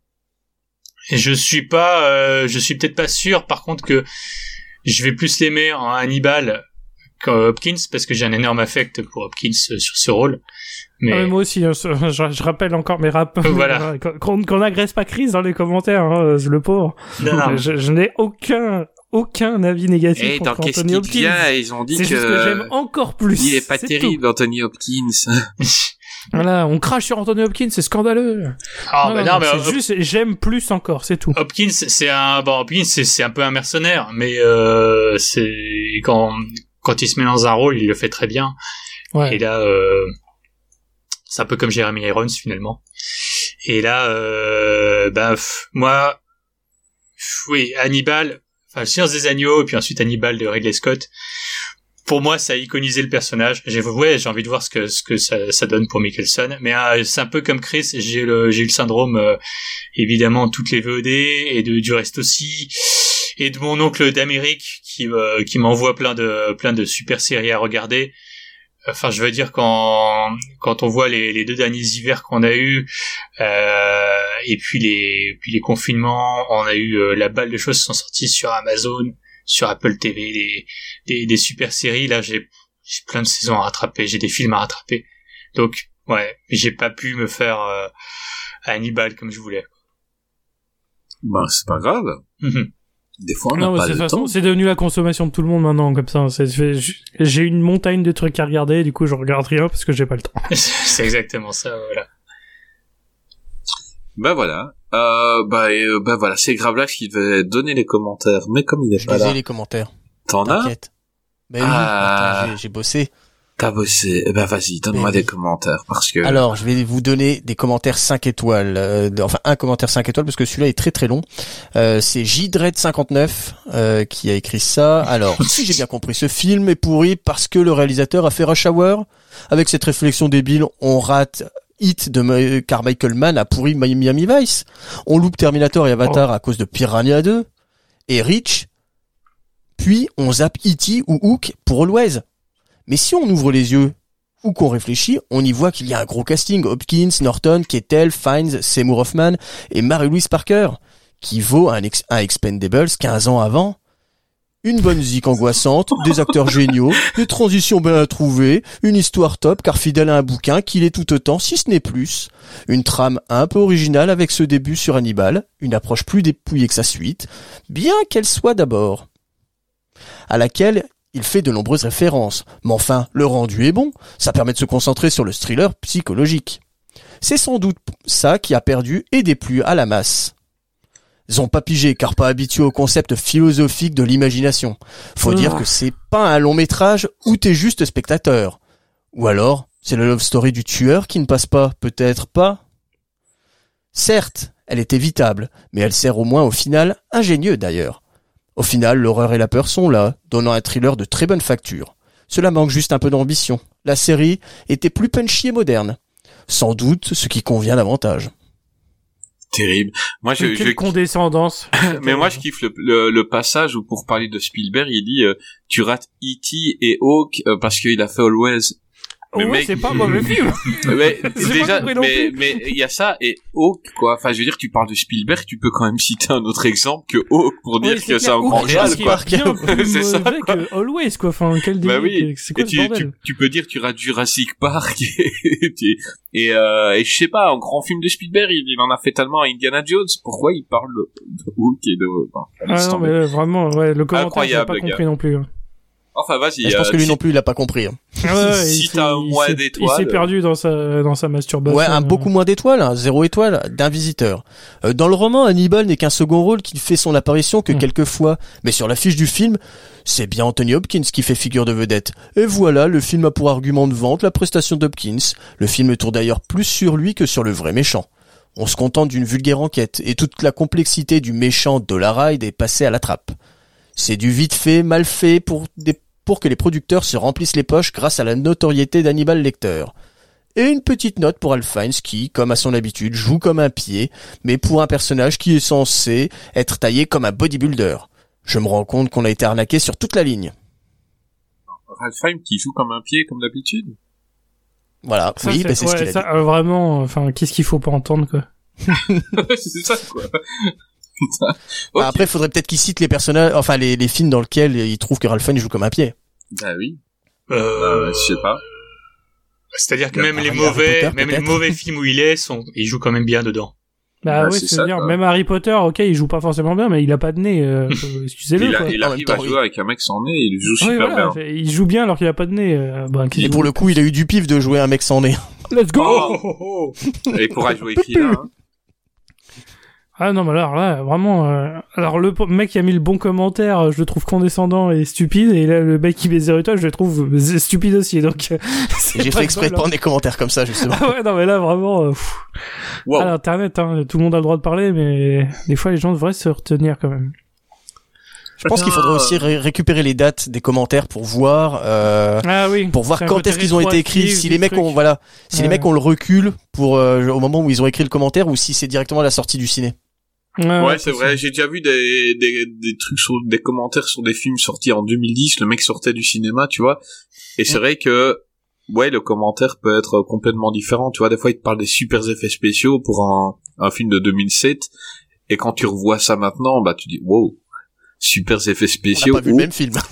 Et je suis pas, euh, je suis peut-être pas sûr, par contre, que je vais plus l'aimer en Hannibal qu'en Hopkins parce que j'ai un énorme affect pour Hopkins euh, sur ce rôle. Mais, Ah, mais moi aussi, hein, je, je rappelle encore mes rap. Voilà. Qu'on qu'on n'agresse pas Chris dans les commentaires, hein, le pauvre. non, non, Je, je n'ai aucun aucun avis négatif Et dans contre Qu'est-ce Anthony qui Hopkins. devient, ils ont dit C'est que, juste que j'aime encore plus. il est pas C'est terrible, tout. Anthony Hopkins. Voilà, on crache sur Anthony Hopkins, c'est scandaleux. Ah, bah non, mais c'est Hop- juste, j'aime plus encore, c'est tout. Hopkins, c'est un bon Hopkins, c'est c'est un peu un mercenaire, mais euh, c'est quand quand il se met dans un rôle, il le fait très bien. Ouais. Et là, euh, c'est un peu comme Jeremy Irons finalement. Et là, euh, bah pff, moi, pff, oui, Hannibal, enfin le Silence des agneaux, et puis ensuite Hannibal de Ridley Scott. Pour moi, ça a iconisé le personnage. J'ai ouais, j'ai envie de voir ce que ce que ça, ça donne pour Mikkelsen. Mais euh, c'est un peu comme Chris, j'ai le j'ai eu le syndrome euh, évidemment de toutes les V O D et de du reste aussi, et de mon oncle d'Amérique qui euh, qui m'envoie plein de plein de super séries à regarder. Enfin, je veux dire quand quand on voit les les deux derniers hivers qu'on a eu euh, et puis les puis les confinements, on a eu euh, la balle de choses qui sont sorties sur Amazon, sur Apple T V, des des, des super séries. Là, j'ai j'ai plein de saisons à rattraper, j'ai des films à rattraper. Donc, ouais, j'ai pas pu me faire euh, Hannibal comme je voulais. Bah, c'est pas grave. Mm-hmm. Des fois, on n'a non, pas de toute le façon, temps. c'est devenu la consommation de tout le monde maintenant, comme ça. C'est, j'ai une montagne de trucs à regarder, du coup, je regarde rien parce que j'ai pas le temps. C'est exactement ça, voilà. Bah voilà. Euh, bah, et, euh, bah voilà, c'est Gravelax qui devait donner les commentaires, mais comme il est Je pas lisais là. les commentaires. T'en as? T'inquiète. Ben oui, Ah. attends, j'ai, j'ai bossé. T'as bossé. Eh ben vas-y, donne-moi Mais des oui. commentaires, parce que... Alors, je vais vous donner des commentaires cinq étoiles. Euh, de- enfin, un commentaire cinq étoiles, parce que celui-là est très très long. Euh, c'est J Dredd cinquante-neuf euh, qui a écrit ça. Alors, si j'ai bien compris, ce film est pourri parce que le réalisateur a fait Rush Hour. Avec cette réflexion débile, on rate Hit de Ma- Carmichael Mann a pourri Miami Vice. On loupe Terminator et Avatar à cause de Piranha deux. Et Reach. Puis, on zappe E T ou Hook pour Always. Mais si on ouvre les yeux ou qu'on réfléchit, on y voit qu'il y a un gros casting. Hopkins, Norton, Kettel, Fiennes, Seymour Hoffman et Mary-Louise Parker, qui vaut un, ex- un Expendables quinze ans avant. Une bonne zik angoissante, des acteurs géniaux, des transitions bien trouvées, une histoire top car fidèle à un bouquin qu'il est tout autant, si ce n'est plus. Une trame un peu originale avec ce début sur Hannibal, une approche plus dépouillée que sa suite, bien qu'elle soit d'abord. À laquelle il fait de nombreuses références, mais enfin, le rendu est bon, ça permet de se concentrer sur le thriller psychologique. C'est sans doute ça qui a perdu et déplu à la masse. Ils ont pas pigé car pas habitués au concept philosophique de l'imagination. Faut Ah. dire que c'est pas un long métrage où t'es juste spectateur. Ou alors, c'est le love story du tueur qui ne passe pas, peut-être pas. Certes, elle est évitable, mais elle sert au moins au final ingénieux d'ailleurs. Au final, l'horreur et la peur sont là, donnant un thriller de très bonne facture. Cela manque juste un peu d'ambition. La série était plus punchy et moderne. Sans doute, ce qui convient davantage. Terrible. Moi, je, Quelle je... condescendance. mais moi, je kiffe le, le, le passage où, pour parler de Spielberg, il dit, euh, tu rates E T et Hawk euh, parce qu'il a fait Always. Oh, Mais ouais, mec- c'est pas un mauvais film. Ouais, J'ai déjà, pas compris non mais, plus. mais, il y a ça, et Hawk, quoi. Enfin, je veux dire, tu parles de Spielberg, tu peux quand même citer un autre exemple que Hawk pour dire Ouais, que c'est c'est clair, un grand Hawk, réal, qui est quoi. bien plus C'est ça, mauvais quoi. que Always, quoi. Enfin, quel Bah délire. oui. C'est quoi Et ce tu, bordel? tu, tu peux dire, tu rates Jurassic Park, et, tu- et, euh, et je sais pas, un grand film de Spielberg, il, il en a fait tellement à Indiana Jones, pourquoi il parle de, de Hawk et de, enfin, Ah laisse non, tomber. mais euh, vraiment, ouais, le commentaire, j'ai Incroyable, pas le compris gars. non plus. hein. Enfin, vas-y. Et je pense euh, que lui si- non plus, il a pas compris. hein. Ah ouais, ouais, Si il t'as s'est- un il moins s'est- d'étoiles. Il s'est perdu dans sa, dans sa masturbation. Ouais, un beaucoup moins d'étoiles, hein, zéro étoile, d'un visiteur. Euh, dans le roman, Hannibal n'est qu'un second rôle qui fait son apparition que Mm. quelques fois. Mais sur l'affiche du film, c'est bien Anthony Hopkins qui fait figure de vedette. Et voilà, le film a pour argument de vente la prestation d'Hopkins. Le film tourne d'ailleurs plus sur lui que sur le vrai méchant. On se contente d'une vulgaire enquête, et toute la complexité du méchant Dollarhide est passée à la trappe. C'est du vite fait, mal fait pour des pour que les producteurs se remplissent les poches grâce à la notoriété d'Hannibal Lecter. Et une petite note pour Al Fiennes qui, comme à son habitude, joue comme un pied, mais pour un personnage qui est censé être taillé comme un bodybuilder. Je me rends compte qu'on a été arnaqué sur toute la ligne. Ralph Fiennes qui joue comme un pied, comme d'habitude. Voilà, Ça, oui, c'est, bah, c'est ouais, ce qu'il a ça, dit. euh, vraiment, enfin, qu'est-ce qu'il faut pas entendre, quoi. c'est ça, quoi. Putain. Bah, Ok. après, il faudrait peut-être qu'il cite les personnages, enfin les, les films dans lesquels il trouve que Ralph Fiennes joue comme un pied. Bah oui. Euh, Bah, je sais pas. C'est-à-dire que Il y a même pas les Harry Potter, mauvais, même les peut-être. mauvais films où il est, sont, il joue quand même bien dedans. Bah Bah, ouais, c'est c'est ça, dire, quoi. même Harry Potter, ok, il joue pas forcément bien, mais il a pas de nez, euh, excusez-le, Il, quoi. a, il En arrive même temps, à jouer oui. avec un mec sans nez, il joue Oui, super voilà, bien. il joue bien alors qu'il a pas de nez. euh, bah, qu'est-ce Et que pour vous- le coup, il a eu du pif de jouer un mec sans nez. Let's go! Oh. Et il pourra jouer Krillin, hein. Ah non, mais alors là, vraiment, euh, alors le po- mec qui a mis le bon commentaire, euh, je le trouve condescendant et stupide, et là, le mec qui met zéro étoile, je le trouve euh, stupide aussi, donc... euh, c'est Et j'ai pas fait exprès de drôle, prendre des commentaires comme ça, justement. hein. Ah ouais, non, mais là, vraiment, euh, pff. Wow. À l'internet, hein, tout le monde a le droit de parler, mais des fois, les gens devraient se retenir quand même. Je pense qu'il faudrait aussi ré- récupérer les dates des commentaires pour voir, euh, Ah oui. pour voir c'est un quand côté est-ce qu'ils ont été écrits, rétroactif si du les mecs truc. ont, voilà, si les Ouais. mecs ont le recul pour, euh, au moment où ils ont écrit le commentaire ou si c'est directement à la sortie du ciné. Ouais, Ouais, c'est possible. vrai, j'ai déjà vu des, des, des trucs sur, des commentaires sur des films sortis en deux mille dix, le mec sortait du cinéma, tu vois, et c'est vrai que, ouais, le commentaire peut être complètement différent, tu vois, des fois il te parle des super effets spéciaux pour un, un film de deux mille sept, et quand tu revois ça maintenant, bah tu dis, wow, super effets On spéciaux, n'a pas vu ou, le même film.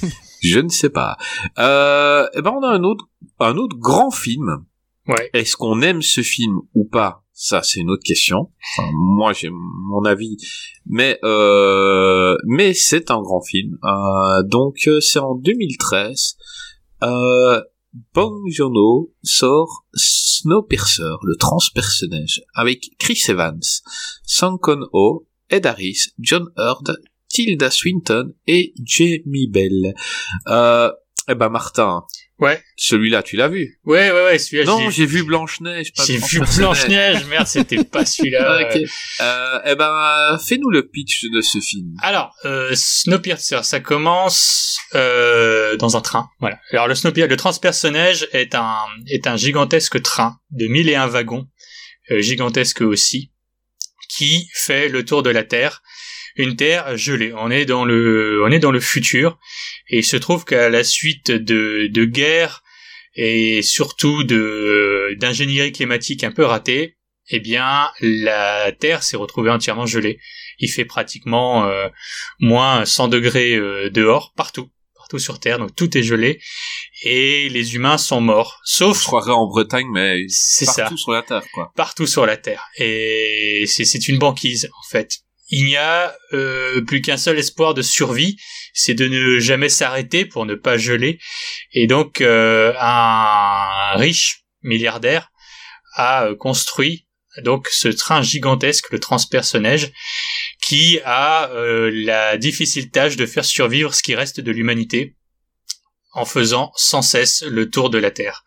Je ne sais pas. Euh, eh ben, on a un autre, un autre grand film. Ouais. Est-ce qu'on aime ce film ou pas? Ça, c'est une autre question. Enfin, moi, j'ai mon avis, mais euh, mais c'est un grand film. Euh, donc, c'est en deux mille treize. Euh, Bong Joon-ho sort Snowpiercer, le transpersonnage, avec Chris Evans, Song Kang-ho, Ed Harris, John Hurt, Tilda Swinton et Jamie Bell. Euh, eh ben Martin. Ouais. Celui-là, tu l'as vu? Ouais, ouais, ouais, celui-là. Non, j'ai, j'ai vu Blanche-Neige. Pas j'ai vu Blanche-Neige, merde, c'était pas celui-là. Ok. Euh, eh ben, fais-nous le pitch de ce film. Alors, euh, Snowpiercer, ça commence euh, dans un train. Voilà. Alors le Snowpiercer, le transpersonnage est un est un gigantesque train de mille et un wagons, euh, gigantesque aussi, qui fait le tour de la Terre. Une Terre gelée. On est dans le, on est dans le futur, et il se trouve qu'à la suite de, de guerres et surtout de d'ingénierie climatique un peu ratée, eh bien la Terre s'est retrouvée entièrement gelée. Il fait pratiquement euh, moins cent degrés euh, dehors, partout, partout sur Terre, donc tout est gelé, et les humains sont morts, sauf. Je croirais en Bretagne, mais c'est partout ça. sur la Terre, quoi. Partout sur la Terre, et c'est, c'est une banquise en fait. Il n'y a euh, plus qu'un seul espoir de survie, c'est de ne jamais s'arrêter pour ne pas geler. Et donc, euh, un riche milliardaire a construit donc ce train gigantesque, le transpersonnage, qui a euh, la difficile tâche de faire survivre ce qui reste de l'humanité en faisant sans cesse le tour de la Terre.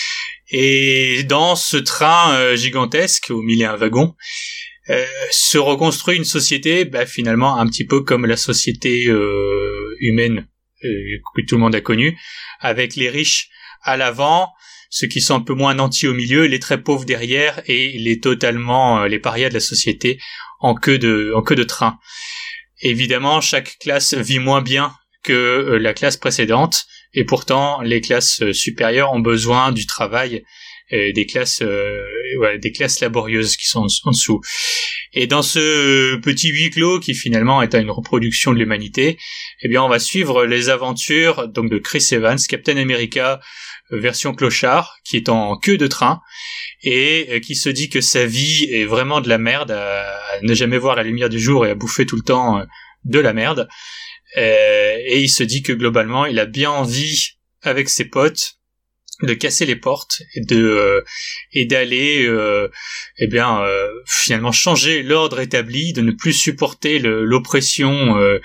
Et dans ce train euh, gigantesque, au mille et un wagons, Euh, se reconstruit une société, bah, finalement un petit peu comme la société euh, humaine euh, que tout le monde a connue, avec les riches à l'avant, ceux qui sont un peu moins nantis au milieu, les très pauvres derrière, et les totalement euh, les parias de la société en queue de en queue de train. Évidemment, chaque classe vit moins bien que euh, la classe précédente, et pourtant les classes euh, supérieures ont besoin du travail euh, des classes euh, ouais, des classes laborieuses qui sont en, en dessous. Et dans ce petit huis clos qui finalement est une reproduction de l'humanité, eh bien on va suivre les aventures donc de Chris Evans, Captain America euh, version clochard, qui est en queue de train et euh, qui se dit que sa vie est vraiment de la merde, à, à ne jamais voir la lumière du jour et à bouffer tout le temps euh, de la merde. Euh, et il se dit que globalement il a bien envie avec ses potes de casser les portes et de euh, et d'aller euh, eh bien euh, finalement changer l'ordre établi, de ne plus supporter le, l'oppression euh,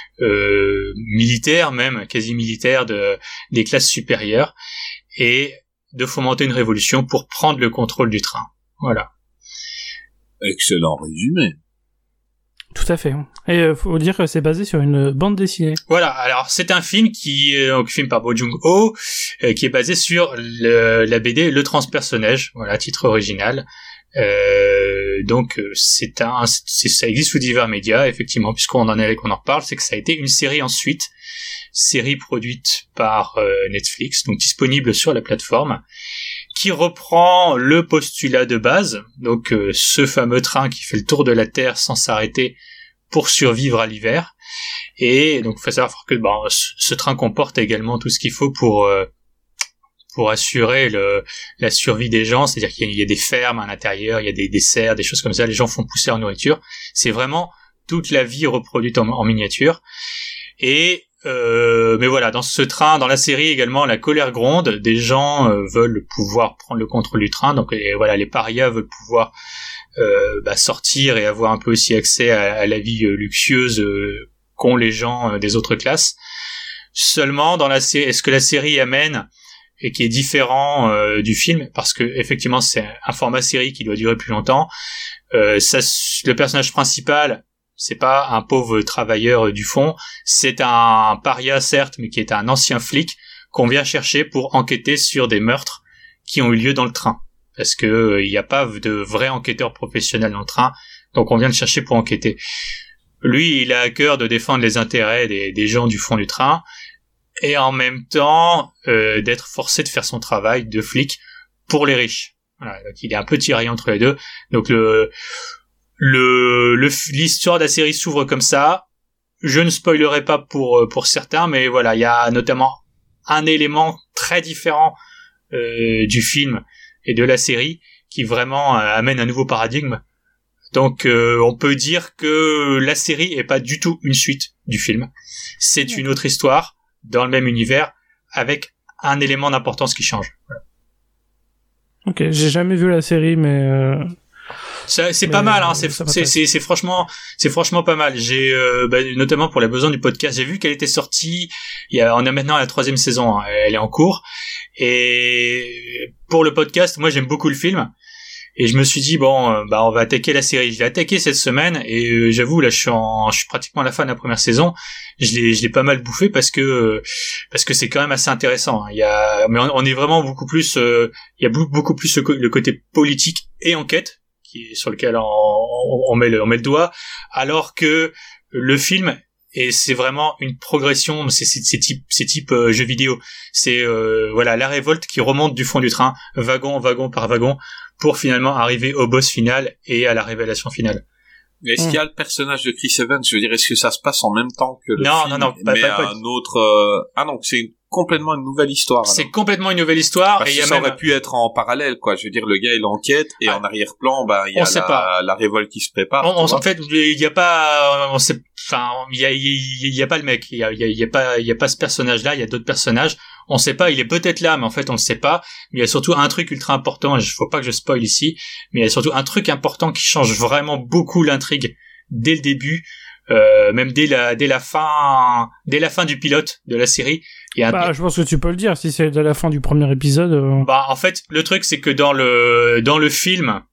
euh, militaire, même quasi militaire, de des classes supérieures, et de fomenter une révolution pour prendre le contrôle du train. Voilà. Excellent résumé. Tout à fait. Et euh, faut dire que c'est basé sur une bande dessinée. Voilà, alors c'est un film qui est un film par Bong Joon-ho, euh, qui est basé sur le, la B D Le Transpersonnage, voilà, titre original. Euh, donc c'est un, c'est, ça existe sous divers médias, effectivement, puisqu'on en est qu'on en reparle, c'est que ça a été une série ensuite, série produite par euh, Netflix, donc disponible sur la plateforme, qui reprend le postulat de base, donc euh, ce fameux train qui fait le tour de la Terre sans s'arrêter pour survivre à l'hiver. Et donc il faut savoir que bon, ce, ce train comporte également tout ce qu'il faut pour euh, pour assurer le, la survie des gens, c'est-à-dire qu'il y a, il y a des fermes à l'intérieur, il y a des, des serres, des choses comme ça, les gens font pousser leur nourriture. C'est vraiment toute la vie reproduite en, en miniature. Et Euh, mais voilà, dans ce train, dans la série également, la colère gronde, des gens euh, veulent pouvoir prendre le contrôle du train, donc et voilà, les parias veulent pouvoir euh, bah, sortir et avoir un peu aussi accès à, à la vie euh, luxueuse euh, qu'ont les gens euh, des autres classes. Seulement, dans la série, est-ce que la série amène, et qui est différent euh, du film, parce que effectivement c'est un format série qui doit durer plus longtemps, euh, ça, le personnage principal, c'est pas un pauvre travailleur du fond, c'est un paria certes, mais qui est un ancien flic qu'on vient chercher pour enquêter sur des meurtres qui ont eu lieu dans le train. Parce que il euh, n'y a pas de vrais enquêteurs professionnels dans le train, donc on vient le chercher pour enquêter. Lui, il a à cœur de défendre les intérêts des, des gens du fond du train, et en même temps euh, d'être forcé de faire son travail de flic pour les riches. Voilà, donc il est un peu tiraillé entre les deux. Donc le Le, le, l'histoire de la série s'ouvre comme ça, Je ne spoilerai pas pour pour certains, mais voilà, il y a notamment un élément très différent euh, du film et de la série qui vraiment euh, amène un nouveau paradigme. Donc euh, on peut dire que la série est pas du tout une suite du film. C'est une autre histoire dans le même univers avec un élément d'importance qui change. Voilà. Ok, j'ai jamais vu la série, mais euh... c'est, c'est mais pas mal, hein. C'est, c'est, c'est, c'est, c'est franchement, c'est franchement pas mal. J'ai, euh, bah, notamment pour les besoins du podcast, j'ai vu qu'elle était sortie. Il y a, on est maintenant à la troisième saison. Hein. Elle est en cours. Et pour le podcast, moi j'aime beaucoup le film. Et je me suis dit bon, euh, bah on va attaquer la série. Je l'ai attaqué cette semaine et euh, j'avoue là, je suis en, je suis pratiquement à la fin de la première saison. Je l'ai, je l'ai pas mal bouffé parce que euh, parce que c'est quand même assez intéressant. Hein. Il y a, mais on, on est vraiment beaucoup plus, euh, il y a beaucoup, beaucoup plus le, le côté politique et enquête qui est sur lequel on, on, on met le, on met le doigt, alors que le film et c'est vraiment une progression. C'est, c'est, c'est type, c'est type euh, jeu vidéo. C'est euh, voilà la révolte qui remonte du fond du train, wagon, wagon par wagon, pour finalement arriver au boss final et à la révélation finale. Est-ce mmh. qu'il y a le personnage de Chris Evans? Je veux dire, est-ce que ça se passe en même temps que le non, film? Non, non, pas, mais pas, pas, un autre. Euh... Ah non, c'est une, complètement une nouvelle histoire. C'est alors. complètement une nouvelle histoire. Parce et que y a ça même... aurait pu être en parallèle, quoi. Je veux dire, le gars il enquête et ah. en arrière-plan, bah il y a la, la révolte qui se prépare. On, on, en fait, il y a pas, on sait, enfin, il y a, il y a pas le mec. Il y a, il y a, il y a pas, il y a pas ce personnage-là. Il y a d'autres personnages. On sait pas. Il est peut-être là, mais en fait, on le sait pas. Mais il y a surtout un truc ultra important. Il faut pas que je spoil ici, mais il y a surtout un truc important qui change vraiment beaucoup l'intrigue dès le début. Euh, même dès la dès la fin dès la fin du pilote de la série. Il y a un... Bah, je pense que tu peux le dire si c'est dès la fin du premier épisode. Euh... Bah en fait le truc c'est que dans le dans le film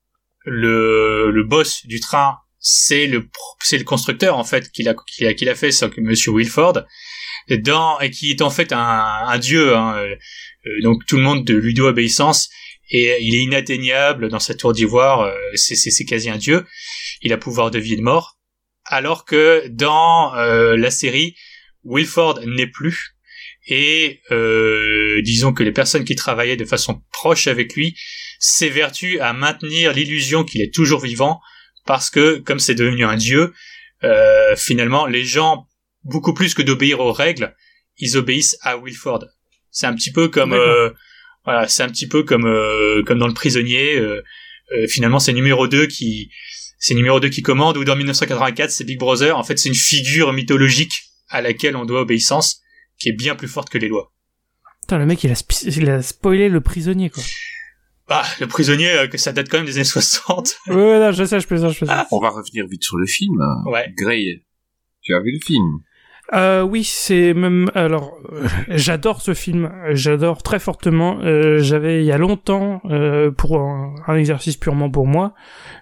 le le boss du train c'est le c'est le constructeur en fait qui l'a qui a qui l'a fait, c'est Monsieur Wilford, dans et qui est en fait un un dieu. Hein, euh, donc tout le monde de lui doit obéissance et il est inatteignable dans sa tour d'ivoire. Euh, c'est c'est c'est quasi un dieu. Il a pouvoir de vie et de mort. Alors que dans euh, la série, Wilford n'est plus, et euh, disons que les personnes qui travaillaient de façon proche avec lui s'évertuent à maintenir l'illusion qu'il est toujours vivant, parce que comme c'est devenu un dieu, euh, finalement les gens, beaucoup plus que d'obéir aux règles, ils obéissent à Wilford. C'est un petit peu comme euh, voilà, c'est un petit peu comme euh, comme dans Le Prisonnier. Euh, euh, finalement, c'est numéro deux qui C'est numéro deux qui commande, ou dans dix-neuf cent quatre-vingt-quatre, c'est Big Brother. En fait, c'est une figure mythologique à laquelle on doit obéissance, qui est bien plus forte que les lois. Putain, le mec, il a, sp- il a spoilé Le Prisonnier, quoi. Bah, Le Prisonnier, euh, que ça date quand même des années soixante. Ouais, ouais, non, je sais, je plaisante, je plaisante. Ah, on va revenir vite sur le film. Ouais. Grey, tu as vu le film? Euh, oui, c'est même, alors, euh, j'adore ce film, j'adore très fortement, euh, j'avais, il y a longtemps, euh, pour un, un exercice purement pour moi,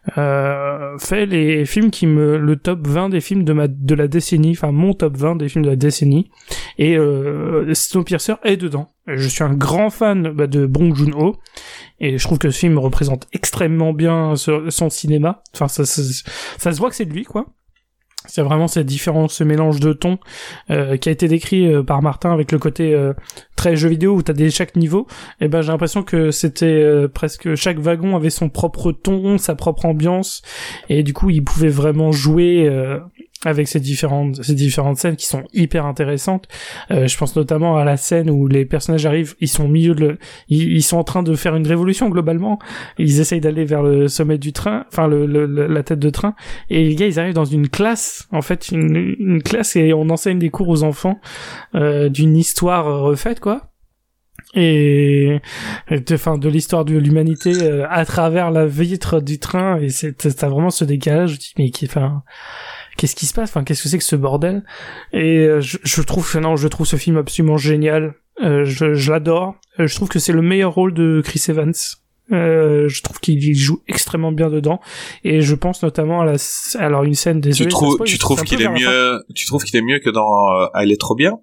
euh, fait les films qui me, le top vingt des films de ma, de la décennie, enfin, mon top vingt des films de la décennie, et, euh, Snowpiercer est dedans. Je suis un grand fan, bah, de Bong Joon-ho, et je trouve que ce film représente extrêmement bien ce, son cinéma, enfin, ça, ça, ça se voit que c'est de lui, quoi. C'est vraiment cette différence, ce mélange de tons euh, qui a été décrit euh, par Martin avec le côté euh, très jeu vidéo où t'as des chaque niveau. Et ben j'ai l'impression que c'était euh, presque chaque wagon avait son propre ton, sa propre ambiance, et du coup il pouvait vraiment jouer euh, avec ces différentes ces différentes scènes qui sont hyper intéressantes. Euh, je pense notamment à la scène où les personnages arrivent, ils sont au milieu de le, ils, ils sont en train de faire une révolution globalement. Ils essayent d'aller vers le sommet du train, enfin le, le, le la tête de train, et les gars ils arrivent dans une classe, en fait une, une classe, et on enseigne des cours aux enfants euh, d'une histoire refaite, quoi. Et enfin de, de l'histoire de l'humanité euh, à travers la vitre du train, et c'est t'as vraiment ce décalage. Je dis mais qui enfin qu'est-ce qui se passe, enfin qu'est-ce que c'est que ce bordel. Et euh, je, je trouve non je trouve ce film absolument génial. Euh, je, je l'adore. Euh, je trouve que c'est le meilleur rôle de Chris Evans. Euh, je trouve qu'il joue extrêmement bien dedans, et je pense notamment à la alors une scène des tu trouves tu trouves qu'il est mieux tu trouves qu'il est mieux que dans euh, Elle est trop bien.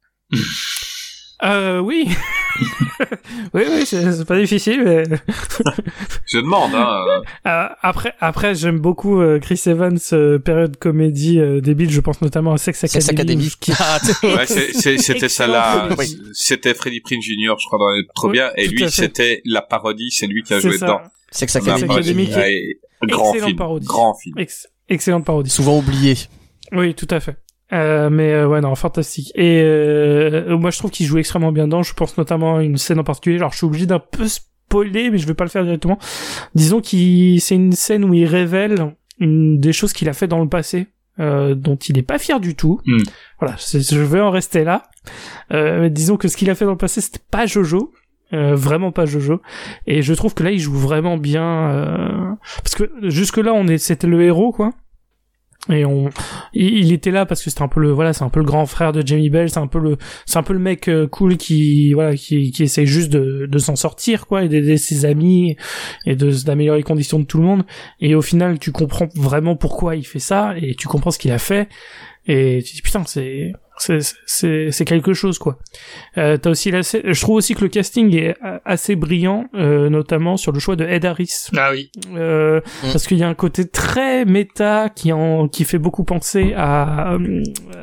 Euh, oui. oui, oui, c'est, c'est pas difficile, mais... Je demande, hein. Euh, après, après, j'aime beaucoup euh, Chris Evans, euh, période comédie euh, débile, je pense notamment à Sex Academy. Sex Academy. Qui... ouais, c'est, c'est, c'était ça là, oui. C'était Freddie Prinze Junior, je crois, dans les... trop oui, bien, et lui, c'était la parodie, c'est lui qui a c'est joué ça. dedans. Sex Academy. Academy ouais, grand film, parodie. grand film. Ex- excellente parodie. Souvent oublié. Oui, tout à fait. Euh, mais euh, ouais, non, fantastique. Et euh, moi, je trouve qu'il joue extrêmement bien dedans. Je pense notamment à une scène en particulier. Genre, je suis obligé d'un peu spoiler, mais je vais pas le faire directement. Disons qu'il c'est une scène où il révèle une des choses qu'il a fait dans le passé, euh, dont il est pas fier du tout. Mm. Voilà, c'est, je vais en rester là. Euh, mais disons que ce qu'il a fait dans le passé, c'était pas Jojo. Euh, vraiment pas Jojo. Et je trouve que là, il joue vraiment bien. Euh... Parce que jusque là, on est, c'était le héros, quoi. Et on, il était là parce que c'était un peu le, voilà, c'est un peu le grand frère de Jamie Bell, c'est un peu le, c'est un peu le mec euh, cool qui, voilà, qui, qui essaie juste de, de s'en sortir, quoi, et d'aider ses amis, et de, d'améliorer les conditions de tout le monde. Et au final, tu comprends vraiment pourquoi il fait ça, et tu comprends ce qu'il a fait, et tu te dis, putain, c'est, c'est, c'est, c'est quelque chose, quoi. Euh, t'as aussi la, je trouve aussi que le casting est assez brillant, euh, notamment sur le choix de Ed Harris. Ah oui. Euh, mm. Parce qu'il y a un côté très méta qui en, qui fait beaucoup penser à, euh,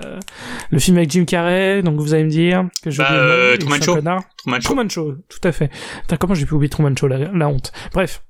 le film avec Jim Carrey, donc vous allez me dire que je bah, euh, Truman Show. Truman Show. Truman Show, tout à fait. Putain, comment j'ai pu oublier Truman Show, la, la honte. Bref.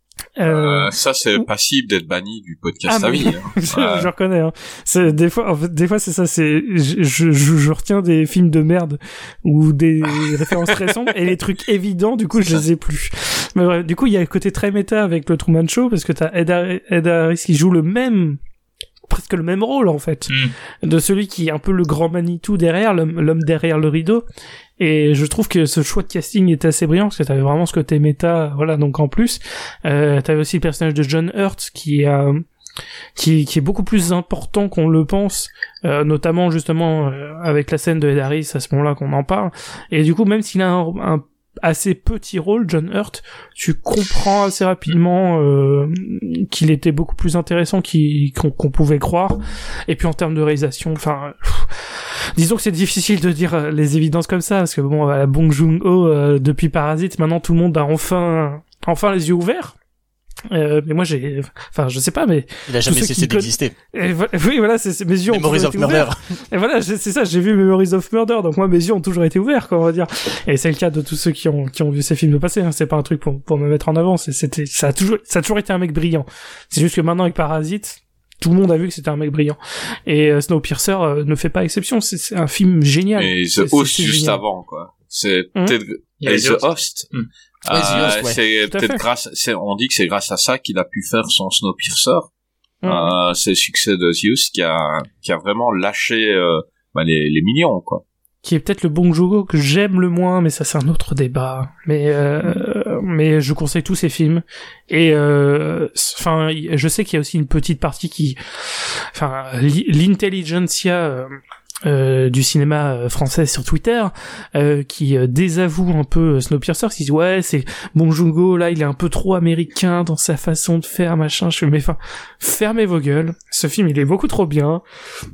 Euh, euh, ça c'est passible d'être banni du podcast ah, à vie. Hein. je, je reconnais. Hein. C'est des fois, en fait, des fois c'est ça. C'est je, je, je retiens des films de merde ou des références très sombres et les trucs évidents. Du coup, je les ai plus. Mais bref, du coup, il y a le côté très méta avec le Truman Show parce que t'as Ed, Ed Harris qui joue le même, presque le même rôle en fait, mm. de celui qui est un peu le grand Manitou derrière, l'homme, l'homme derrière le rideau. Et je trouve que ce choix de casting était assez brillant parce que t'avais vraiment ce côté méta, voilà. Donc en plus, euh, t'avais aussi le personnage de John Hurt qui a, qui, qui est beaucoup plus important qu'on le pense, euh, notamment justement euh, avec la scène de Ed Harris à ce moment-là qu'on en parle. Et du coup, même s'il a un, un assez petit rôle, John Hurt, tu comprends assez rapidement euh, qu'il était beaucoup plus intéressant qu'il, qu'on, qu'on pouvait croire. Et puis en termes de réalisation, enfin, disons que c'est difficile de dire les évidences comme ça, parce que bon, à la Bong Joon-ho, euh, depuis Parasite, maintenant tout le monde a enfin, enfin les yeux ouverts. Euh, mais moi j'ai, enfin je sais pas, mais il a jamais cessé d'exister. Et, oui voilà, c'est, c'est mes yeux Memories ont of Murder. Et voilà, c'est ça, j'ai vu Memories of Murder, donc moi mes yeux ont toujours été ouverts, quoi, on va dire. Et c'est le cas de tous ceux qui ont qui ont vu ces films passer. Hein. C'est pas un truc pour pour me mettre en avant. C'est, c'était, ça a toujours ça a toujours été un mec brillant. C'est juste que maintenant avec Parasite, tout le monde a vu que c'était un mec brillant. Et euh, Snowpiercer euh, ne fait pas exception. C'est, c'est un film génial. Et The Host juste génial. Avant, quoi. C'est mmh. peut-être et The Host. Mmh. Euh, ouais, c'est peut-être grâce, c'est, on dit que c'est grâce à ça qu'il a pu faire son Snowpiercer. Mmh. Euh, c'est le succès de The Host qui a, qui a vraiment lâché, euh, bah, les, les millions, quoi. Qui est peut-être le Bong Joon-ho que j'aime le moins, mais ça c'est un autre débat. Mais, euh, mmh. mais je conseille tous ces films. Et, euh, enfin, je sais qu'il y a aussi une petite partie qui, enfin, l'intelligentsia, euh, Euh, du cinéma français sur Twitter euh, qui euh, désavoue un peu Snowpiercer, qui dit ouais c'est Bong Joon-ho là il est un peu trop américain dans sa façon de faire machin. Je fais mais enfin fermez vos gueules, ce film il est beaucoup trop bien.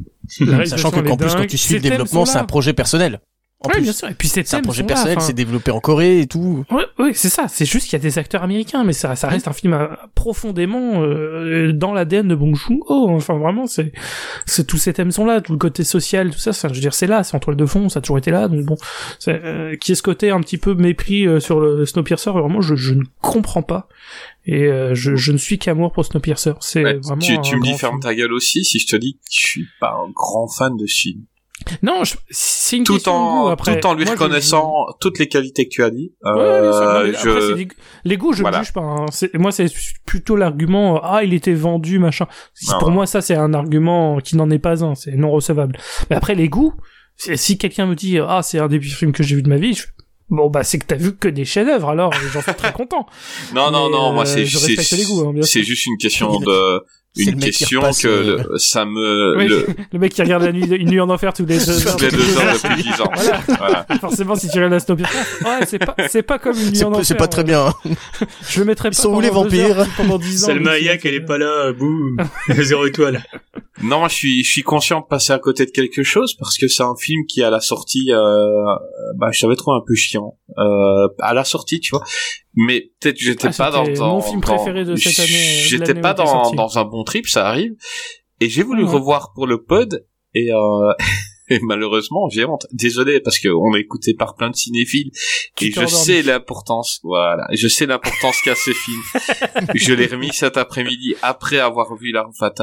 Sachant que qu'en plus quand tu suis le développement c'est un projet personnel. En ouais, plus, bien sûr. Et puis c'est un projet personnel, c'est développé en Corée et tout. Ouais, ouais, c'est ça. C'est juste qu'il y a des acteurs américains, mais ça, ça reste un film euh, profondément euh, dans l'A D N de Bong Joon-ho. Enfin, vraiment, c'est, c'est tous ces thèmes sont là, tout le côté social, tout ça. Enfin, je veux dire, c'est là, c'est en toile de fond, ça a toujours été là. Donc bon, c'est, euh, qui est ce côté un petit peu mépris euh, sur le Snowpiercer. Vraiment, je, je ne comprends pas. Et euh, je, je ne suis qu'amour pour Snowpiercer. C'est ouais, vraiment. Tu, tu un me dis grand ferme film. ta gueule aussi si je te dis que je suis pas un grand fan de ce film. Non, je, c'est une tout question en de goût, après. tout en lui Moi, reconnaissant je... toutes les qualités que tu as dit. Euh, ouais, bien sûr. Non, mais je... après, c'est des... les goûts, je voilà. ne juge pas. Hein. C'est... Moi, c'est plutôt l'argument ah il était vendu machin. Ah, pour ouais. moi, ça c'est un argument qui n'en est pas un, c'est non recevable. Mais après les goûts, si quelqu'un me dit ah c'est un des pires films que j'ai vu de ma vie, je... bon bah c'est que t'as vu que des chefs-d'œuvre, alors j'en suis très content. non non mais, non, euh, moi c'est je respecte c'est, les goûts. Hein, bien c'est sûr. juste une question de une question que euh... le, ça me oui, le... le mec qui regarde la nuit une nuit en enfer tous les deux heures tous les deux heures depuis dix ans. Voilà. Voilà. Forcément si tu regardes la Snowpiercer, ouais c'est pas c'est pas comme une nuit c'est en p- enfer. C'est pas très bien. Je le mettrais pas. Ils sont où les vampires pendant dix ans. Salma Hayek elle est pas là, bouh. Zéro étoile. Non, moi je suis je suis conscient de passer à côté de quelque chose parce que c'est un film qui à la sortie euh, bah je savais trouvé un peu chiant euh, à la sortie, tu vois. Mais peut-être que j'étais ah, pas dans, dans mon film préféré de cette année. J'étais pas dans dans un bon trip, ça arrive. Et j'ai voulu mmh. revoir pour le pod et euh et malheureusement j'ai honte. Désolé parce que on est écouté par plein de cinéphiles et je sais l'importance, voilà, je sais l'importance qu'a ce film. Je l'ai remis cet après-midi après avoir vu L'Arme Fatale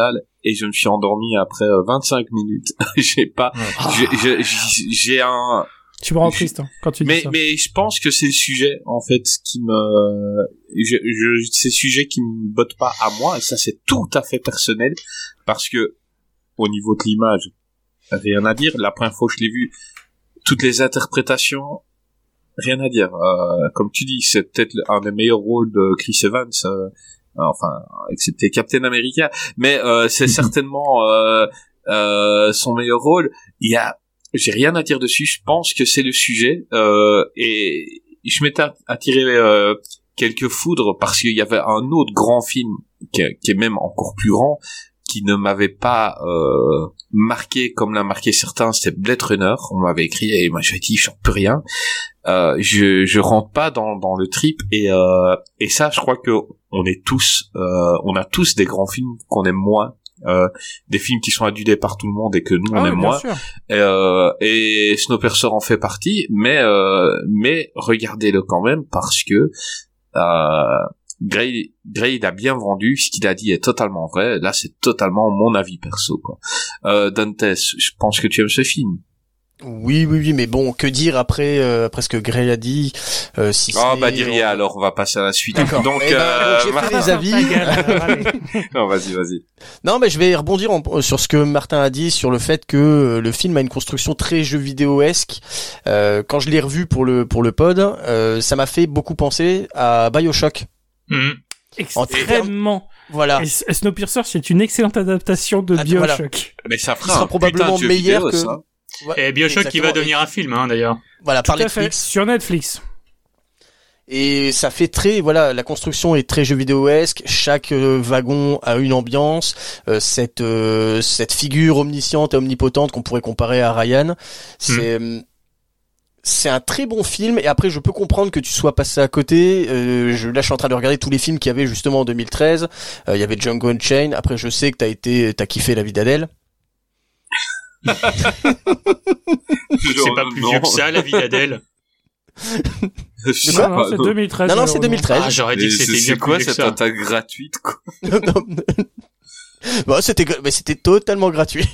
et je me suis endormi après euh, vingt-cinq minutes. j'ai pas, Ah. j'ai, j'ai, j'ai un. Tu me rends triste hein, quand tu dis Mais ça. mais je pense que c'est le sujet en fait qui me, je, je c'est le sujet qui me botte pas à moi et ça c'est tout à fait personnel parce que au niveau de l'image rien à dire. La première fois que je l'ai vu, toutes les interprétations, rien à dire. Euh, comme tu dis, c'est peut-être un des meilleurs rôles de Chris Evans. Euh, enfin, excepté Captain America, mais euh, c'est certainement euh, euh, son meilleur rôle. Il y a J'ai rien à dire dessus, je pense que c'est le sujet, euh, et je m'étais attiré euh, quelques foudres parce qu'il y avait un autre grand film qui est, qui est même encore plus grand, qui ne m'avait pas euh, marqué comme l'a marqué certains, c'était Blade Runner. On m'avait écrit et moi j'ai dit j'en peux rien, euh, je je rentre pas dans dans le trip et euh, et ça je crois que on est tous euh, on a tous des grands films qu'on aime moins. Euh, des films qui sont adulés par tout le monde et que nous on Ah ouais, aime bien moins sûr. et, euh, et Snowpiercer en fait partie mais euh, mais regardez-le quand même parce que euh, Gray, Gray il a bien vendu, ce qu'il a dit est totalement vrai. Là c'est totalement mon avis perso quoi. euh, Dantes, je pense que tu aimes ce film. Oui, oui, oui, mais bon, que dire après, euh, après ce que Gray a dit, euh, si Oh c'est... bah dis rien alors, on va passer à la suite. D'accord. Donc Eh ben, euh, j'ai fait Martin- des avis. Allez. non vas-y vas-y. Non, mais je vais rebondir en- sur ce que Martin a dit sur le fait que euh, le film a une construction très jeu vidéo-esque. Euh, quand je l'ai revu pour le pour le pod, euh, ça m'a fait beaucoup penser à BioShock. Mhm. Extrêmement. Voilà. Et S- Snowpiercer, c'est une excellente adaptation de Ah, voilà. BioShock. Mais ça Qui fera sera un probablement putain de jeu meilleur vidéo, que. ça. Ouais, Et BioShock qui va exactement. devenir un film, hein, d'ailleurs. Voilà, par Tout à fait. Netflix. Sur Netflix. Et ça fait très, voilà, la construction est très jeu vidéo-esque. Chaque euh, wagon a une ambiance. Euh, cette euh, cette figure omnisciente et omnipotente qu'on pourrait comparer à Ryan, c'est euh, c'est un très bon film. Et après, je peux comprendre que tu sois passé à côté. Euh, je, là, je suis en train de regarder tous les films qu'il y avait justement en deux mille treize. Euh, il y avait Django Unchained. Après, je sais que t'as été, t'as kiffé La vie d'Adèle. C'est pas plus vieux que ça, La vie d'Adèle. Je sais Non, non, pas, c'est non. deux mille treize. Non, non, c'est malheureusement. deux mille treize. Ah, j'aurais dit Mais que c'était c'est bien quoi plus vieux que cette ça. attaque gratuite quoi. Bon, c'était, mais c'était totalement gratuit.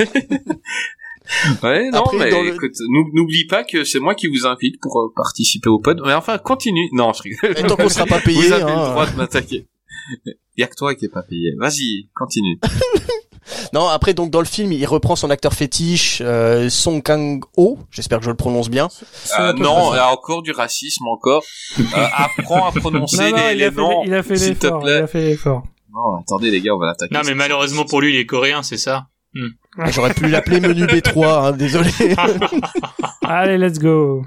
Ouais, non, Après, mais dans le- écoute, n'ou- n'oublie pas que c'est moi qui vous invite pour euh, participer au pod. Mais enfin, continue. Non, je rigole. Et tant qu'on sera pas payé, Vous avez hein. le droit de m'attaquer. Y a que toi qui est pas payé. Vas-y, continue. Non, après, donc, dans le film, il reprend son acteur fétiche, euh, Song Kang-ho. J'espère que je le prononce bien. C'est Euh, à peu non, près il y ça. a encore du racisme, encore. Euh, apprends à prononcer Non, non, les, il les a fait, noms, il a fait s'il te l'effort. Il plaît. a fait l'effort. Non, attendez les gars, on va l'attaquer. Non, mais malheureusement pour lui, il est coréen, c'est ça. Ah, j'aurais pu l'appeler menu B trois, hein, désolé. Allez, let's go.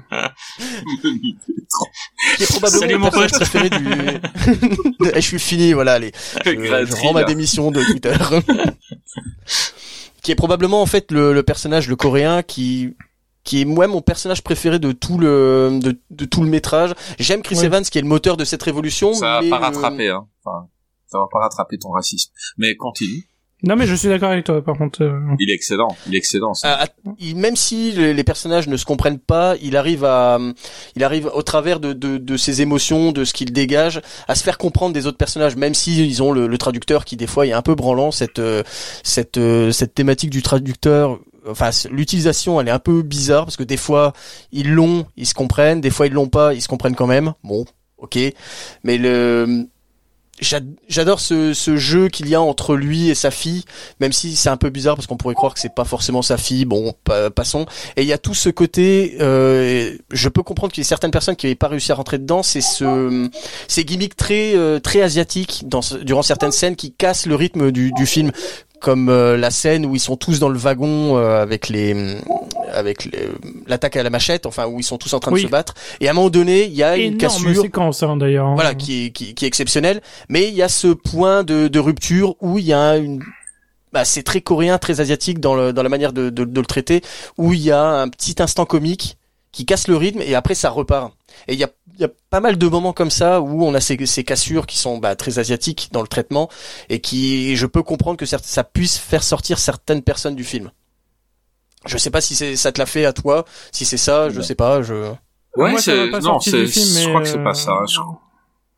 Qui est probablement Salut, le mon personnage pote. préféré du... Eh, je suis fini, voilà, allez. Je, je rends ma démission de Twitter. Qui est probablement, en fait, le, le personnage, le coréen, qui... qui est moi mon personnage préféré de tout le de, de tout le métrage. J'aime Chris Ouais. Evans qui est le moteur de cette révolution. Ça va mais pas le- rattraper, hein. Enfin, ça va pas rattraper ton racisme. Mais continue. Non, mais je suis d'accord avec toi, par contre. euh, Il est excellent. Il est excellent. ça. À- à- il- même si les, les personnages ne se comprennent pas, il arrive à, il arrive au travers de, de, de ses émotions, de ce qu'il dégage, à se faire comprendre des autres personnages, même si ils ont le, le traducteur qui des fois est un peu branlant. Cette, euh, cette, euh, cette thématique du traducteur, enfin c- l'utilisation, elle est un peu bizarre parce que des fois ils l'ont, ils se comprennent, des fois ils l'ont pas, ils se comprennent quand même. Bon, ok, mais le J'ad- J'adore ce, ce jeu qu'il y a entre lui et sa fille, même si c'est un peu bizarre parce qu'on pourrait croire que c'est pas forcément sa fille. Bon, pa- passons. Et il y a tout ce côté. Euh, je peux comprendre qu'il y a certaines personnes qui n'avaient pas réussi à rentrer dedans. C'est ce, ces gimmicks très euh, très asiatiques dans ce- durant certaines scènes qui cassent le rythme du, du film, comme euh, la scène où ils sont tous dans le wagon euh, avec les avec les- l'attaque à la machette, enfin où ils sont tous en train Oui. de se battre. Et à un moment donné, il y a une Énorme cassure. séquence, hein, d'ailleurs. Voilà, qui est, qui, qui est exceptionnel, mais il y a ce point de, de rupture où il y a une, bah, c'est très coréen, très asiatique dans le, dans la manière de, de, de le traiter, où il y a un petit instant comique qui casse le rythme et après ça repart. Et il y a, il y a pas mal de moments comme ça où on a ces, ces cassures qui sont bah, très asiatiques dans le traitement et qui, je peux comprendre que ça, ça puisse faire sortir certaines personnes du film. Je sais pas si c'est, ça te l'a fait à toi, si c'est ça, je sais pas, je... Ouais, Moi, ça m'a c'est pas non, sorti c'est du film, je mais, crois que c'est euh, pas ça. Je...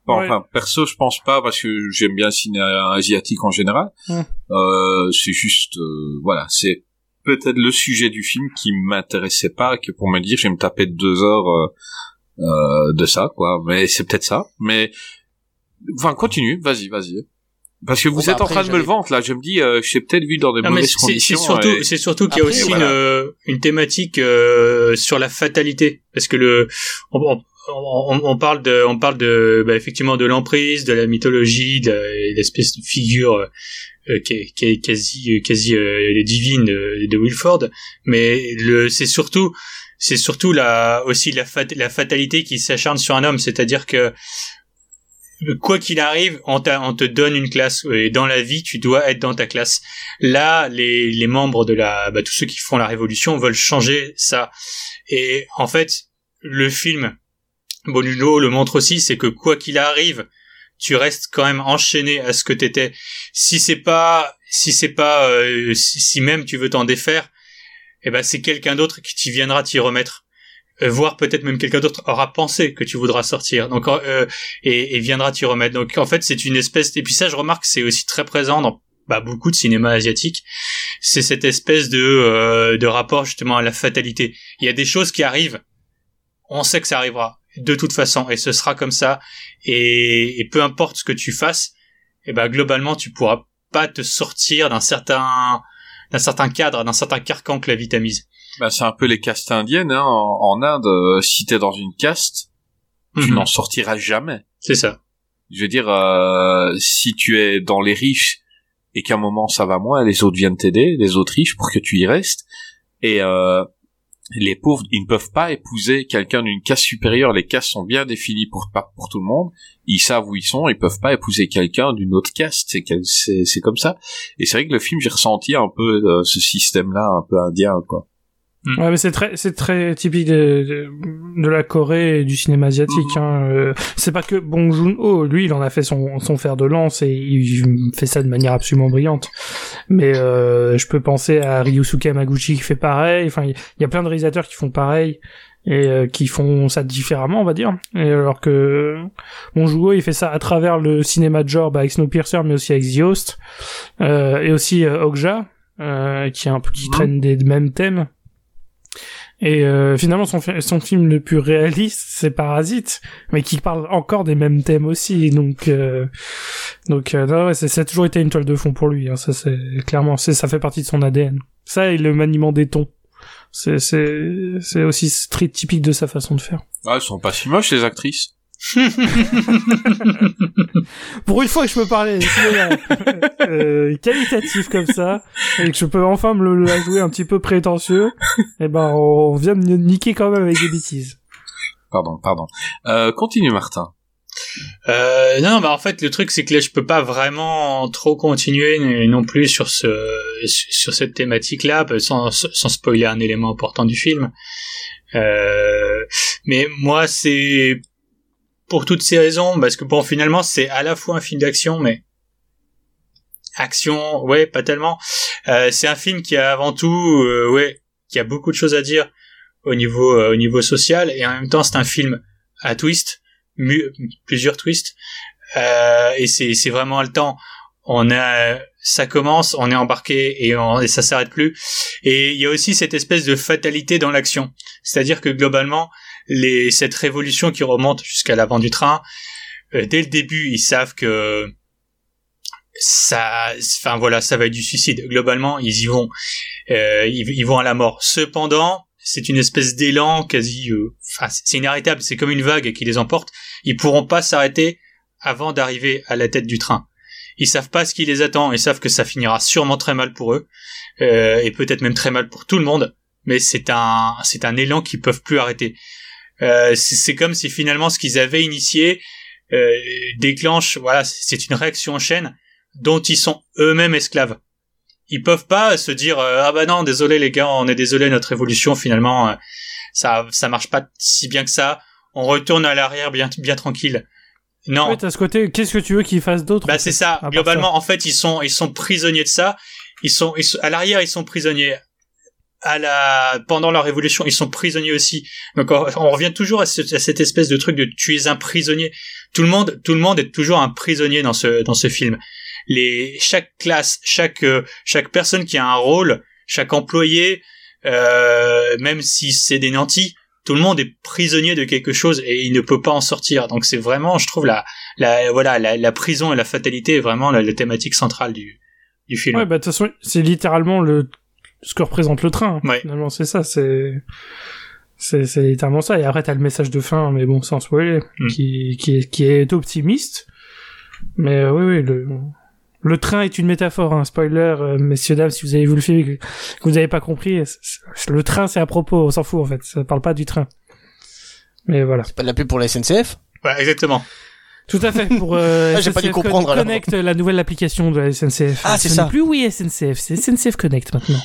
Bon, Ouais. enfin, perso, je pense pas parce que j'aime bien le cinéma asiatique en général. Mm. Euh, c'est juste, euh, voilà, c'est peut-être le sujet du film qui m'intéressait pas, que pour me dire, je vais me taper deux heures euh, euh, de ça, quoi. Mais c'est peut-être ça. Mais, enfin, continue, vas-y, vas-y. Parce que vous Bon, bah, êtes en après, train de me le j'avais- vendre, là. Je me dis, euh, je t'ai peut-être vu dans des Non, mais mauvaises c'est, c'est conditions. surtout, et- c'est surtout qu'il y a Après, aussi voilà. une, euh, une thématique euh, sur la fatalité, parce que le, on, on, on, on parle de, on parle de, bah, effectivement, de l'emprise, de la mythologie, de, de l'espèce de figure euh, qui, est, qui est quasi, quasi euh, divine de, de Wilford, mais le, c'est surtout, c'est surtout la, aussi la, fat, la fatalité qui s'acharne sur un homme, c'est-à-dire que quoi qu'il arrive, on, t'a, on te donne une classe et dans la vie, tu dois être dans ta classe. Là, les, les membres de la, bah, tous ceux qui font la révolution veulent changer ça. Et en fait, le film, Bonulo le montre aussi, c'est que quoi qu'il arrive, tu restes quand même enchaîné à ce que t'étais. Si c'est pas, si c'est pas, euh, si, si même tu veux t'en défaire, eh ben c'est quelqu'un d'autre qui t'y viendra t'y remettre. Euh, voire peut-être même quelqu'un d'autre aura pensé que tu voudras sortir, donc euh, et, et viendra t'y remettre. Donc en fait c'est une espèce, et puis ça je remarque c'est aussi très présent dans bah, beaucoup de cinéma asiatique, c'est cette espèce de euh, de rapport justement à la fatalité. Il y a des choses qui arrivent, on sait que ça arrivera de toute façon et ce sera comme ça, et, et peu importe ce que tu fasses, et ben globalement tu pourras pas te sortir d'un certain d'un certain cadre, d'un certain carcan que la vie t'a mise. Bah, c'est un peu les castes indiennes, hein. En, en Inde, euh, si t'es dans une caste, tu Mhm. n'en sortiras jamais. C'est ça. Je veux dire, euh, si tu es dans les riches et qu'à un moment ça va moins, les autres viennent t'aider, les autres riches, pour que tu y restes. Et euh, les pauvres, ils ne peuvent pas épouser quelqu'un d'une caste supérieure. Les castes sont bien définies pour pas pour tout le monde. Ils savent où ils sont. Ils peuvent pas épouser quelqu'un d'une autre caste. C'est quel- c'est c'est comme ça. Et c'est vrai que le film, j'ai ressenti un peu euh, ce système-là, un peu indien, quoi. Ouais, mais c'est très, c'est très typique de, de, de la Corée et du cinéma asiatique. Mhm. Hein. Euh, c'est pas que Bong Joon-ho, lui, il en a fait son, son fer de lance et il fait ça de manière absolument brillante. Mais euh, je peux penser à Ryusuke Hamaguchi qui fait pareil. Enfin, il y a plein de réalisateurs qui font pareil et euh, qui font ça différemment, on va dire. Et alors que Bong Joon-ho, il fait ça à travers le cinéma de genre, bah, avec Snowpiercer, mais aussi avec The Host, euh, et aussi euh, Okja, euh, qui est un peu qui Mhm. traîne des mêmes thèmes. Et euh, finalement, son, fi- son film le plus réaliste, c'est Parasite, mais qui parle encore des mêmes thèmes aussi. Donc, euh, donc, euh, non, ouais, c'est, ça a toujours été une toile de fond pour lui. Hein, ça, c'est clairement, c'est, ça fait partie de son A D N. Ça et le maniement des tons, c'est, c'est, c'est aussi très typique de sa façon de faire. Ah, elles sont pas si moches, les actrices. Pour une fois que je peux parler cinéma euh, qualitatif comme ça, et que je peux enfin me le la jouer un petit peu prétentieux, et ben on vient de me niquer quand même avec des bêtises. Pardon, pardon. Euh, continue, Martin. Euh, non, bah en fait le truc c'est que là je peux pas vraiment trop continuer n- non plus sur ce sur cette thématique là sans sans spoiler un élément important du film. Euh, mais moi c'est pour toutes ces raisons, parce que bon finalement c'est à la fois un film d'action mais action ouais pas tellement. Euh, c'est un film qui a avant tout euh, ouais qui a beaucoup de choses à dire au niveau euh, au niveau social, et en même temps c'est un film à twist. Mu- plusieurs twists, euh, et c'est c'est vraiment le temps. On a, ça commence, on est embarqué et, on, et ça s'arrête plus. Et il y a aussi cette espèce de fatalité dans l'action, c'est-à-dire que globalement, les cette révolution qui remonte jusqu'à l'avant du train, euh, dès le début, ils savent que ça, enfin voilà, ça va être du suicide. Globalement, ils y vont, euh, ils, ils vont à la mort. Cependant, c'est une espèce d'élan quasi, euh, enfin, c'est inarrêtable, c'est comme une vague qui les emporte. Ils pourront pas s'arrêter avant d'arriver à la tête du train. Ils savent pas ce qui les attend, ils savent que ça finira sûrement très mal pour eux, euh, et peut-être même très mal pour tout le monde, mais c'est un, c'est un élan qu'ils peuvent plus arrêter. Euh, c'est, c'est comme si finalement ce qu'ils avaient initié, euh, déclenche, voilà, c'est une réaction en chaîne dont ils sont eux-mêmes esclaves. Ils peuvent pas se dire euh, ah bah non, désolé les gars, on est désolé, notre évolution finalement euh, ça ça marche pas si bien que ça, on retourne à l'arrière bien bien tranquille. Non. Ouais, t'as ce côté, qu'est-ce que tu veux qu'ils fassent d'autre? Bah c'est ça, part globalement ça. en fait, ils sont ils sont prisonniers de ça. Ils sont, ils sont à l'arrière, ils sont prisonniers à la pendant leur évolution, ils sont prisonniers aussi. Donc on, on revient toujours à, ce, à cette espèce de truc de tu es un prisonnier. Tout le monde, tout le monde est toujours un prisonnier dans ce dans ce film. Les chaque classe, chaque euh, chaque personne qui a un rôle, chaque employé, euh, même si c'est des nantis, tout le monde est prisonnier de quelque chose et il ne peut pas en sortir. Donc c'est vraiment, je trouve la la voilà la, la prison et la fatalité est vraiment la, la thématique centrale du du film. Ouais, bah de toute façon, c'est littéralement le ce que représente le train. Ouais. Finalement, c'est ça, c'est c'est c'est littéralement ça. Et après t'as le message de fin, mais bon, sans spoiler, mm. qui qui est qui est optimiste. Mais euh, oui oui, le le train est une métaphore, hein. Spoiler, euh, messieurs dames, si vous avez vu le film et que vous n'avez pas compris, c'est, c'est, le train c'est à propos, on s'en fout en fait, ça parle pas du train. Mais voilà. C'est pas de la pub pour la S N C F? Ouais, exactement. Tout à fait, pour euh, ah, j'ai pas dû comprendre, Connect, la nouvelle application de la S N C F. Ah, c'est Ce ça. n'est plus oui S N C F, c'est S N C F Connect maintenant.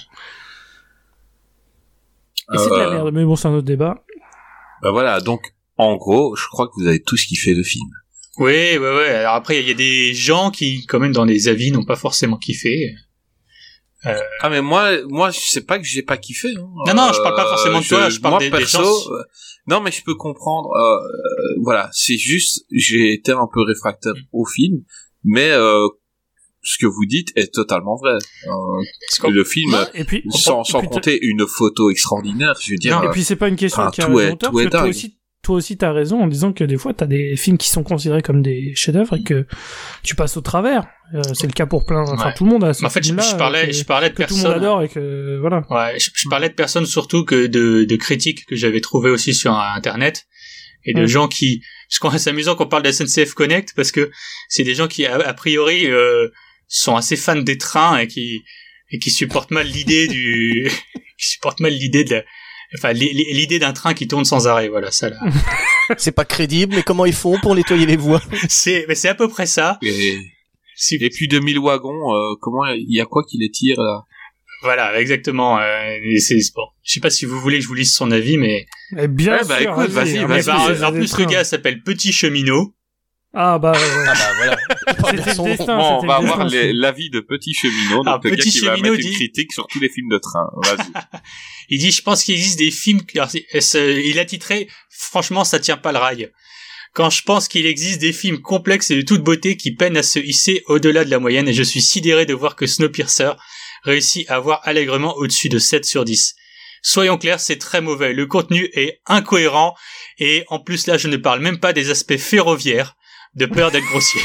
Et euh... c'est de la merde, mais bon, c'est un autre débat. Bah voilà, donc en gros, je crois que vous avez tous kiffé le film. Oui, ouais, ouais. Alors après, il y a des gens qui, quand même, dans les avis, n'ont pas forcément kiffé. Euh... Ah mais moi, moi, je sais pas que j'ai pas kiffé. Hein. Non, non, je parle pas forcément de toi. Je, je parle moi, des, perso, des gens. Euh, non, mais je peux comprendre. Euh, euh, voilà, c'est juste, j'ai été un peu réfractaire au film, mais euh, ce que vous dites est totalement vrai. Euh, le film, ouais, et puis, sans, et sans puis compter une photo extraordinaire, je veux dire. Non, et puis c'est pas une question qui a raison, parce que toi aussi. Toi aussi, t'as raison en disant que des fois, t'as des films qui sont considérés comme des chefs-d'œuvre et que tu passes au travers. Euh, c'est le cas pour plein, enfin ouais. tout le monde a ce en fait, je, je parlais, que, je parlais de que personnes tout le monde adore et que voilà. Ouais, je, je parlais de personnes surtout que de, de critiques que j'avais trouvées aussi sur Internet et de ouais. gens qui, c'est amusant qu'on parle de la S N C F Connect parce que c'est des gens qui a, a priori euh, sont assez fans des trains et qui et qui supportent mal l'idée du, qui supportent mal l'idée de la Enfin, l'idée d'un train qui tourne sans arrêt, voilà, ça là. C'est pas crédible, mais comment ils font pour nettoyer les voies? C'est, mais c'est à peu près ça. Et, et puis deux mille wagons, euh, comment, il y a quoi qui les tire, là? Voilà, exactement, euh, et c'est, bon. Je sais pas si vous voulez que je vous lise son avis, mais. Eh bien ouais, bah, sûr, écoute, vas-y, vas-y. vas-y bah, vas-y en plus, le gars s'appelle Petit Cheminot. Ah bah, ouais, ouais. Ah bah voilà. C'était le destin, bon, on va le avoir destin, l'avis de Petit Cheminot, donc ah, le gars qui va mettre dit... une critique sur tous les films de train. Vas-y. Il dit, je pense qu'il existe des films, alors, il a titré, franchement, ça tient pas le rail. Quand je pense qu'il existe des films complexes et de toute beauté qui peinent à se hisser au-delà de la moyenne, et je suis sidéré de voir que Snowpiercer réussit à avoir allègrement au-dessus de sept sur dix. Soyons clairs, c'est très mauvais. Le contenu est incohérent, et en plus là, je ne parle même pas des aspects ferroviaires, de peur d'être grossier.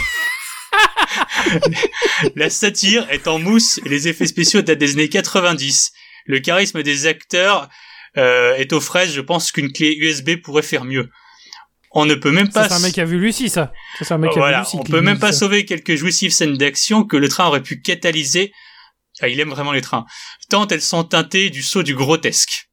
La satire est en mousse et les effets spéciaux datent des années quatre-vingt-dix. Le charisme des acteurs euh, est aux fraises, je pense qu'une clé U S B pourrait faire mieux. On ne peut même pas... Ça, c'est un mec qui a vu Lucie, ça. ça c'est un mec qui voilà, a vu Lucie. On peut même pas ça. sauver quelques jouissives scènes d'action que le train aurait pu catalyser. Ah, il aime vraiment les trains. Tant elles sont teintées du sceau du grotesque.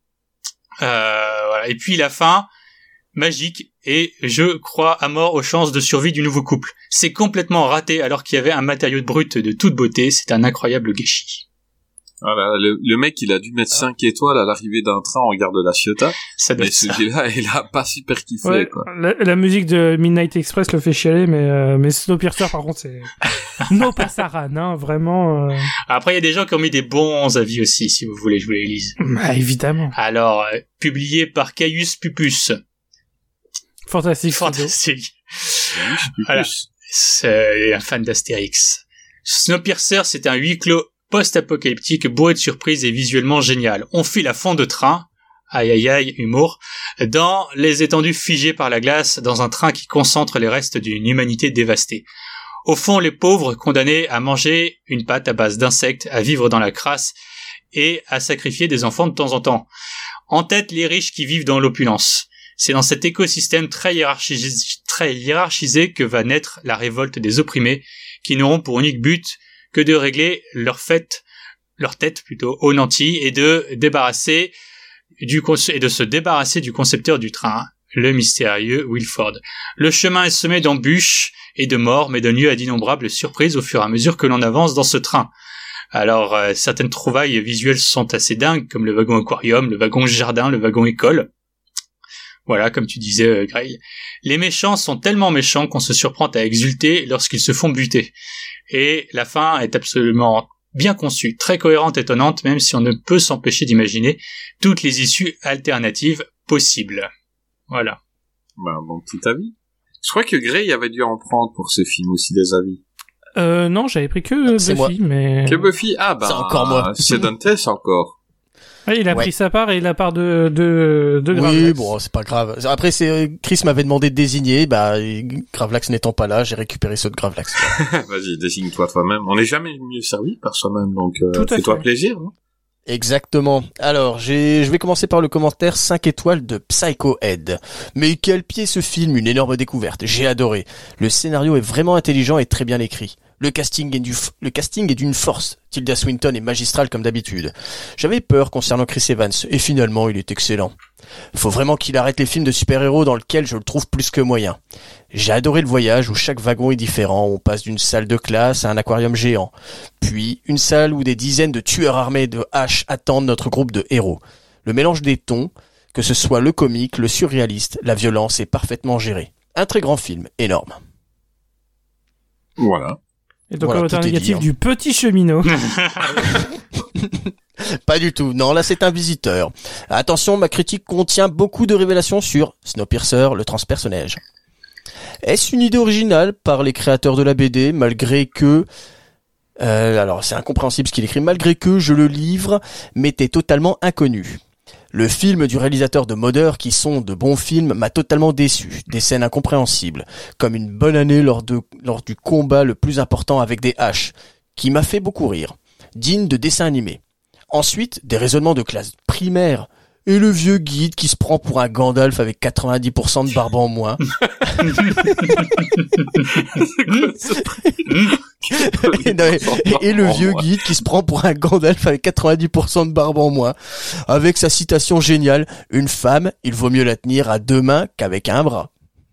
Euh, voilà. Et puis la fin... magique, et je crois à mort aux chances de survie du nouveau couple. C'est complètement raté alors qu'il y avait un matériau brut de toute beauté, c'est un incroyable gâchis. Voilà, le, le mec il a dû mettre cinq étoiles à l'arrivée d'un train en gare de la Ciotat, mais celui-là il a pas super kiffé ouais, quoi. La, la musique de Midnight Express le fait chialer, mais, euh, mais Snowpiercer par contre c'est no passaran, hein, vraiment. Euh... Après il y a des gens qui ont mis des bons avis aussi, si vous voulez je vous les lise. Bah évidemment. Alors, euh, publié par Caius Pupus. Fantastique. Fantastique. Voilà. C'est un fan d'Astérix. Snowpiercer, c'est un huis clos post-apocalyptique bourré de surprises et visuellement génial. On file à fond de train, aïe aïe aïe, humour, dans les étendues figées par la glace, dans un train qui concentre les restes d'une humanité dévastée. Au fond, les pauvres condamnés à manger une pâte à base d'insectes, à vivre dans la crasse et à sacrifier des enfants de temps en temps. En tête, les riches qui vivent dans l'opulence. C'est dans cet écosystème très hiérarchisé, très hiérarchisé que va naître la révolte des opprimés, qui n'auront pour unique but que de régler leur fête, leur tête plutôt, aux nantis et de débarrasser du et de se débarrasser du concepteur du train, le mystérieux Wilford. Le chemin est semé d'embûches et de morts, mais donne lieu à d'innombrables surprises au fur et à mesure que l'on avance dans ce train. Alors, euh, certaines trouvailles visuelles sont assez dingues, comme le wagon aquarium, le wagon jardin, le wagon école. Voilà, comme tu disais, euh, Grail. Les méchants sont tellement méchants qu'on se surprend à exulter lorsqu'ils se font buter. Et la fin est absolument bien conçue, très cohérente, étonnante, même si on ne peut s'empêcher d'imaginer toutes les issues alternatives possibles. Voilà. Bah, mon petit avis. Je crois que Grey avait dû en prendre pour ce film aussi des avis. Euh, non, j'avais pris que C'est Buffy, mais... Que Buffy? Ah bah, C'est encore moi. c'est Dantes encore. Ouais, il a Ouais. pris sa part et la part de, de, de Oui, Gravelax. bon, c'est pas grave. Après, c'est Chris m'avait demandé de désigner, bah Gravelax n'étant pas là, j'ai récupéré ceux de Gravelax. Vas-y, désigne-toi toi-même. On n'est jamais mieux servi par soi-même, donc euh, Tout à fais-toi fait. plaisir. Hein. Exactement. Alors, j'ai, je vais commencer par le commentaire cinq étoiles de Psychohead. Mais quel pied ce film, une énorme découverte. J'ai adoré. Le scénario est vraiment intelligent et très bien écrit. Le casting est du, f- le casting est d'une force. Tilda Swinton est magistrale comme d'habitude. J'avais peur concernant Chris Evans et finalement il est excellent. Faut vraiment qu'il arrête les films de super-héros dans lesquels je le trouve plus que moyen. J'ai adoré le voyage où chaque wagon est différent. On passe d'une salle de classe à un aquarium géant. Puis une salle où des dizaines de tueurs armés de haches attendent notre groupe de héros. Le mélange des tons, que ce soit le comique, le surréaliste, la violence est parfaitement géré. Un très grand film, énorme. Voilà. Et donc, Voilà, commentaire tout est négatif dit, hein. du petit cheminot. Pas du tout. Non, là c'est un visiteur. Attention, ma critique contient beaucoup de révélations sur Snowpiercer, le transpersonnage. Est-ce une idée originale par les créateurs de la B D, malgré que... Euh, alors c'est incompréhensible ce qu'il écrit. Malgré que je le livre, m'était totalement inconnu. Le film du réalisateur de Mother, qui sont de bons films, m'a totalement déçu. Des scènes incompréhensibles, comme une bonne année lors de lors du combat le plus important avec des haches, qui m'a fait beaucoup rire, digne de dessin animé. Ensuite, des raisonnements de classe primaire. Et le vieux guide qui se prend pour un Gandalf avec quatre-vingt-dix pour cent de barbe en moins. et, non, et- et le vieux guide qui se prend pour un Gandalf avec quatre-vingt-dix pour cent de barbe en moins. Avec sa citation géniale, une femme, il vaut mieux la tenir à deux mains qu'avec un bras.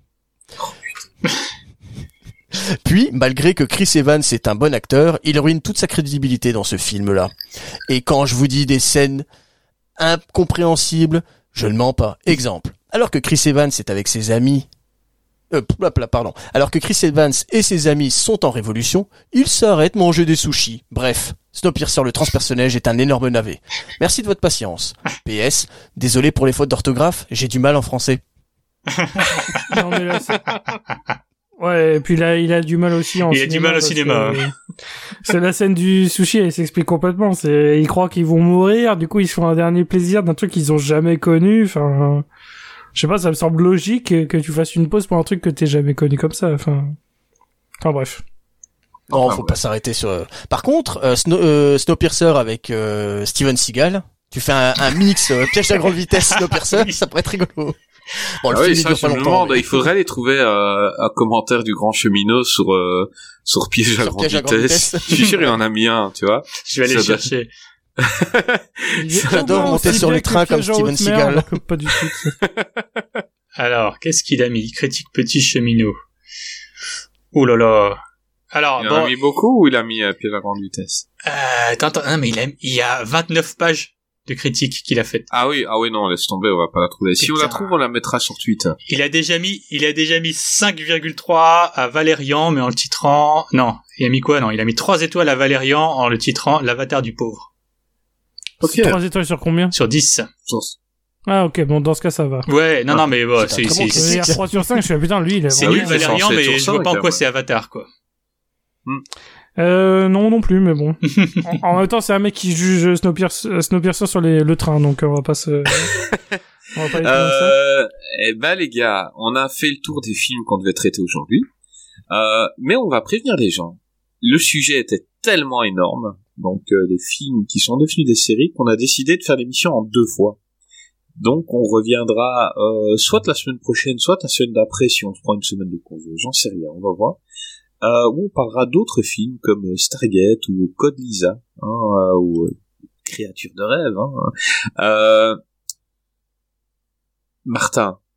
Puis, malgré que Chris Evans est un bon acteur, il ruine toute sa crédibilité dans ce film-là. Et quand je vous dis des scènes incompréhensibles, je ne mens pas. Exemple. Alors que Chris Evans est avec ses amis, euh, pardon. Alors que Chris Evans et ses amis sont en révolution, ils s'arrêtent manger des sushis. Bref. Snowpiercer le transpersonnage est un énorme navet. Merci de votre patience. P S. Désolé pour les fautes d'orthographe, j'ai du mal en français. Non, mais là, c'est... Ouais, et puis là, il a du mal aussi en Il cinéma. a du mal au parce cinéma, que C'est la scène du sushi, elle s'explique complètement. C'est, ils croient qu'ils vont mourir, du coup, ils se font un dernier plaisir d'un truc qu'ils ont jamais connu. Enfin, je sais pas, ça me semble logique que, que tu fasses une pause pour un truc que t'es jamais connu comme ça. Enfin, enfin bref. Non, Enfin, faut ouais. pas s'arrêter sur... euh, Par contre, euh, Snow, euh, Snowpiercer avec euh, Steven Seagal, tu fais un, un mix euh, piège à grande vitesse Snowpiercer, ça pourrait être rigolo. Bon, le Ah film oui, il ça, dure je pas me longtemps. demande, mais- il faudrait aller trouver euh, un commentaire du grand cheminot sur euh, sur piège à Sur grande Piège à grande vitesse. vitesse. Je suis sûr, il en a mis un, tu vois. Je vais aller Ça le doit- chercher. J'adore Oh, monter aussi sur bien les que trains comme Piège en Steven haute mer, Seagal. alors que pas du tout. Alors, qu'est-ce qu'il a mis? Critique petit cheminot. Ouh là là. Alors, Il en bon, a mis beaucoup ou il a mis euh, piège à grande vitesse? euh, attends, attends, non, mais il a, il y a vingt-neuf pages de critiques qu'il a faites. Ah oui, ah oui, non, laisse tomber, on va pas la trouver. Si on la Putain. trouve, on la mettra sur Twitter. Il a déjà mis, il a déjà mis cinq virgule trois à Valérian, mais en le titrant, non. Il a mis quoi? Non, il a mis trois étoiles à Valérian en le titrant L'Avatar du pauvre. Ok. Trois étoiles sur combien? Sur dix. Ah, ok, bon, dans ce cas, ça va. Ouais, non, non, mais bon, C'est c'est, un très bon c'est, Je veux c'est, dire, trois sur cinq, je suis là, putain, lui, il est c'est Ah oui, nul c'est Valérian, censé être mais sur je vois cinq, pas en quoi ouais. c'est Avatar, quoi. Euh, non, non plus, mais bon. en, en même temps, c'est un mec qui juge Snowpiercer, Snowpiercer sur les, le train, donc on va pas se... on va pas aller plus loin que ça. Euh, eh ben les gars, on a fait le tour des films qu'on devait traiter aujourd'hui, euh, mais on va prévenir les gens. Le sujet était tellement énorme, donc euh, les films qui sont devenus des séries, qu'on a décidé de faire l'émission en deux fois. Donc on reviendra euh, soit la semaine prochaine, soit la semaine d'après si on se prend une semaine de congé, j'en sais rien, on va voir. Euh, où on parlera d'autres films comme Stargate ou Code Lisa, hein, euh, ou euh, Créature de rêve. Hein, euh, Martin,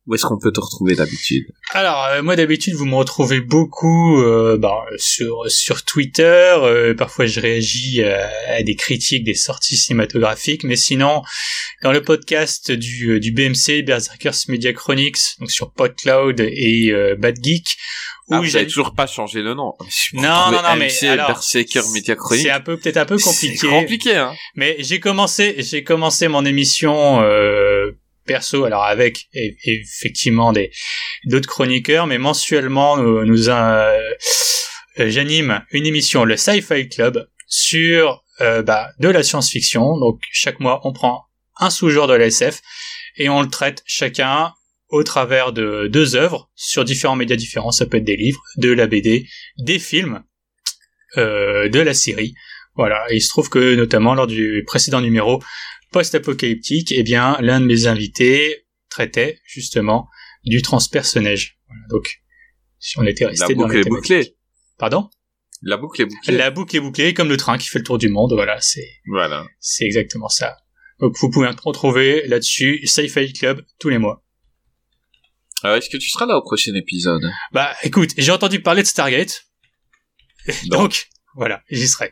Où est-ce qu'on peut te retrouver d'habitude? Alors, euh, moi d'habitude, vous me retrouvez beaucoup euh, bah, sur sur Twitter. Euh, parfois, je réagis à, à des critiques des sorties cinématographiques, mais sinon, dans le podcast du du B M C, Berserkers Media Chronics, donc sur PodCloud et euh, Bad Geek. Où Ah, vous j'ai avez toujours pas changé le nom. Non, non, non, mais M C, alors, Berserker Media Chronics. c'est un peu peut-être un peu compliqué. C'est compliqué, hein. Mais j'ai commencé, j'ai commencé mon émission euh, perso, alors avec et, effectivement des d'autres chroniqueurs, mais mensuellement nous, nous euh, j'anime une émission, le Sci-Fi Club, sur euh, bah, de la science-fiction. Donc chaque mois, on prend un sous-genre de la S F et on le traite chacun au travers de deux œuvres sur différents médias différents. Ça peut être des livres, de la B D, des films, euh, de la série. Voilà. Et il se trouve que notamment lors du précédent numéro post-apocalyptique, eh bien, l'un de mes invités traitait justement du transpersonnage. Voilà. Donc, si on était resté dans la thématique. Bouclée. Pardon? La boucle est bouclée. La boucle est bouclée, comme le train qui fait le tour du monde. Voilà, c'est Voilà. c'est exactement ça. Donc, vous pouvez retrouver là-dessus Sci-Fi Club tous les mois. Alors, est-ce que tu seras là au prochain épisode? Bah, écoute, j'ai entendu parler de Stargate. Non. Donc, voilà, j'y serai.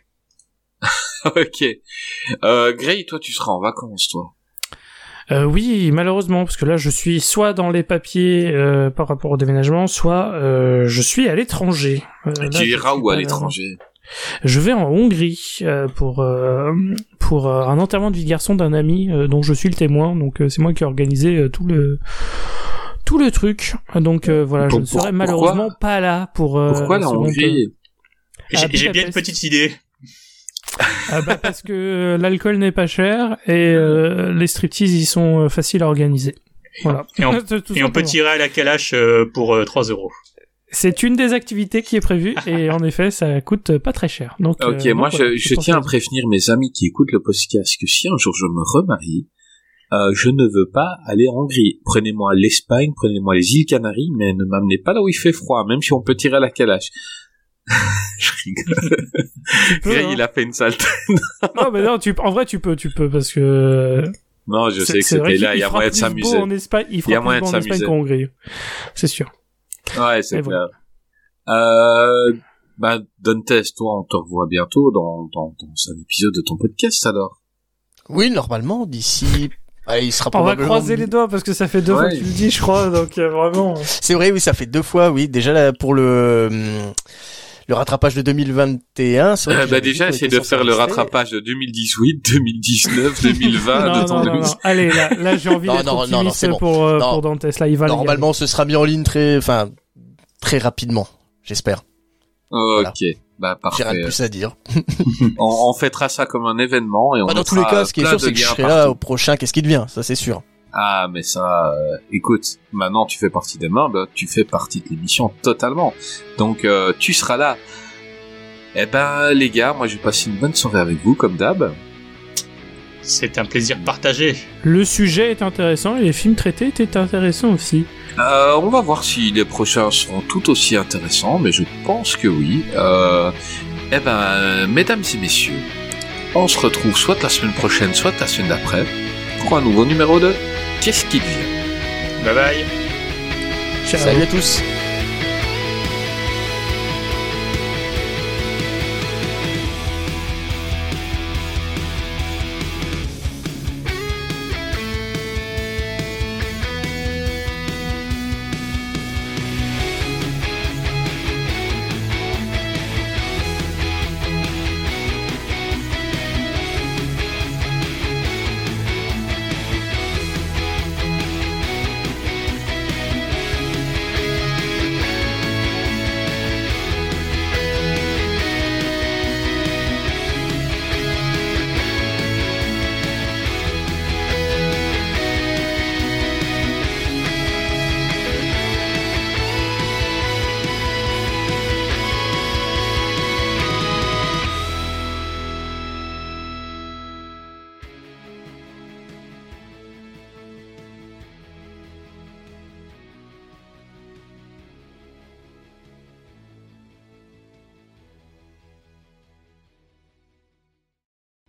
Ok. Euh, Gray, toi, tu seras en vacances, toi. Euh, oui, malheureusement, parce que là, je suis soit dans les papiers euh, par rapport au déménagement, soit euh, je suis à l'étranger. Euh, là, tu iras je où à pas- l'étranger? Je vais en Hongrie euh, pour euh, pour euh, un enterrement de vie de garçon d'un ami euh, dont je suis le témoin. Donc euh, c'est moi qui ai organisé euh, tout le tout le truc. Donc euh, voilà, Pour- je ne serai pourquoi malheureusement pas là pour. Euh, Pourquoi la ce dont, Hongrie? J'ai, Ah, j'ai bien une Budapest. petite idée. Ah bah parce que l'alcool n'est pas cher et euh, les striptease ils sont euh, faciles à organiser. Voilà. Et on, Tout et on peut simplement. tirer à la calache euh, pour euh, trois euros. C'est une des activités qui est prévue et en effet ça coûte pas très cher. Donc Ok, euh, moi, donc, voilà, je, c'est je pour tiens ça. à prévenir mes amis qui écoutent le podcast que si un jour je me remarie, euh, je ne veux pas aller en Hongrie. Prenez-moi l'Espagne, prenez-moi les îles Canaries, mais ne m'amenez pas là où il fait froid, même si on peut tirer à la calache. Je rigole. Tu peux, Gray, hein. il a fait une sale tête. Non mais non, tu en vrai tu peux, tu peux parce que Non, je c'est- sais que c'est vrai c'était là, qu'il il y a fera moyen de plus beau s'amuser. en Espagne, il Il y fera a moyen plus de beau en Espagne s'amuser. qu'en Hongrie. C'est sûr. Ouais, c'est Et clair. Euh, bah, Dantes, toi, on te revoit bientôt dans, dans, dans un épisode de ton podcast, alors. Oui, normalement, d'ici... Allez, il sera On va probablement... croiser les doigts parce que ça fait deux fois Ouais. que tu le dis, je crois. Donc euh, vraiment. C'est vrai, oui, ça fait deux fois, oui. Déjà, là, pour le... hum, Le rattrapage de deux mille vingt et un, c'est vrai Euh, que bah, j'avais déjà, dit qu'on essayer était de censé faire le rester. rattrapage de deux mille dix-huit, deux mille dix-neuf, deux mille vingt, non, de ton non, non, non. Allez, là, là j'ai envie Non, d'être non, non, optimiste non, c'est bon. pour, euh, Non. pour Dantes. Là, il va le Normalement, ce sera mis en ligne très, enfin, très rapidement, j'espère. Ok, Voilà. bah J'ai rien parfait. de plus à dire. On, on fêtera ça comme un événement et on Bah, dans tous les mettra cas, ce qui est plein sûr, de c'est que je liens serai partout. là au prochain. Qu'est-ce qui devient? Ça, c'est sûr. Ah, mais ça, euh, écoute, maintenant tu fais partie des meubles, tu fais partie de l'émission totalement. Donc euh, tu seras là. Eh ben les gars, moi je vais passer une bonne soirée avec vous comme d'hab. C'est un plaisir partagé. Le sujet est intéressant et les films traités étaient intéressants aussi. Euh, on va voir si les prochains seront tout aussi intéressants, mais je pense que oui. Euh, eh ben, mesdames et messieurs, on se retrouve soit la semaine prochaine, soit la semaine d'après, pour un nouveau numéro de Qu'est-ce qui devient? Bye bye. Ciao. Salut à tous.